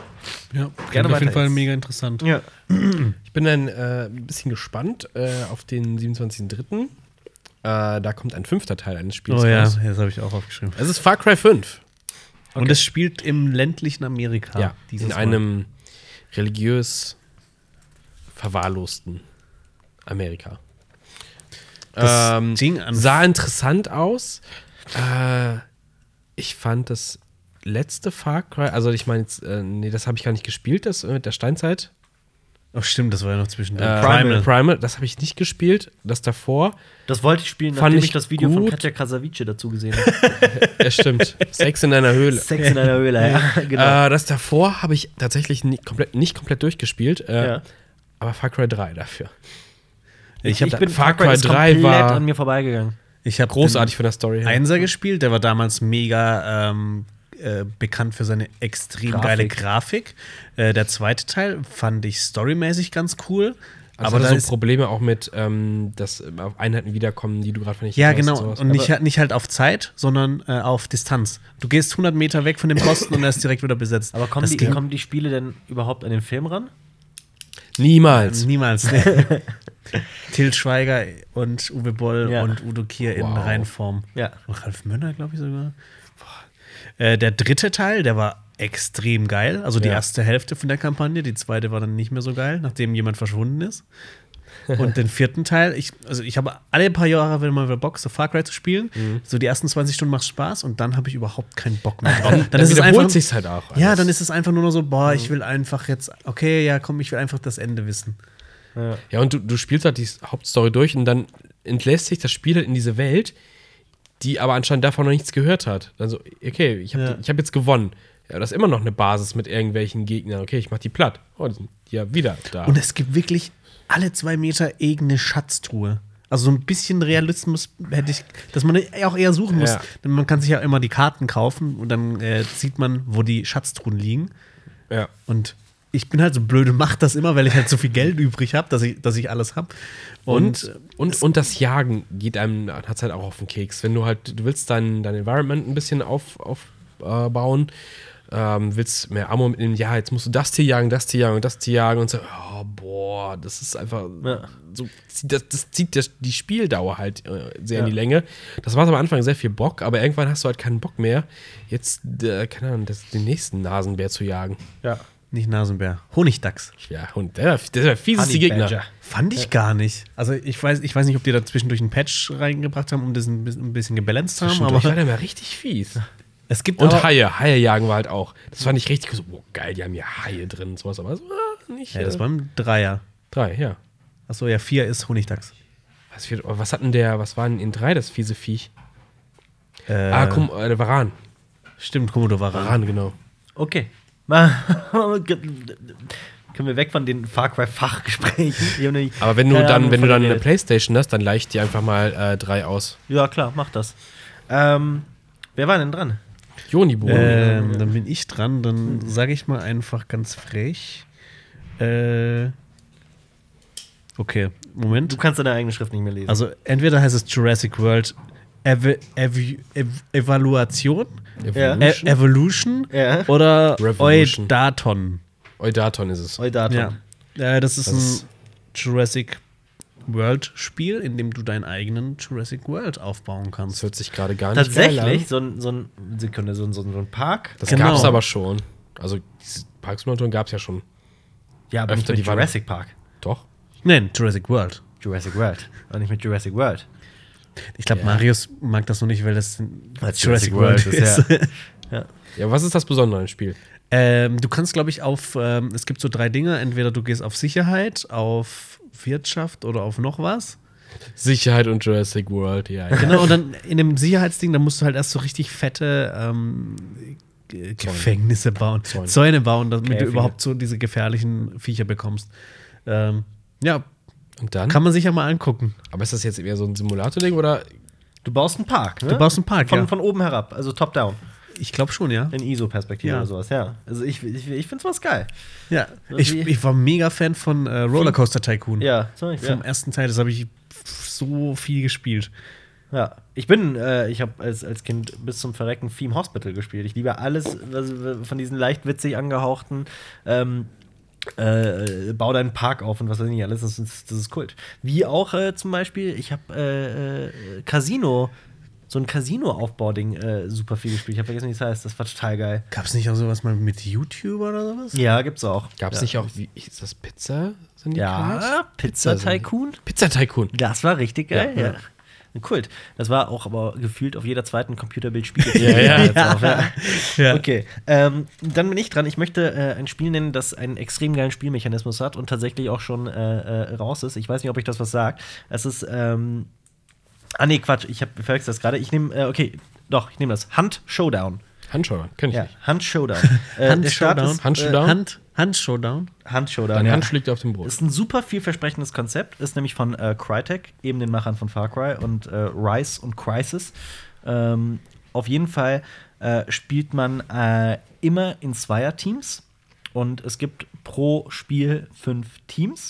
Ja,
Gerne
auf
weiter
jeden Fall
jetzt.
mega interessant.
Ja.
Ich bin dann äh, ein bisschen gespannt äh, auf den siebenundzwanzigsten dritten Äh, da kommt ein fünfter Teil eines Spiels
Oh ja,
raus.
das habe ich auch aufgeschrieben.
Es ist Far Cry fünf.
Und es spielt im ländlichen Amerika.
Ja,
dieses
in
Mal.
einem religiös verwahrlosten Amerika.
Das
Ähm,
Ding an-
sah interessant aus. Äh, ich fand das letzte Far Cry, also ich meine, jetzt, äh, nee, das habe ich gar nicht gespielt, das mit der Steinzeit.
Oh, stimmt, das war ja noch zwischendrin.
Äh,
Primal.
Primal, das habe ich nicht gespielt. Das davor,
Das wollte ich spielen,
Fand
nachdem
ich
ich das Video von
gut.
Katja Krasavice dazu gesehen habe.
ja stimmt, Sex in einer Höhle.
Sex in einer Höhle, ja, genau.
Äh, das davor habe ich tatsächlich nicht komplett, nicht komplett durchgespielt, äh,
Ja.
aber Far Cry drei dafür.
Ich hab
ich
da-
bin
Far
Far Cry
Cry
ist
drei
komplett
war-
an mir vorbeigegangen.
Ich habe
Großartig von der Story her.
Einser gespielt, der war damals mega ähm, äh, bekannt für seine extrem
Grafik.
geile Grafik. Äh, der zweite Teil fand ich storymäßig ganz cool.
Also
aber
aber
da
so
ist,
Probleme auch mit, ähm, dass äh, auf Einheiten wiederkommen, die du gerade von nicht
ja,
hast,
genau.
sowas.
Und nicht,
Aber-
nicht halt auf Zeit, sondern äh, auf Distanz. Du gehst hundert Meter weg von dem Posten und er ist direkt wieder besetzt.
Aber kommen
Das
die,
ging-
kommen die Spiele denn überhaupt an den Film ran?
Niemals.
Niemals. Ne. Til Schweiger und Uwe Boll
Ja.
und Udo Kier in
Wow.
Reinform.
Ja.
Und Ralf Möller, glaube ich sogar. Boah. Äh, der dritte Teil, der war extrem geil. Also die
Ja.
erste Hälfte von der Kampagne. Die zweite war dann nicht mehr so geil, nachdem jemand verschwunden ist. Und den vierten Teil, ich, also ich habe alle paar Jahre wenn mal wieder Bock, so Far Cry zu spielen.
Mhm.
So die ersten zwanzig Stunden macht Spaß und dann habe ich überhaupt keinen Bock mehr drauf.
Dann, dann wiederholt sich's halt auch.
Ja,
alles.
dann ist es einfach nur noch so, boah, ich will einfach jetzt, okay, ja, komm, ich will einfach das Ende wissen.
Ja.
Ja, und du, du spielst halt die Hauptstory durch und dann entlässt sich das Spiel halt in diese Welt, die aber anscheinend davon noch nichts gehört hat. Dann so, okay, ich habe
Ja.
ich hab jetzt gewonnen. Ja, das ist immer noch eine Basis mit irgendwelchen Gegnern. Okay, ich mach die platt. Oh, die sind ja wieder da.
Und es gibt wirklich alle zwei Meter irgendeine Schatztruhe. Also so ein bisschen Realismus hätte ich, dass man auch eher suchen muss.
Ja.
Denn man kann sich ja immer die Karten kaufen und dann äh, sieht man, wo die Schatztruhen liegen.
Ja.
Und ich bin halt so blöd und mach das immer, weil ich halt so viel Geld übrig habe, dass ich, dass ich alles habe.
Und, und, und, und das Jagen geht einem, hat halt auch auf den Keks. Wenn du halt, du willst dein, dein Environment ein bisschen aufbauen, auf, äh, bauen, ähm, willst mehr Ammo mitnehmen, ja, jetzt musst du das Tier jagen, das Tier jagen und das Tier jagen und so, oh, boah, das ist einfach
Ja.
so, das, das zieht das, die Spieldauer halt äh, sehr
Ja.
in die Länge. Das macht am Anfang sehr viel Bock, aber irgendwann hast du halt keinen Bock mehr, jetzt, äh, keine Ahnung, das, den nächsten Nasenbär zu jagen.
Ja.
Nicht Nasenbär, Honigdachs.
Ja, und der, der ist der fieseste
Honey
Gegner.
Badger.
Fand ich gar nicht. Also ich weiß, ich weiß nicht, ob die da zwischendurch einen Patch reingebracht haben, um das ein bisschen, ein bisschen gebalanced zu haben,
Zwischendurch war
aber
der mal richtig fies.
es gibt
Und
auch,
Haie, Haie jagen war halt auch. Das fand ich richtig so, oh, geil, die haben hier Haie drin und sowas, aber so, ah, nicht.
Ja, das
äh,
waren Dreier.
drei, ja.
Achso, ja, vier ist Honigdachs.
Was, wird, was hat denn der, was war denn in drei das fiese Viech?
Äh,
ah, komm, äh, der Varan.
Stimmt, Komodo Varan.
Varan, genau.
Okay. Können wir weg von den Far Cry-Fachgesprächen?
Aber wenn du dann, wenn du dann eine Playstation hast, dann leicht dir einfach mal äh, drei aus.
Ja, klar, mach das. Ähm, wer war denn dran?
Jonibo.
Ähm, dann bin ich dran, dann sage ich mal einfach ganz frech. Äh, okay, Moment.
Du kannst deine eigene Schrift nicht mehr lesen.
Also entweder heißt es Jurassic World Ev Ev Ev Evaluation,
Ja.
e Evolution
Ja.
oder
Revolution.
Eudaton.
Eudaton ist es.
Eudaton.
Ja. Äh, das ist
Das
ein
ist-
Jurassic World Spiel, in dem du deinen eigenen Jurassic World aufbauen
Das
kannst.
hört sich gerade gar nicht geil
Tatsächlich,
an.
so ein, so ein, Sekunde, so ein, so ein, so ein Park.
Das
Genau.
gab's aber schon. Also, dieses Park Simulator gab's ja schon.
Ja, aber nicht
öfter
mit
die waren-
Jurassic Park.
Doch.
Nein, Jurassic World.
Jurassic World. Und nicht mit Jurassic World.
Ich glaube,
Ja.
Marius mag das noch nicht, weil das
Weil's
Jurassic,
Jurassic
World
World
ist.
ist, Ja.
Ja, was ist das Besondere im Spiel?
ähm, du kannst, glaube ich, auf, ähm, es gibt so drei Dinge. Entweder du gehst auf Sicherheit, auf Wirtschaft oder auf noch was.
Sicherheit und Jurassic World, ja. ja.
Genau, und dann in dem Sicherheitsding, da musst du halt erst so richtig fette ähm, G- Gefängnisse bauen,
Zäune.
Zäune bauen, damit
Käfige.
du überhaupt so diese gefährlichen Viecher bekommst. Ähm, ja,
Und dann?
kann man sich ja mal angucken.
Aber ist das jetzt eher so ein Simulator-Ding oder?
Du baust einen Park, ne?
Du baust einen Park,
von,
ja.
von oben herab, also top-down.
Ich glaube schon, ja.
In I S O-Perspektive
Ja.
oder sowas, ja. Also ich, ich, ich finde sowas geil.
Ja,
So
ich,
wie-
ich war mega Fan von äh, Rollercoaster Tycoon.
Ja, sorry.
Vom
Ja.
ersten Teil, das habe ich so viel gespielt.
ja. Ich bin, äh, ich habe als, als Kind bis zum Verrecken Theme Hospital gespielt. Ich liebe alles was, von diesen leicht witzig angehauchten ähm, äh, bau deinen Park auf und was weiß ich nicht alles. Das ist, das ist Kult. Wie auch äh, zum Beispiel, ich habe äh, äh, Casino, so ein Casino-Aufbau-Ding äh, super viel gespielt. Ich habe vergessen, wie es heißt. Das war total geil.
Gab es nicht auch sowas mal mit YouTuber oder sowas?
Ja, gibt's auch.
Gab's
ja.
nicht auch, wie ist das Pizza? Syndikat?
Ja, Pizza Tycoon.
Pizza Tycoon.
Das war richtig geil,
Ja.
ja. Kult. Das war auch aber gefühlt auf jeder zweiten Computerbild-Spiel.
Ja, ja.
Jetzt auf, ja.
Ja.
Okay, ähm, dann bin ich dran. Ich möchte äh, ein Spiel nennen, das einen extrem geilen Spielmechanismus hat und tatsächlich auch schon äh, äh, raus ist. Ich weiß nicht, ob ich das was sagt. Es ist, ähm ah nee, Quatsch, ich habe verwechselt das gerade. Ich nehme, äh, okay, doch, ich nehme das. Hunt Showdown.
Handschuhe, kenn ich
Ja,
nicht.
Hunt Showdown. äh,
Hand
der Start
Showdown.
ist,
Hand
äh,
Showdown?
Hand, Hand Showdown.
Hunt Showdown.
Dein
ja.
Hand liegt auf dem Brot.
Ist ein super vielversprechendes Konzept, ist nämlich von äh, Crytek, eben den Machern von Far Cry und äh, Rise und Crysis. Ähm, auf jeden Fall äh, spielt man äh, immer in Zweierteams und es gibt pro Spiel fünf Teams.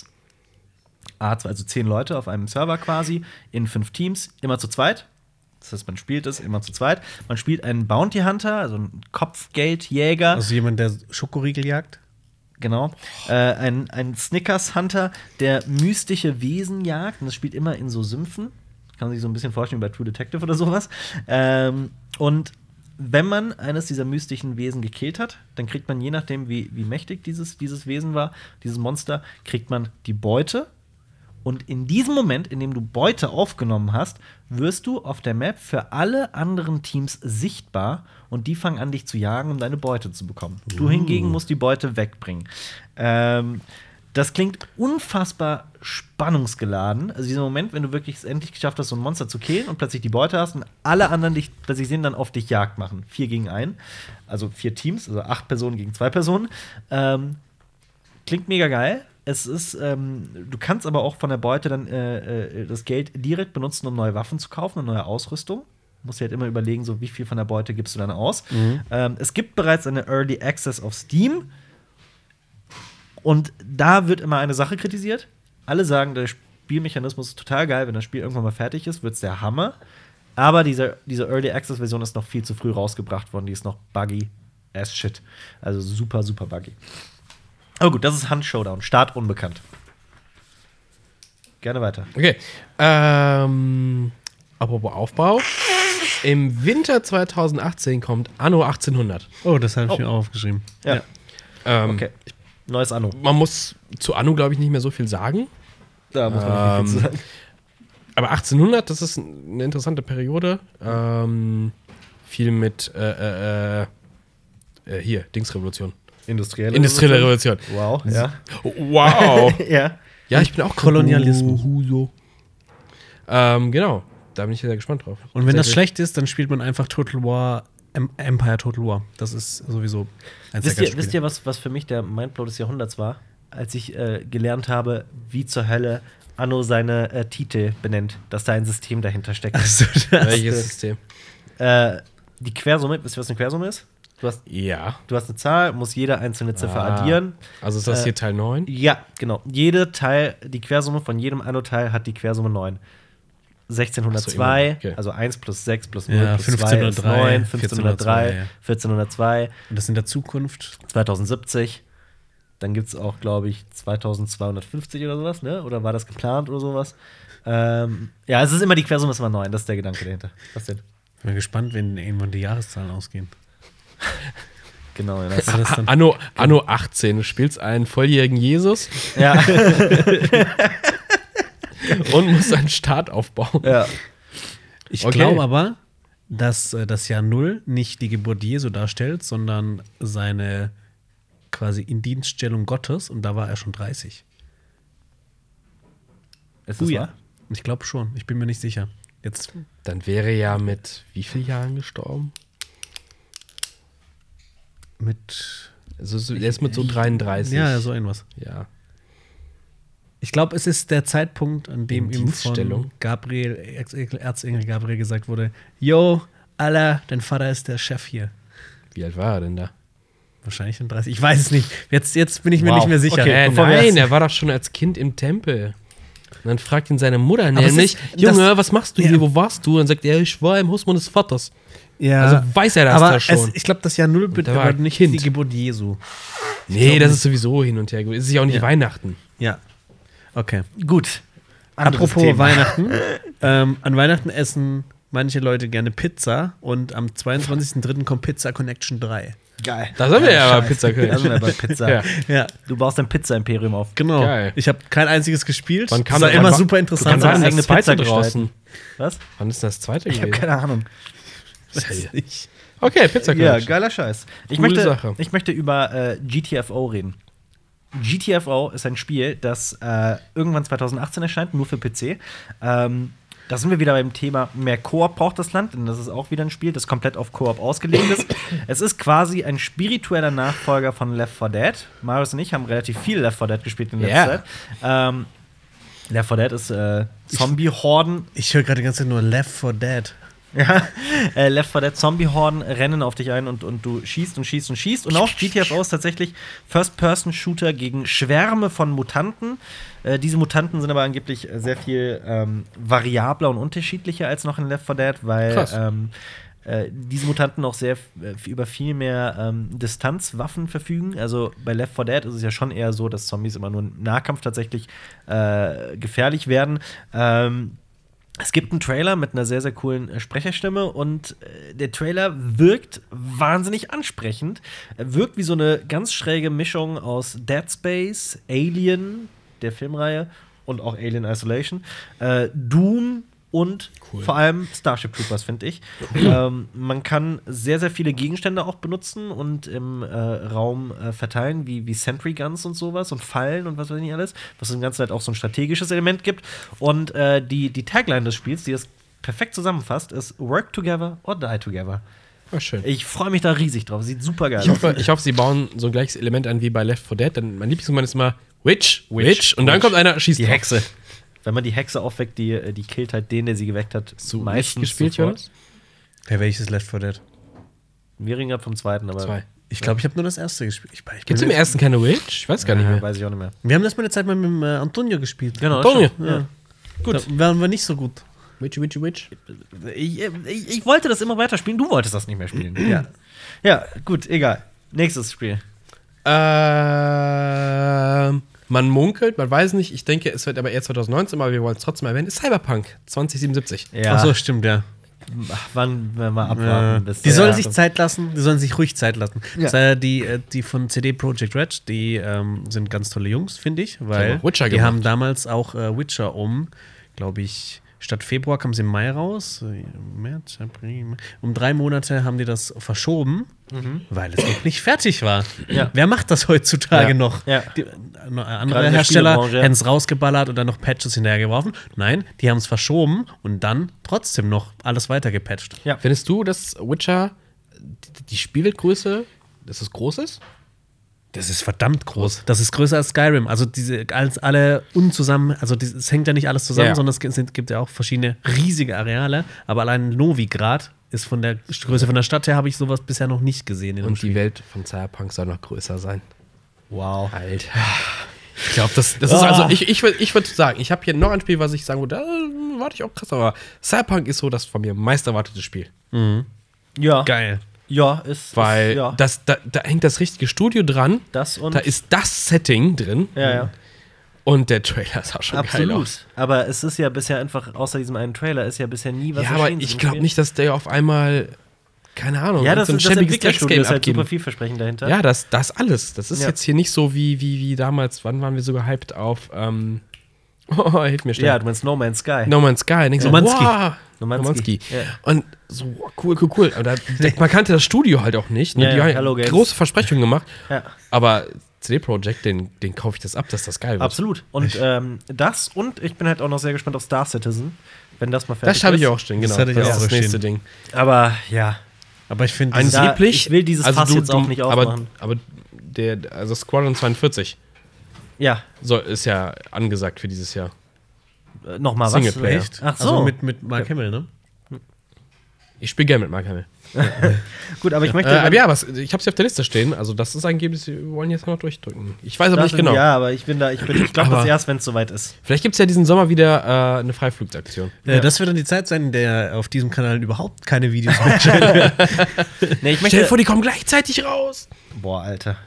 Also zehn Leute auf einem Server quasi, in fünf Teams, immer zu zweit. Das heißt, man spielt es immer zu zweit. Man spielt einen Bounty Hunter, also einen Kopfgeldjäger.
Also jemand, der Schokoriegel jagt.
Genau. Äh, ein, ein Snickers-Hunter, der mystische Wesen jagt. Und das spielt immer in so Sümpfen. Kann man sich so ein bisschen vorstellen wie bei True Detective oder sowas. Ähm, und wenn man eines dieser mystischen Wesen gekillt hat, dann kriegt man, je nachdem, wie, wie mächtig dieses, dieses Wesen war, dieses Monster, kriegt man die Beute. Und in diesem Moment, in dem du Beute aufgenommen hast, wirst du auf der Map für alle anderen Teams sichtbar und die fangen an, dich zu jagen, um deine Beute zu bekommen. Du hingegen musst die Beute wegbringen. Ähm, das klingt unfassbar spannungsgeladen. Also dieser Moment, wenn du wirklich es endlich geschafft hast, so ein Monster zu killen und plötzlich die Beute hast und alle anderen dich plötzlich sehen, dann auf dich Jagd machen. Vier gegen einen. Also vier Teams, also acht Personen gegen zwei Personen. Ähm, klingt mega geil. es ist, ähm, du kannst aber auch von der Beute dann äh, äh, das Geld direkt benutzen, um neue Waffen zu kaufen und neue Ausrüstung. Du musst dir halt immer überlegen, so wie viel von der Beute gibst du dann aus.
Mhm.
Ähm, es gibt bereits eine Early Access auf Steam. Und da wird immer eine Sache kritisiert. Alle sagen, der Spielmechanismus ist total geil. Wenn das Spiel irgendwann mal fertig ist, wird's der Hammer. Aber diese, diese Early Access Version ist noch viel zu früh rausgebracht worden. Die ist noch buggy as shit. Also super, super buggy. Aber gut, das ist Hunt Showdown. Start unbekannt. Gerne weiter.
Okay. Ähm, apropos Aufbau. Im Winter zweitausendachtzehn kommt Anno achtzehnhundert.
Oh, das habe ich
Oh.
mir auch aufgeschrieben.
Ja.
Ja.
Ähm,
Okay. Neues Anno.
Man muss zu Anno, glaube ich, nicht mehr so viel sagen.
Da muss man nicht viel zu sagen.
Aber achtzehnhundert, das ist eine interessante Periode. Ähm, viel mit äh, äh, äh, hier, Dingsrevolution.
Industrielle,
Industrielle Revolution.
Wow, ja.
Wow.
ja.
Ja, ich bin auch
Kolonialismus.
Huso. Ähm, genau. Da bin ich sehr gespannt drauf.
Und wenn das
Tatsächlich.
schlecht ist, dann spielt man einfach Total War, em Empire Total War. Das ist sowieso ein
Wisst ihr, wisst ihr was, was für mich der Mindblow des Jahrhunderts war? Als ich äh, gelernt habe, wie zur Hölle Anno seine äh, Titel benennt, dass da ein System dahinter steckt.
Also, das
Welches System?
äh, die Quersumme, wisst ihr, was eine Quersumme ist? Du hast,
Ja.
du hast eine Zahl, muss jede einzelne Ziffer
Ah.
addieren.
Also ist das
Äh,
hier Teil neun?
Ja, genau. Jede Teil, die Quersumme von jedem Anno-Teil hat die Quersumme neun. sechzehnhundertzwei,
Ach so, immer, okay.
also eins plus sechs plus null
Ja,
plus zwei ist
fünfzehnhundertdrei,
neun, fünfzehnhundertdrei,
ja.
vierzehnhundertzwei,
Und das in der Zukunft.
zweitausendsiebzig. Dann gibt es auch, glaube ich, zweitausendzweihundertfünfzig oder sowas, ne? Oder war das geplant oder sowas? Ähm, ja, es ist immer die Quersumme ist immer neun, das ist der Gedanke dahinter. Was denn?
Ich bin gespannt, wenn irgendwann die Jahreszahlen ausgehen.
Genau, ja. Das,
War das dann-
Anno, Anno achtzehn, du spielst einen volljährigen Jesus
ja.
und musst einen Staat aufbauen.
ja.
Ich
Okay.
glaube aber, dass äh, das Jahr Null nicht die Geburt Jesu darstellt, sondern seine quasi Indienststellung Gottes. Und da war er schon dreißig.
Ist das wahr?
Ich glaube schon. Ich bin mir nicht sicher. Jetzt
Dann wäre ja mit wie vielen Jahren gestorben?
mit.
Also so- er ist mit so dreiunddreißig.
Ja, so irgendwas.
Ja.
Ich glaube, es ist der Zeitpunkt, an dem
In
ihm
Dienststellung?
von Gabriel, Erz- Erzengel Gabriel gesagt wurde: Yo, Allah, dein Vater ist der Chef hier.
Wie alt war er denn da?
Wahrscheinlich in dreißig. Ich weiß es nicht. Jetzt, jetzt bin ich mir
Wow.
nicht mehr sicher.
Okay.
Äh,
bevor wir
nein,
das-
er war doch schon als Kind im Tempel. Und dann fragt ihn seine Mutter
es
nämlich:
ist-
Junge,
das-
was machst du
Ja.
hier? Wo warst du? Und dann sagt er: Ich war im Haus meines Vaters.
Ja.
Also weiß er das
aber
da schon.
Es, ich glaube, das Jahr Null
da war
aber
ein
nicht
Kind.
die Geburt Jesu.
Nee,
glaub
das
nicht.
ist sowieso hin und her. Es ist ja auch nicht
Ja.
Weihnachten.
Ja. Okay.
Gut. Anderes
Apropos
Thema.
Weihnachten. ähm, an Weihnachten essen manche Leute gerne Pizza und am zweiundzwanzigsten dritten kommt Pizza Connection drei.
Geil.
Da sind wir ja aber
Scheiße.
Pizzakönig.
Da sind wir bei Pizza.
Ja.
Ja,
Du baust ein Pizza-Imperium auf.
genau.
Geil.
Ich habe kein einziges gespielt.
Wann kam
das war
wann
immer
war-
super
Wann
kannst
interessant.
war
deine
denn
eigene
das zweite
Pizza
draußen?
Was?
Wann ist das zweite
Ich habe
gewesen?
keine Ahnung.
Weiß
ich.
Okay, Pizzakönig.
Ja, geiler Scheiß. Ich
Coole
möchte,
Sache.
ich möchte über äh, G T F O reden. G T F O ist ein Spiel, das äh, irgendwann zweitausendachtzehn erscheint, nur für P C. Ähm, da sind wir wieder beim Thema, mehr Koop braucht das Land, denn das ist auch wieder ein Spiel, das komplett auf Koop ausgelegt ist. Es ist quasi ein spiritueller Nachfolger von Left four Dead. Marius und ich haben relativ viel Left four Dead gespielt in letzter
Ja.
Zeit. Ähm, Left four Dead ist äh, Zombie-Horden.
Ich höre gerade die ganze Zeit nur Left four Dead.
Ja, äh, Left four Dead Zombie-Horden rennen auf dich ein und, und du schießt und schießt und schießt. Und auch G T F O ist tatsächlich First-Person-Shooter gegen Schwärme von Mutanten. Äh, diese Mutanten sind aber angeblich sehr viel ähm, variabler und unterschiedlicher als noch in Left four Dead, weil
Krass.
ähm, äh, diese Mutanten auch sehr äh, über viel mehr ähm, Distanzwaffen verfügen. Also bei Left four Dead ist es ja schon eher so, dass Zombies immer nur im Nahkampf tatsächlich äh, gefährlich werden. Ähm, Es gibt einen Trailer mit einer sehr, sehr coolen äh, Sprecherstimme und äh, der Trailer wirkt wahnsinnig ansprechend. Er wirkt wie so eine ganz schräge Mischung aus Dead Space, Alien, der Filmreihe, und auch Alien Isolation, äh, Doom und
Cool.
vor allem Starship Troopers, finde ich. ähm, man kann sehr, sehr viele Gegenstände auch benutzen und im äh, Raum äh, verteilen, wie, wie Sentry Guns und sowas und Fallen und was weiß ich nicht alles, was im Ganzen halt auch so ein strategisches Element gibt. Und äh, die, die Tagline des Spiels, die das perfekt zusammenfasst, ist Work together or die together.
War schön.
Ich freue mich da riesig drauf. Sieht super geil
Ich
aus.
hoffe, ich hoffe, sie bauen so ein gleiches Element an wie bei Left four Dead. Denn mein Lieblingsmoment ist immer Witch, Witch,
Witch.
und dann kommt einer, schießt
Die
drauf.
Hexe. Wenn man die Hexe aufweckt, die, die killt halt den, der sie geweckt hat.
So
meistens
nicht gespielt,
sofort.
Jonas?
Ja, welches Left four Dead?
Wieringer vom zweiten, aber.
Zwei.
Ich glaube, ich habe nur das erste gespielt. Ich, ich
Gibt's im ersten keine Witch? Ich weiß gar nicht
Ja,
mehr.
weiß ich auch nicht mehr.
Wir haben das mal eine Zeit mal mit dem äh, Antonio gespielt.
Genau.
Antonio.
schon. Ja.
Gut. Da waren wir nicht so gut.
Witch, Witch, Witch.
Ich, ich, ich wollte das immer weiterspielen, du wolltest das nicht mehr spielen. ja. Ja, gut, egal. Nächstes Spiel.
Ähm, man munkelt, man weiß nicht. Ich denke, es wird aber eher zwanzig neunzehn, aber wir wollen es trotzdem erwähnen. Ist Cyberpunk zwanzig siebenundsiebzig.
Ja.
Ach so, stimmt, ja.
Ach, wann wir mal abwarten. bis
Die
der-
sollen sich Zeit lassen, die sollen sich ruhig Zeit lassen.
Ja.
Das, äh, die, äh, die von C D Projekt Red, die ähm, sind ganz tolle Jungs, finde ich, weil
haben auch Witcher
die
gemacht.
haben damals auch äh, Witcher um, glaube ich, statt Februar kam sie im Mai raus. Äh, März, April, Mai. Um drei Monate haben die das verschoben, weil es noch nicht fertig war.
Ja.
Wer macht das heutzutage
Ja.
noch?
Ja.
Die, äh,
Gerade
andere
in der
Hersteller
Spielebranche, ja.
hätten es rausgeballert und dann noch Patches hinterhergeworfen. Nein, die haben es verschoben und dann trotzdem noch alles weiter gepatcht.
Ja.
Findest du, dass Witcher die, die Spielweltgröße, dass es groß ist?
Das ist verdammt groß. Das ist größer als Skyrim. Also diese alles, alle unzusammen, also es hängt ja nicht alles zusammen,
Ja, ja.
sondern es gibt, es gibt ja auch verschiedene riesige Areale. Aber allein Novigrad ist von der Größe von der Stadt her, habe ich sowas bisher noch nicht gesehen. In einem
Und
Spiel.
die Welt von Cyberpunk soll noch größer sein.
Wow.
Alter. Ich glaube, das, das ist also, ich, ich würde ich würd sagen, ich habe hier noch ein Spiel, was ich sagen würde, da warte ich auch krass, aber Cyberpunk ist so das von mir meist erwartete Spiel.
Ja.
Geil.
Ja, ist.
Weil
ist, ja.
das, da, da hängt das richtige Studio dran,
Das und.
da ist das Setting drin
ja, ja.
und der Trailer sah schon geil
Absolut.
aus.
Aber es ist ja bisher einfach, außer diesem einen Trailer, ist ja bisher nie was
Ja, aber
erschienen
ich
zum
glaube
Spiel.
nicht, dass der auf einmal, keine Ahnung,
Ja, das
so ein
ist das
schäbiges
Entwicklerstudio,
Drecksgame
ist halt
abgeben.
super vielversprechend dahinter.
Ja, das, das alles. Das ist
Ja.
jetzt hier nicht so wie, wie, wie damals, wann waren wir so gehypt auf, ähm, oh, hilf mir schnell.
Ja, du meinst No Man's Sky.
No Man's Sky. Denkst
No
du,
Man's Sky.
wow,
Nomanski.
Nomanski.
Ja.
Und so, cool, cool, cool. Aber da, man kannte das Studio halt auch nicht. Ne?
Ja,
Die
ja,
haben
Hello Games.
große Versprechungen gemacht.
Ja.
Aber C D Projekt, den, den kaufe ich das ab, dass das geil wird.
Absolut. Und ähm, das und ich bin halt auch noch sehr gespannt auf Star Citizen, wenn das mal fertig
Das habe
ist.
ich auch stehen, genau.
Das hatte ich
das
auch
ist das
stehen.
nächste Ding.
Aber ja.
Aber ich finde,
Ein- Da-
Angeblich.
ich will dieses Fass jetzt auch nicht
aber,
aufmachen.
aber der, also Squadron zweiundvierzig
Ja.
so, ist ja angesagt für dieses Jahr.
Äh, Nochmal was?
Singleplayer.
echt?
Ach so.
Also mit, mit Mark Hamill, ne?
Ich spiele gerne mit Mark Hamill.
Gut, aber ich möchte.
Äh, aber ja, was, ich habe sie auf der Liste stehen. Also das ist angeblich, wir wollen jetzt noch durchdrücken. Ich weiß aber
das
nicht genau.
Ja, aber ich bin da, ich bin, ich glaube
Aber-
das erst, wenn es soweit ist.
Vielleicht gibt es ja diesen Sommer wieder äh, eine Freiflugsaktion.
Äh, das wird dann die Zeit sein, in der auf diesem Kanal überhaupt keine Videos mehr erscheinen werden.
Nee, ich
Stell
möchte.
dir vor, die kommen gleichzeitig raus.
Boah, Alter.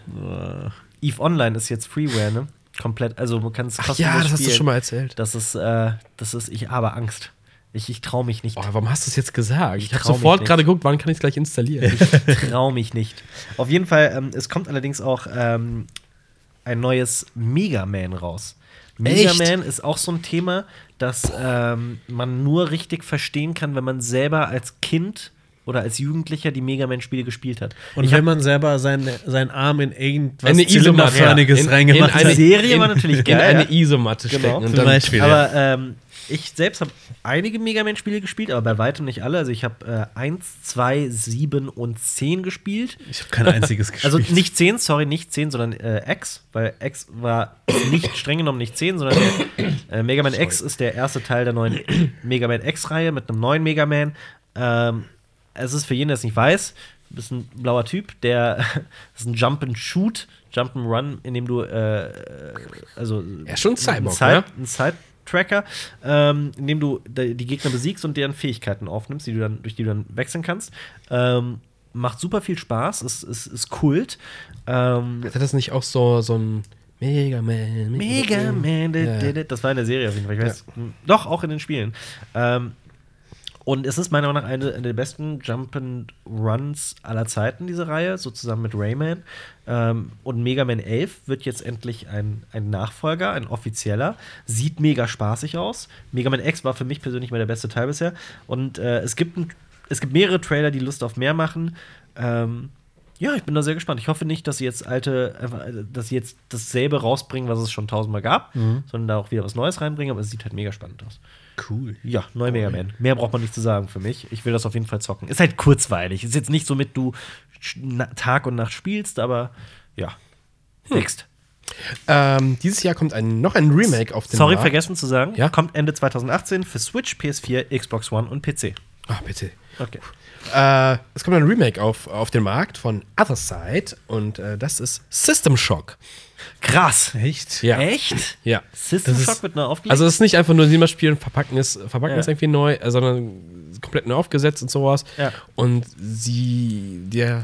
EVE Online ist jetzt Freeware, ne? Komplett. Also man kann es
Ach
kostenlos
ja, das hast du
spielen.
schon mal erzählt.
Das ist, äh, das ist, ich habe Angst. Ich, ich traue mich nicht.
Oh, warum hast du es jetzt gesagt? Ich,
Ich
habe
trau mich
sofort
nicht.
gerade geguckt, wann kann ich es gleich installieren.
Ich traue mich nicht. Auf jeden Fall, ähm, es kommt allerdings auch ähm, ein neues Mega Man raus. Mega
Echt?
Man ist auch so ein Thema, das ähm, man nur richtig verstehen kann, wenn man selber als Kind oder als Jugendlicher die Mega Man-Spiele gespielt hat.
Und
Ich
wenn
hab-
man selber seinen, seinen Arm in irgendwas
Eine Isomatte,
Zylinderförmiges
ja.
reingemacht
eine
Die Serie war natürlich geil,
In eine
ja.
Isomatte
Genau.
stecken. Und
Zum
dann,
Beispiel.
Aber ähm, ich selbst habe einige Mega Man-Spiele gespielt, aber bei weitem nicht alle. Also ich habe äh, eins, zwei, sieben und zehn gespielt.
Ich habe kein einziges gespielt.
Also nicht zehn, sorry, nicht zehn, sondern äh, X, weil X war nicht streng genommen nicht zehn, sondern der, äh, Mega Man X ist der erste Teil der neuen Mega Man X-Reihe mit einem neuen Mega Man. Ähm, es ist für jeden, der es nicht weiß, du bist ein blauer Typ, der das ist ein Jump and Shoot, Jump and Run, in dem du äh, also
Ja, schon ein Cyborg,
Side,
ne?
ein Side-Tracker, ähm, in dem du de- die Gegner besiegst und deren Fähigkeiten aufnimmst, die du dann, durch die du dann wechseln kannst. Ähm, macht super viel Spaß, ist, ist, ist Kult. Ähm,
Hat das nicht auch so, so ein Mega Man?
Mega Man,
Ja.
di- di- di- das war in der Serie auf jeden Fall. Ich weiß, doch, auch in den Spielen. Ähm, und es ist meiner Meinung nach eine, eine der besten Jump'n'Runs aller Zeiten, diese Reihe, so zusammen mit Rayman. Ähm, und Mega Man elf wird jetzt endlich ein, ein Nachfolger, ein offizieller. Sieht mega spaßig aus. Mega Man X war für mich persönlich mal der beste Teil bisher. Und äh, es, gibt ein, es gibt mehrere Trailer, die Lust auf mehr machen. Ähm, ja, ich bin da sehr gespannt. Ich hoffe nicht, dass sie jetzt alte, einfach, äh, dass sie jetzt dasselbe rausbringen, was es schon tausendmal gab, sondern da auch wieder was Neues reinbringen. Aber es sieht halt mega spannend aus.
cool.
Ja, neuer Mega Man. Mehr braucht man nicht zu sagen für mich. Ich will das auf jeden Fall zocken. Ist halt kurzweilig. Ist jetzt nicht so, mit du sch- na- Tag und Nacht spielst, aber ja. Next.
Ähm, dieses Jahr kommt ein, noch ein Remake auf den
Sorry,
Markt.
vergessen zu sagen.
Ja?
Kommt Ende zwanzig achtzehn für Switch, P S vier, Xbox One und P C.
Ah, bitte.
Okay.
Äh, es kommt ein Remake auf, auf den Markt von Other Side und äh, das ist System Shock.
Krass.
Echt?
Ja.
Echt?
Ja.
System
Das
Shock
ist-
wird neu aufgelegt?
Also es ist nicht einfach nur Sima spielen, verpacken es, verpacken
Ja.
es irgendwie neu, äh, sondern komplett neu aufgesetzt und sowas.
Ja.
Und sie, der,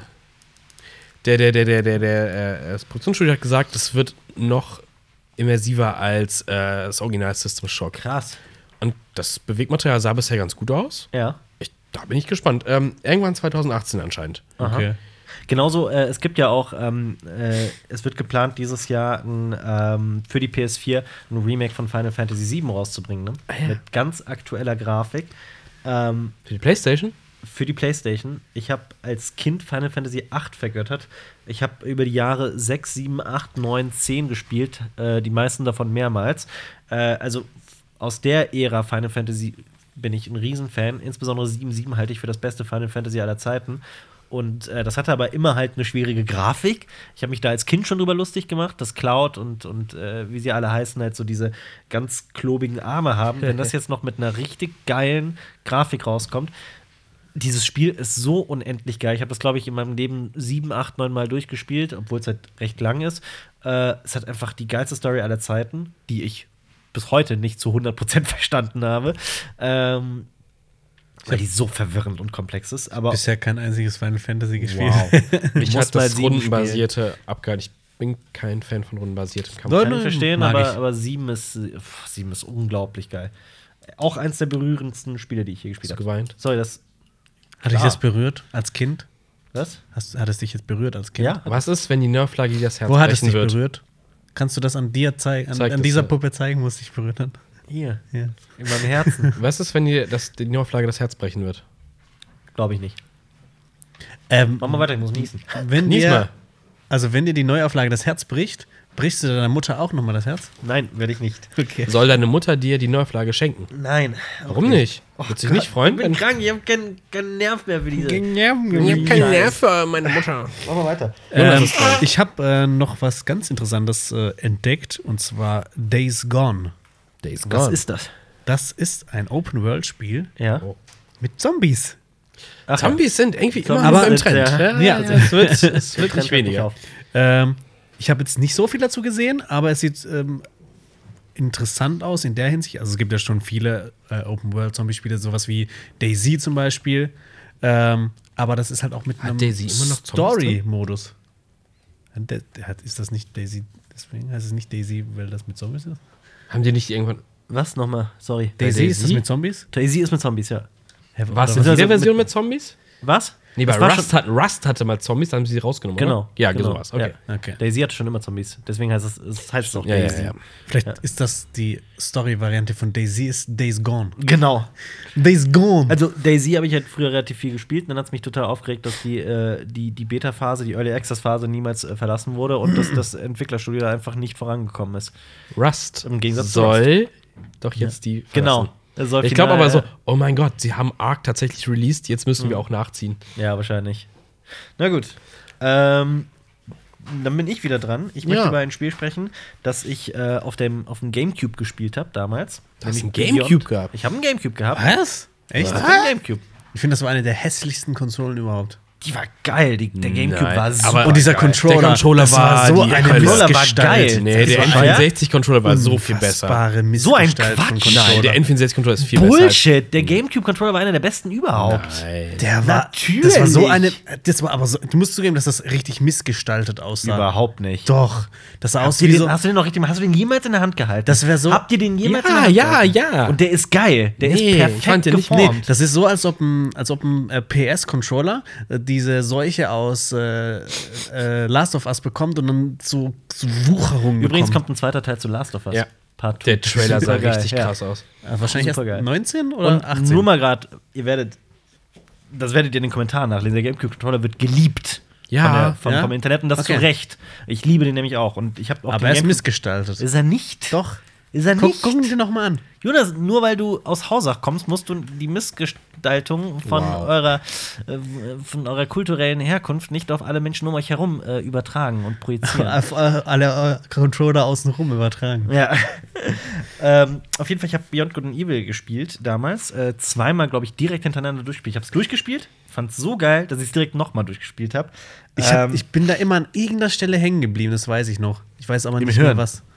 der, der, der, der, der, der äh, das Produktionsstudio hat gesagt, das wird noch immersiver als äh, das Original System Shock.
krass.
Und das Bewegmaterial sah bisher ganz gut aus.
Ja.
Ich, da bin ich gespannt. Ähm, irgendwann zwanzig achtzehn anscheinend.
Aha.
Okay.
Genauso, äh, es gibt ja auch, ähm, äh, es wird geplant, dieses Jahr ein, ähm, für die P S vier ein Remake von Final Fantasy sieben rauszubringen. Ne?
Ah, ja.
Mit ganz aktueller Grafik. Ähm,
Für die PlayStation?
für die PlayStation. Ich habe als Kind Final Fantasy acht vergöttert. Ich habe über die Jahre sechs, sieben, acht, neun, zehn gespielt. Äh, die meisten davon mehrmals. Äh, also f- aus der Ära Final Fantasy bin ich ein Riesenfan. Insbesondere sieben sieben halte ich für das beste Final Fantasy aller Zeiten. Und äh, das hatte aber immer halt eine schwierige Grafik. Ich habe mich da als Kind schon drüber lustig gemacht, dass Cloud und, und äh, wie sie alle heißen, halt so diese ganz klobigen Arme haben. Wenn das jetzt noch mit einer richtig geilen Grafik rauskommt, dieses Spiel ist so unendlich geil. Ich habe das, glaube ich, in meinem Leben sieben, acht, neun Mal durchgespielt, obwohl es halt recht lang ist. Äh, es hat einfach die geilste Story aller Zeiten, die ich bis heute nicht zu hundert Prozent verstanden habe. Ähm, weil die so verwirrend und komplex ist. Aber
Bisher kein einziges Final Fantasy gespielt.
Wow. Mich
Muss
hat
mal
das
sieben
rundenbasierte abgehört. Ich bin kein Fan von rundenbasiertem Kampf.
Soll-
kann ich verstehen,
Mag
aber,
ich.
aber sieben ist, pff, sieben ist unglaublich geil. Auch eins der berührendsten Spiele, die ich je gespielt
Hast du
habe.
geweint?
Sorry, das.
Hat dich
Klar.
das berührt als Kind?
Was?
Hast, hat es dich jetzt berührt als Kind?
Ja.
Was ist, wenn die Nerflage dir das Herz
Wo hat es
brechen
dich
wird?
berührt? Kannst du das an dir zeigen, an,
Zeig
an
das
dieser
mal.
Puppe zeigen, wo es dich berührt hat?
Hier,
Ja.
in meinem Herzen.
Was ist, wenn dir das, die Nerflage das Herz brechen wird?
Glaube ich nicht.
Ähm,
Mach mal weiter, ich muss niesen.
wenn
Nies
dir,
mal.
also wenn dir die Neuauflage das Herz bricht, brichst du deiner Mutter auch nochmal das Herz?
Nein, werde ich nicht.
Okay.
Soll deine Mutter dir die Neuauflage schenken?
Nein.
Warum nicht? Wird sich nicht freuen?
Ich bin
wenn-
krank, ich habe keinen keinen Nerv mehr für diese.
Ich hab keinen Nerv für meine Mutter.
Mach mal weiter.
Ähm, ich habe äh, noch was ganz Interessantes äh, entdeckt, und zwar Days Gone.
Days
Was ist das?
Das ist ein Open-World-Spiel
Ja.
Oh.
mit Zombies.
Ach,
Zombies sind irgendwie immer
Zombies
noch im
sind
Trend.
sehr-
Ja,
ja,
es wird, es
Der
wird
Trend
nicht
hört nicht
weniger.
auf.
Ähm, ich habe jetzt nicht so viel dazu gesehen, aber es sieht ähm, interessant aus in der Hinsicht. Also es gibt ja schon viele äh, Open-World-Zombie-Spiele, sowas wie DayZ zum Beispiel. Ähm, aber das ist halt auch mit
Hat
einem
DayZ immer noch Zombies
Story-Modus. Der- der hat- Ist das nicht DayZ? Deswegen heißt es nicht DayZ, weil das mit Zombies ist?
Haben die nicht irgendwann.
Was nochmal? Sorry.
DayZ,
DayZ?
ist das mit Zombies?
Daisy ist mit Zombies, ja.
Hä,
War es
oder
in
was?
dieser
Also
Version
mit-
mit Zombies?
Was?
Nee, bei
Das war
Rust, hat, Rust hatte mal Zombies, dann haben sie sie rausgenommen.
Genau.
Oder? Ja,
genau.
sowas. Okay.
Ja.
Okay.
Daisy hatte schon immer Zombies. Deswegen heißt es, es heißt es auch
Ja, ja,
Daisy.
ja.
Vielleicht
Ja.
ist das die Story-Variante von DayZ, ist Days Gone.
Genau.
Days Gone!
Also Daisy habe ich halt früher relativ viel gespielt. Und dann hat es mich total aufgeregt, dass die, äh, die, die Beta-Phase, die Early Access-Phase niemals äh, verlassen wurde und dass das Entwicklerstudio da einfach nicht vorangekommen ist.
Rust
Im Gegensatz zu
soll doch jetzt die.
Genau.
verlassen.
Es soll
Ich glaube
final,
aber so,
äh,
oh mein Gott, sie haben Ark tatsächlich released, jetzt müssen
Mhm.
wir auch nachziehen.
Ja, wahrscheinlich. Na gut. Ähm, dann bin ich wieder dran. Ich möchte
Ja.
über ein Spiel sprechen, das ich äh, auf, dem, auf dem Gamecube gespielt habe damals.
Du hast
Nämlich
einen Gamecube
Beyond-
gehabt?
Ich habe einen Gamecube gehabt.
Was? Echt?
Ich hatte einen Gamecube.
Ich finde, das war eine der hässlichsten Konsolen überhaupt.
Die war geil. Die, der Gamecube
Nein,
war super.
aber-
Und dieser
geil.
Controller,
Der Controller
das
war
so
die
eine
Hölle.
Controller war
Missgestalt.
geil.
Nee,
Das
der
war
N
teuer?
vierundsechzig-Controller war so viel besser.
Unfassbare
So ein
Missgestalt von
Quatsch.
Controller.
Nein, der N vierundsechzig-Controller ist viel besser.
Bullshit. Der Gamecube-Controller war einer der besten überhaupt.
Nein.
Der war,
Natürlich.
das war so eine, das war aber so, du musst zugeben, dass das richtig missgestaltet aussah.
Überhaupt nicht.
Doch, das sah aus
Hast du,
wie
den,
so,
hast du den noch richtig, hast du den jemals in der Hand gehalten?
Das wär so-
Habt ihr den jemals
Ja,
in der Hand
ja,
gehalten?
ja.
Und der ist geil. Der
Nee,
ist perfekt
ich fand den nicht-
nee,
geformt.
das ist so, als ob ein, als ob ein äh, P S-Controller äh, diese Seuche aus äh, äh, Last of Us bekommt und dann zu, zu Wucherungen
Übrigens
bekommt.
kommt ein zweiter Teil zu Last of Us.
Ja.
Part zwei.
Der Trailer sah
Supergeil,
richtig
ja.
krass aus.
Äh, wahrscheinlich erst
Supergeil.
neunzehn oder
Und
achtzehn.
nur mal gerade, ihr werdet, das werdet ihr in den Kommentaren nachlesen, der Gamecube-Controller wird geliebt.
Ja,
von der, vom,
ja?
vom Internet und das
Okay.
zu Recht. Ich liebe den nämlich auch. Und ich habe auch
aber
den
er ist
Gamecube-
missgestaltet.
Ist er nicht?
Doch.
Ist er
Guck,
nicht.
gucken Sie noch mal an.
Jonas, nur weil du aus Hausach kommst, musst du die Missgestaltung von,
Wow.
eurer, äh, von eurer kulturellen Herkunft nicht auf alle Menschen um euch herum äh, übertragen und projizieren.
Auf äh, alle äh, Controller außenrum übertragen.
Ja. ähm, auf jeden Fall, ich habe Beyond Good and Evil gespielt damals. Äh, zweimal, glaube ich, direkt hintereinander durchgespielt. Ich habe es durchgespielt, fand es so geil, dass ich es direkt nochmal durchgespielt habe.
Ich, hab,
Ähm,
ich bin da immer an irgendeiner Stelle hängen geblieben, das weiß ich noch. Ich weiß aber
Im
nicht mehr
Hirn.
was.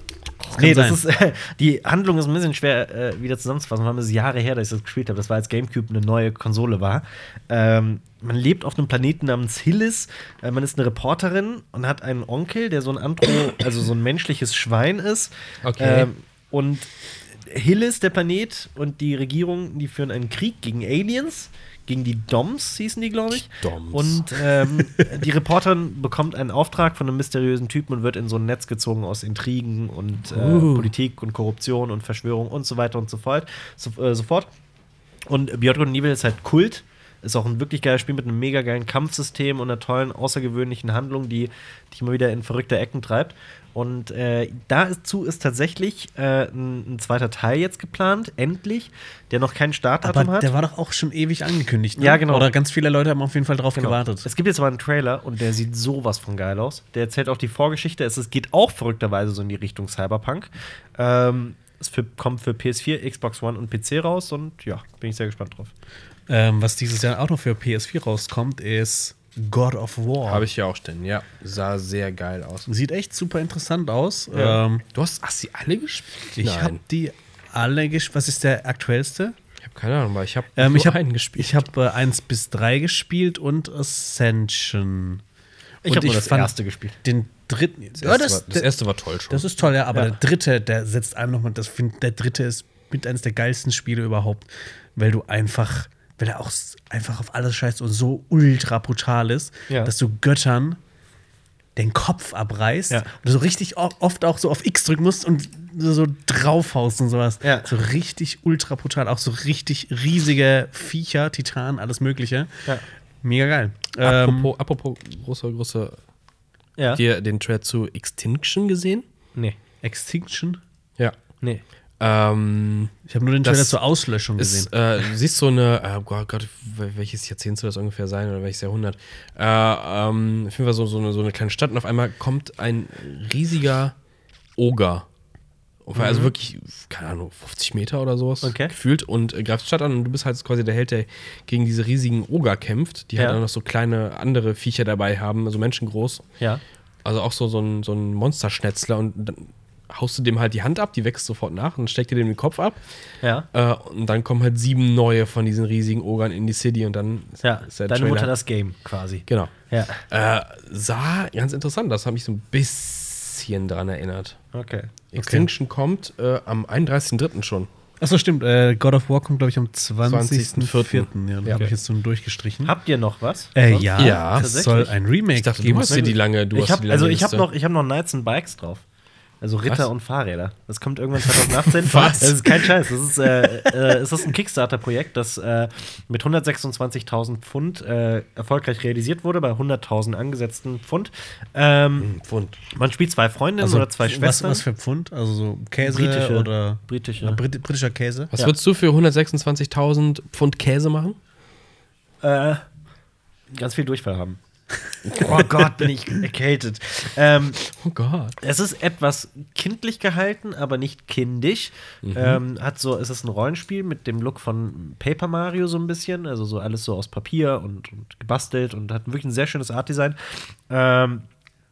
Nee,
kann
das ist, äh, die Handlung ist ein bisschen schwer äh, wieder zusammenzufassen. Vor allem ist es Jahre her, dass ich das gespielt habe. Das war, als GameCube eine neue Konsole war. Ähm, man lebt auf einem Planeten namens Hillis. Äh, man ist eine Reporterin und hat einen Onkel, der so ein Andro, also so ein menschliches Schwein ist.
Okay.
Ähm, und Hillis, der Planet und die Regierung, die führen einen Krieg gegen Aliens. Gegen die Doms hießen die, glaube ich.
Doms.
Und ähm, die Reporterin bekommt einen Auftrag von einem mysteriösen Typen und wird in so ein Netz gezogen aus Intrigen und äh,
Uh.
Politik und Korruption und Verschwörung und so weiter und so fort. So, äh, so fort. Und Beyond Good and Evil ist halt Kult. Ist auch ein wirklich geiles Spiel mit einem mega geilen Kampfsystem und einer tollen, außergewöhnlichen Handlung, die dich immer wieder in verrückte Ecken treibt. Und äh, dazu ist tatsächlich äh, ein, ein zweiter Teil jetzt geplant, endlich, der noch kein Startdatum
Aber
hat.
der war doch auch schon ewig angekündigt. Ne?
Ja, genau.
Oder ganz viele Leute haben auf jeden Fall drauf
Genau.
gewartet.
Es gibt jetzt aber einen Trailer und der sieht sowas von geil aus. Der erzählt auch die Vorgeschichte. Es, es geht auch verrückterweise so in die Richtung Cyberpunk. Ähm, es für, kommt für P S vier, Xbox One und P C raus und ja, bin ich sehr gespannt drauf.
Ähm, was dieses Jahr auch noch für P S vier rauskommt, ist God of War.
Habe ich ja auch stehen, ja. Sah sehr geil aus.
Sieht echt super interessant aus.
Ja.
Ähm,
Du hast, hast die alle gespielt?
ich habe die alle gespielt. Was ist der aktuellste?
Ich habe keine Ahnung, weil ich habe
Ähm,
nur
ich habe
einen gespielt.
Ich habe äh, eins bis drei gespielt und Ascension.
Ich
Und
habe nur das
fand
erste gespielt.
Den dritten.
das,
Ja,
erste
das,
war, das erste war toll schon.
das ist toll, ja, aber
Ja.
der dritte, der setzt einem nochmal, das find, der dritte ist mit eines der geilsten Spiele überhaupt, weil du einfach, weil er auch s- einfach auf alles scheißt und so ultra brutal ist,
Ja.
dass du Göttern den Kopf abreißt
Ja.
und du so richtig o- oft auch so auf X drücken musst und so, so draufhaust und sowas.
Ja.
So richtig ultra brutal, auch so richtig riesige Viecher, Titan, alles Mögliche.
Ja.
Mega geil. Ähm,
apropos, apropos große, große.
Ja.
Habt ihr den Trailer zu Extinction gesehen?
Nee.
Extinction?
Ja.
Nee.
Ähm,
Ich habe nur den
Das
Trailer zur Auslöschung gesehen.
ist, äh, du siehst so eine, äh, Gott, Gott, welches Jahrzehnt soll das ungefähr sein oder welches Jahrhundert? Äh, ähm, auf jeden Fall so, so, eine, so eine kleine Stadt und auf einmal kommt ein riesiger Oger. Also wirklich, keine Ahnung, fünfzig Meter oder sowas
Okay.
gefühlt und äh, greift die Stadt an und du bist halt quasi der Held, der gegen diese riesigen Oger kämpft, die
Ja.
halt auch noch so kleine andere Viecher dabei haben, also menschengroß.
Ja.
Also auch so, so ein, so ein Monsterschnetzler und dann haust du dem halt die Hand ab, die wächst sofort nach und steckt dir dem den Kopf ab.
Ja.
Äh, und dann kommen halt sieben neue von diesen riesigen Ogern in die City und dann
Ja.
ist der
Deine
Trailer-
Mutter das Game quasi.
Genau.
Ja.
Äh, sah ganz interessant, das hat mich so ein bisschen dran erinnert.
Okay.
Extinction kommt äh, am einunddreißigsten dritten schon.
Achso, stimmt. Äh, God of War kommt, glaube ich, am zwanzigsten vierten
vierten
Ja, da
Ja.
habe ich jetzt so durchgestrichen.
Habt ihr noch was?
äh,
Sonst?
ja,
Ja,
es
tatsächlich.
soll ein Remake
Ich dachte,
geben.
du hast dir die lange, du
ich
hast
hab,
die lange
also ich habe
Liste.
noch, ich hab noch Knights and Bikes drauf. Also Ritter
Was?
und Fahrräder. Das kommt irgendwann zwanzig achtzehn.
Was?
Das ist kein Scheiß. Das ist, äh, äh, es ist ein Kickstarter-Projekt, das äh, mit hundertsechsundzwanzigtausend Pfund äh, erfolgreich realisiert wurde, bei hunderttausend angesetzten Pfund. Ähm,
Pfund.
man spielt zwei Freundinnen
Also,
oder zwei
was,
Schwestern.
was für Pfund? Also so Käse
Britische.
oder
Britische.
Ja, Brit britischer Käse?
Was
Ja.
würdest du für hundertsechsundzwanzigtausend Pfund Käse machen?
Äh, ganz viel Durchfall haben. Oh Gott, bin ich erkältet. Ähm,
Oh Gott.
Es ist etwas kindlich gehalten, aber nicht kindisch. Ähm, hat so, es ist ein Rollenspiel mit dem Look von Paper Mario so ein bisschen, also so alles so aus Papier und, und gebastelt und hat wirklich ein sehr schönes Artdesign. Ähm,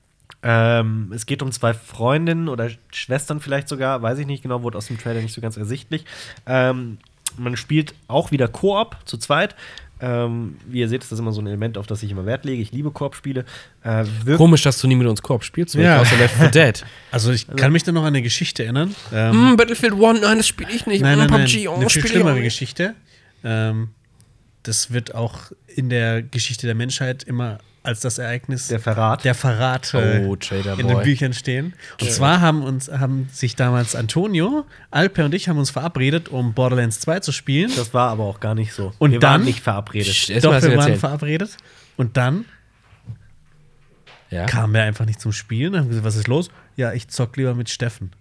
ähm, es geht um zwei Freundinnen oder Schwestern vielleicht sogar, weiß ich nicht genau, wurde aus dem Trailer nicht so ganz ersichtlich. Ähm, man spielt auch wieder Koop zu zweit. Ähm, wie ihr seht, ist das immer so ein Element, auf das ich immer Wert lege. Ich liebe Koop-Spiele. Äh, wirkt-
Komisch, dass du nie mit uns Koop spielst, weil
Ja.
ich außer Left four Dead.
Also ich kann mich da noch an eine Geschichte erinnern. Ähm,
Hm, Battlefield One, nein, das spiele ich nicht.
nein,
Hm,
nein, nein,
PUBG, oh,
eine viel
spiel ich auch
schlimmere
nicht.
Geschichte. Ähm, das wird auch in der Geschichte der Menschheit immer als das Ereignis
Der Verrat.
der Verrat äh,
Oh, Trader
in den
Boy.
Büchern stehen. Und zwar haben uns haben sich damals Antonio, Alper und ich haben uns verabredet, um Borderlands zwei zu spielen.
Das war aber auch gar nicht so.
Und
wir
dann-
waren nicht verabredet.
Psst, erst
Doch,
mal das
wir waren
erzählen.
verabredet. Und dann
Ja?
kamen wir einfach nicht zum Spielen. Dann haben wir gesagt, was ist los? Ja, ich zock lieber mit Steffen.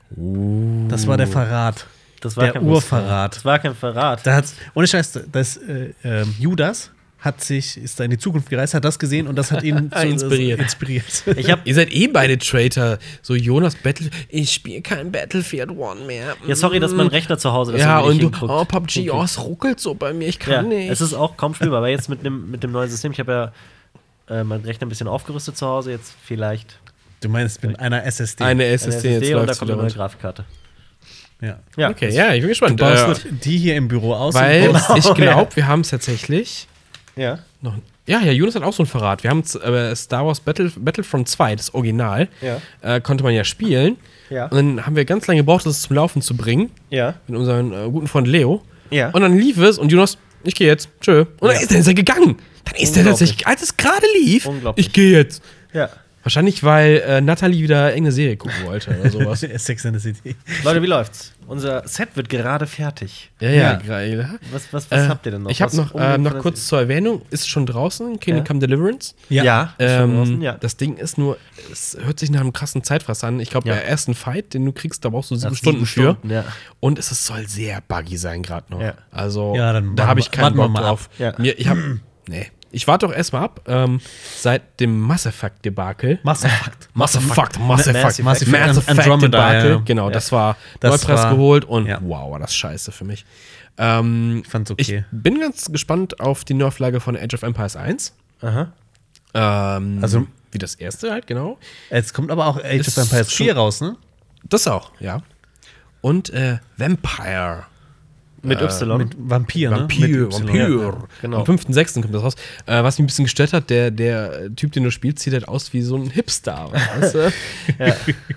Uh. Das war der Verrat.
Das war
der
kein
Urverrat.
Das war kein Verrat.
Da hat's, ohne Scheiß, das, äh, äh, Judas hat sich, ist da in die Zukunft gereist, hat das gesehen und das hat ihn zu,
inspiriert.
Äh, inspiriert.
Ich hab,
Ihr seid eh beide Traitor. So Jonas Battle. Ich spiele kein Battlefield One mehr.
ja, sorry, dass mein Rechner zu Hause das
Ja,
irgendwie
und
nicht
du,
hinguckt.
oh, P U B G, oh, es ruckelt so bei mir. Ich kann
Ja,
nicht.
es ist auch kaum spielbar, aber jetzt mit dem, mit dem neuen System, ich habe ja äh, meinen Rechner ein bisschen aufgerüstet zu Hause, jetzt vielleicht
Du meinst mit einer S S D?
Eine S S D,
eine
jetzt
und da
läuft
kommt eine
wieder
neue
rund.
Grafikkarte.
Ja.
Ja,
Okay, ja, ich bin gespannt.
Du baust
Äh,
die hier im Büro aus.
weil
und baust-
ich glaube, wir haben es tatsächlich
Ja.
noch. Ja, ja, Jonas hat auch so einen Verrat. Wir haben äh, Star Wars Battle, Battlefront zwei, das Original,
Ja.
äh, konnte man ja spielen.
Ja.
Und dann haben wir ganz lange gebraucht, das zum Laufen zu bringen.
Ja.
Mit unserem äh, guten Freund Leo.
Ja.
Und dann lief es und Jonas, ich gehe jetzt. Tschö. Und dann
Ja.
ist, dann ist er gegangen. Dann ist er
Unglaublich.
tatsächlich, als es gerade lief,
Unglaublich.
ich gehe jetzt.
Ja.
Wahrscheinlich, weil äh, Nathalie wieder irgendeine Serie gucken wollte oder sowas.
Sex and the City.
Leute, wie läuft's? Unser Set wird gerade fertig.
Ja, ja,
Ja.
geil.
Was, was, was
Äh,
habt ihr denn noch?
Ich habe
Was
noch,
unbedingt
äh, noch
von der-
kurz zur Erwähnung, ist schon draußen, Kingdom
Ja.
Come Deliverance.
Ja, ja, ist schon
Ähm,
draußen, ja.
Das Ding ist nur, es hört sich nach einem krassen Zeitfresser an. Ich glaube,
Ja.
der erste Fight, den du kriegst, da brauchst du sieben
Nach
Stunden
sieben
für.
Stunden, ja.
Und es ist- soll sehr buggy sein gerade noch.
Ja.
Also,
Ja, dann
da
warten
habe
wir-
ich keinen
warten wir
Bock
mal
drauf.
ab. Ja.
Mir, ich habe, nee. Ich warte doch erstmal ab. Ähm, seit dem Mass Effect-Debakel.
Mass Effect.
Mass Effect, Mass
Mass
Effect,
Effect.
Mass
Effect
Effect
Andromeda,
Debakel.
ja.
Genau,
Ja.
das war
Das
Neupreis
war-
geholt und
ja.
wow, war das scheiße für mich. Ähm,
Ich fand's okay.
Ich bin ganz gespannt auf die Neuauflage von Age of Empires eins.
Aha.
Ähm,
Also-
wie das erste halt, genau.
Jetzt kommt aber auch Age
Ist
of Empires
schon-
vier raus, ne?
Das auch, ja. Und äh, Vampire.
Mit Y.
Mit Vampir,
Vampir,
ne? Mit Y.
Vampir.
Ja, genau.
Am fünften sechsten kommt das raus. Äh, was mich ein bisschen gestört hat, der, der Typ, den du spielst, sieht halt aus wie so ein Hipster. Weißt du?
Ja.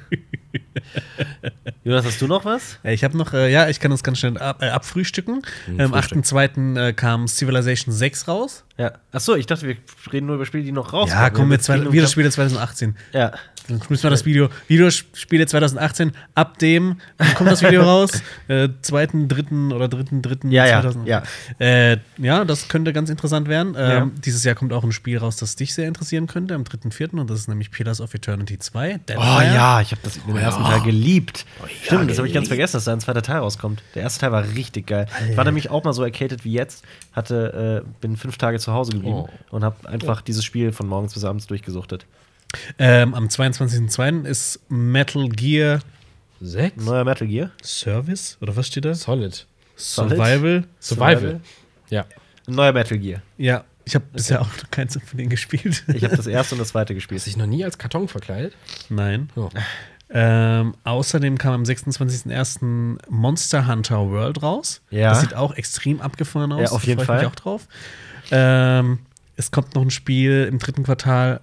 Jonas, hast du noch was?
Äh, Ich habe noch, äh, ja, ich kann das ganz schnell ab, äh, abfrühstücken. Am achten zweiten äh, kam Civilization sechs raus.
Ja. Achso, ich dachte, wir reden nur über Spiele, die noch rauskommen.
Ja, kommen
wir
wir zwei, Videospiele zwanzig achtzehn.
Ja.
Dann müssen wir das Video, Videospiele zwanzig achtzehn, ab dem, wann kommt das Video raus? Äh, zweiten, dritten oder dritten, dritten
Ja, ja,
zweitausend.
ja.
Äh, ja, das könnte ganz interessant werden. Ähm,
Ja.
Dieses Jahr kommt auch ein Spiel raus, das dich sehr interessieren könnte, am dritten vierten und das ist nämlich Pillars of Eternity zwei.
Oh ja, ich habe das in dem ersten Teil geliebt. Stimmt, das habe ich ganz vergessen, dass da ein zweiter Teil rauskommt. Der erste Teil war richtig geil. Ich war nämlich auch mal so arcaded wie jetzt, hatte, äh, bin fünf Tage zu Hause geblieben
Oh.
und habe einfach dieses Spiel von morgens bis abends durchgesuchtet.
Ähm, am zweiundzwanzigsten zweiten ist Metal Gear
Sechs?
Neuer Metal Gear?
Service, oder was steht da?
Solid.
Solid?
Survival.
Survival. Ja.
Ein neuer Metal Gear.
Ja, ich habe bisher auch noch keins von denen gespielt.
Ich habe das erste und das zweite
Hast
gespielt.
dich noch nie als Karton verkleidet?
Nein.
Oh.
Ähm, außerdem kam am sechsundzwanzigsten ersten Monster Hunter World raus.
Ja.
Das sieht auch extrem abgefahren aus.
Ja, auf
Da
jeden
freu ich
Fall.
mich auch drauf. Ähm, es kommt noch ein Spiel im dritten Quartal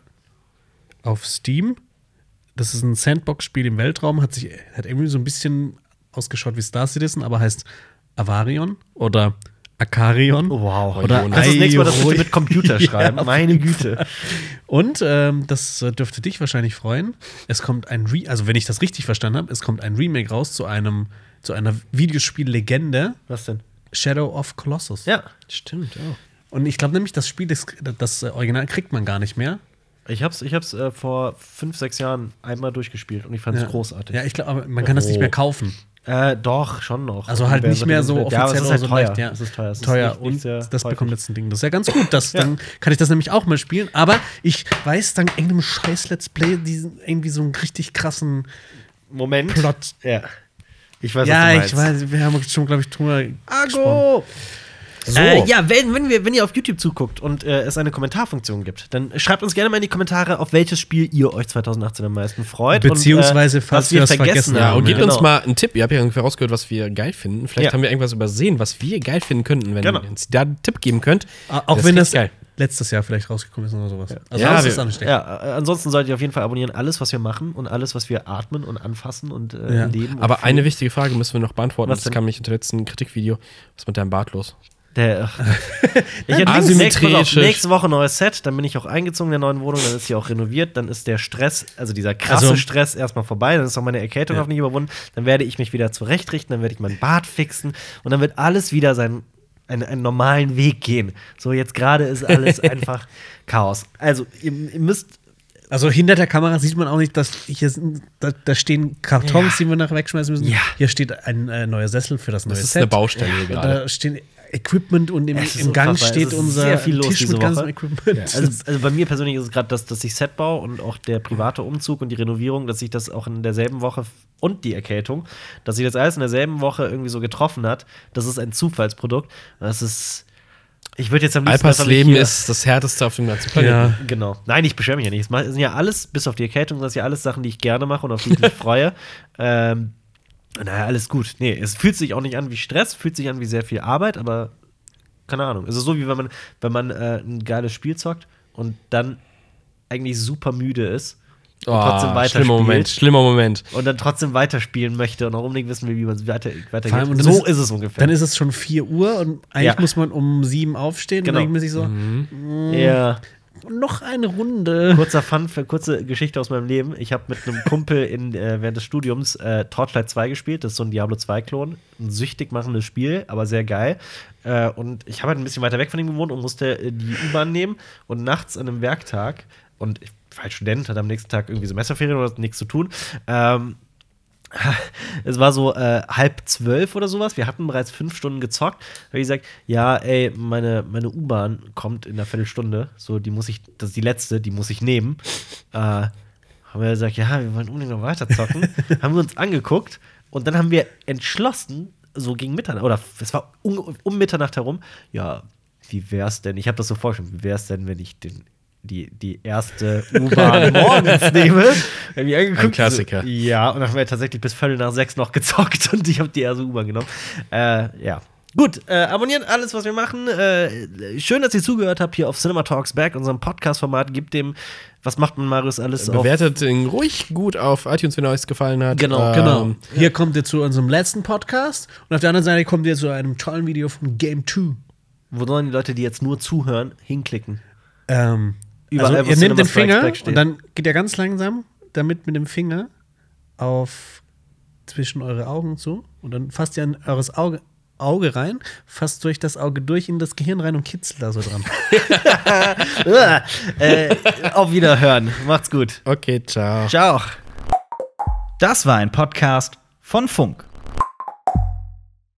auf Steam. Das ist ein Sandbox-Spiel im Weltraum. Hat sich hat irgendwie so ein bisschen ausgeschaut wie Star Citizen, aber heißt Avarion oder Akarion.
Oh, wow.
Oder
das ist das nächste Mal, dass wir
Airo-
mit Computer schreiben.
Ja,
Meine Güte.
Und ähm, das äh, dürfte dich wahrscheinlich freuen. Es kommt ein Re also wenn ich das richtig verstanden habe, es kommt ein Remake raus zu einem zu einer Videospiel-Legende,
Was denn?
Shadow of Colossus.
Ja.
Stimmt, ja.
Und ich glaube nämlich, das Spiel, das, das äh, Original kriegt man gar nicht mehr.
Ich hab's, ich hab's äh, vor fünf, sechs Jahren einmal durchgespielt und ich fand's
Ja.
großartig.
Ja, ich glaube, aber man kann das nicht mehr kaufen.
Äh, doch, schon noch.
Also halt nicht mehr so
Ja, aber
offiziell
es ist
oder
halt
so
teuer.
leicht, ja.
Es ist teuer. Es ist
teuer
nicht- nicht
und
sehr
das
häufig.
bekommt jetzt ein Ding. Das ist ja ganz gut. Das,
Ja.
Dann kann ich das nämlich auch mal spielen. Aber ich weiß dank irgendeinem scheiß Let's Play diesen irgendwie so einen richtig krassen
Moment.
Plot.
Ja. Ich weiß,
Ja,
was
ich
du meinst.
weiß, wir haben schon, glaube ich, drüber gesprochen.
Argo!
So.
Äh, ja, wenn, wenn, wir, wenn ihr auf YouTube zuguckt und äh, es eine Kommentarfunktion gibt, dann schreibt uns gerne mal in die Kommentare, auf welches Spiel ihr euch zwanzig achtzehn am meisten freut.
Beziehungsweise,
und, äh,
falls
was
wir es vergessen
Ja,
haben,
und gebt
ja.
uns
Genau.
mal einen Tipp. Ihr habt ja irgendwie rausgehört, was wir geil finden. Vielleicht
Ja.
haben wir irgendwas übersehen, was wir geil finden könnten, wenn
Genau.
ihr uns da einen Tipp geben könnt.
Auch
Das
wenn
ist
das
geil.
letztes Jahr vielleicht rausgekommen ist oder sowas. Also
Ja,
das
wir-
ist auch nicht schlecht.
Ja, äh, ansonsten solltet ihr auf jeden Fall abonnieren, alles, was wir machen und alles, was wir atmen und anfassen und äh,
Ja.
leben. und
Aber eine
fühlen.
wichtige Frage müssen wir noch beantworten.
Was
Das
denn?
kam nicht unter letzten Kritikvideo. Was ist mit deinem Bart los?
Der, ach. ich hätte nächste, nächste, pass auf,
Asymmetrisch.
nächste Woche neues Set, dann bin ich auch eingezogen in der neuen Wohnung, dann ist sie auch renoviert, dann ist der Stress, also dieser krasse
Also-
Stress erstmal vorbei, dann ist auch meine Erkältung
Ja.
hoffentlich überwunden, dann werde ich mich wieder zurechtrichten, dann werde ich meinen Bart fixen und dann wird alles wieder seinen einen, einen normalen Weg gehen. So, jetzt gerade ist alles einfach Chaos. Also, ihr, ihr müsst
Also hinter der Kamera sieht man auch nicht, dass hier sind, da, da stehen Kartons,
Ja.
die wir nachher wegschmeißen müssen.
Ja.
Hier steht ein äh, neuer Sessel für das neue
Das ist
Set.
eine Baustelle hier
Da
gerade.
stehen Equipment und im,
Es ist
im Gang
unfassbar.
steht
Es ist
unser
sehr viel los
Tisch
diese
mit ganzem
Woche.
Equipment.
Also, also bei mir persönlich ist es gerade, dass, dass ich Setbau und auch der private Umzug und die Renovierung, dass sich das auch in derselben Woche und die Erkältung, dass sich das alles in derselben Woche irgendwie so getroffen hat. Das ist ein Zufallsprodukt. Das ist. Ich würde jetzt am liebsten.
Alpers
einfach
Leben
hier-
ist das härteste auf dem ganzen Planeten.
Ja.
Genau. Nein, ich beschwere mich ja nicht. Es sind ja alles, bis auf die Erkältung, das sind ja alles Sachen, die ich gerne mache und auf die ich mich freue. Ähm, naja, alles gut. Nee, es fühlt sich auch nicht an wie Stress, fühlt sich an wie sehr viel Arbeit, aber keine Ahnung. Es ist so, wie wenn man, wenn man äh, ein geiles Spiel zockt und dann eigentlich super müde ist und
Oh,
trotzdem weiterspielt.
schlimmer Moment, schlimmer Moment.
Und dann trotzdem weiterspielen möchte und auch unbedingt wissen will, wie man es weiter,
Vor allem,
weitergeht.
und dann
So
ist-
ist es ungefähr.
Dann ist es schon vier Uhr und eigentlich
Ja.
muss man um sieben aufstehen.
Genau.
Und dann denkt man sich so,
ja.
noch eine Runde.
Kurzer Fun, für kurze Geschichte aus meinem Leben. Ich habe mit einem Kumpel in, äh, während des Studiums äh, Torchlight zwei gespielt. Das ist so ein Diablo zwei Klon. Ein süchtig machendes Spiel, aber sehr geil. Äh, und ich habe halt ein bisschen weiter weg von ihm gewohnt und musste äh, die U-Bahn nehmen. Und nachts an einem Werktag, und ich war halt Student, hatte am nächsten Tag irgendwie Semesterferien oder nichts zu tun. Ähm, es war so äh, halb zwölf oder sowas. Wir hatten bereits fünf Stunden gezockt. Da habe ich gesagt, ja, ey, meine, meine U-Bahn kommt in einer Viertelstunde. So, die muss ich, das ist die letzte, die muss ich nehmen. Äh, haben wir gesagt, ja, wir wollen unbedingt noch weiter zocken. Haben wir uns angeguckt und dann haben wir entschlossen, so gegen Mitternacht, oder es war um, um Mitternacht herum, ja, wie wär's denn, ich habe das so vorgestellt, wie wär's denn, wenn ich den Die, die erste U-Bahn morgens nehme. Hab ich angeguckt,
Ein Klassiker.
So, ja, und dann haben wir tatsächlich bis Viertel nach sechs noch gezockt und ich habe die erste U-Bahn genommen. Äh, ja. Gut, äh, abonniert alles, was wir machen. Äh, schön, dass ihr zugehört habt hier auf Cinema Talks Back, unserem Podcast-Format. Gebt dem, was macht man, Marius, alles auf.
Bewertet ihn ruhig gut auf iTunes, wenn er euch gefallen hat.
Genau,
Genau.
Ähm,
Hier kommt ihr zu unserem letzten Podcast und auf der anderen Seite kommt ihr zu einem tollen Video von Game zwei.
Wo sollen die Leute, die jetzt nur zuhören, hinklicken?
Ähm,
Überall,
also
wo
ihr
Cinema
nehmt den
Strikes
Finger
Back steht.
und dann geht ihr ganz langsam damit mit dem Finger auf zwischen eure Augen zu und dann fasst ihr in eures Auge, Auge rein, fasst durch das Auge durch in das Gehirn rein und kitzelt da so dran.
äh, auf Wiederhören. Macht's gut.
Okay, ciao.
Ciao.
Das war ein Podcast von Funk.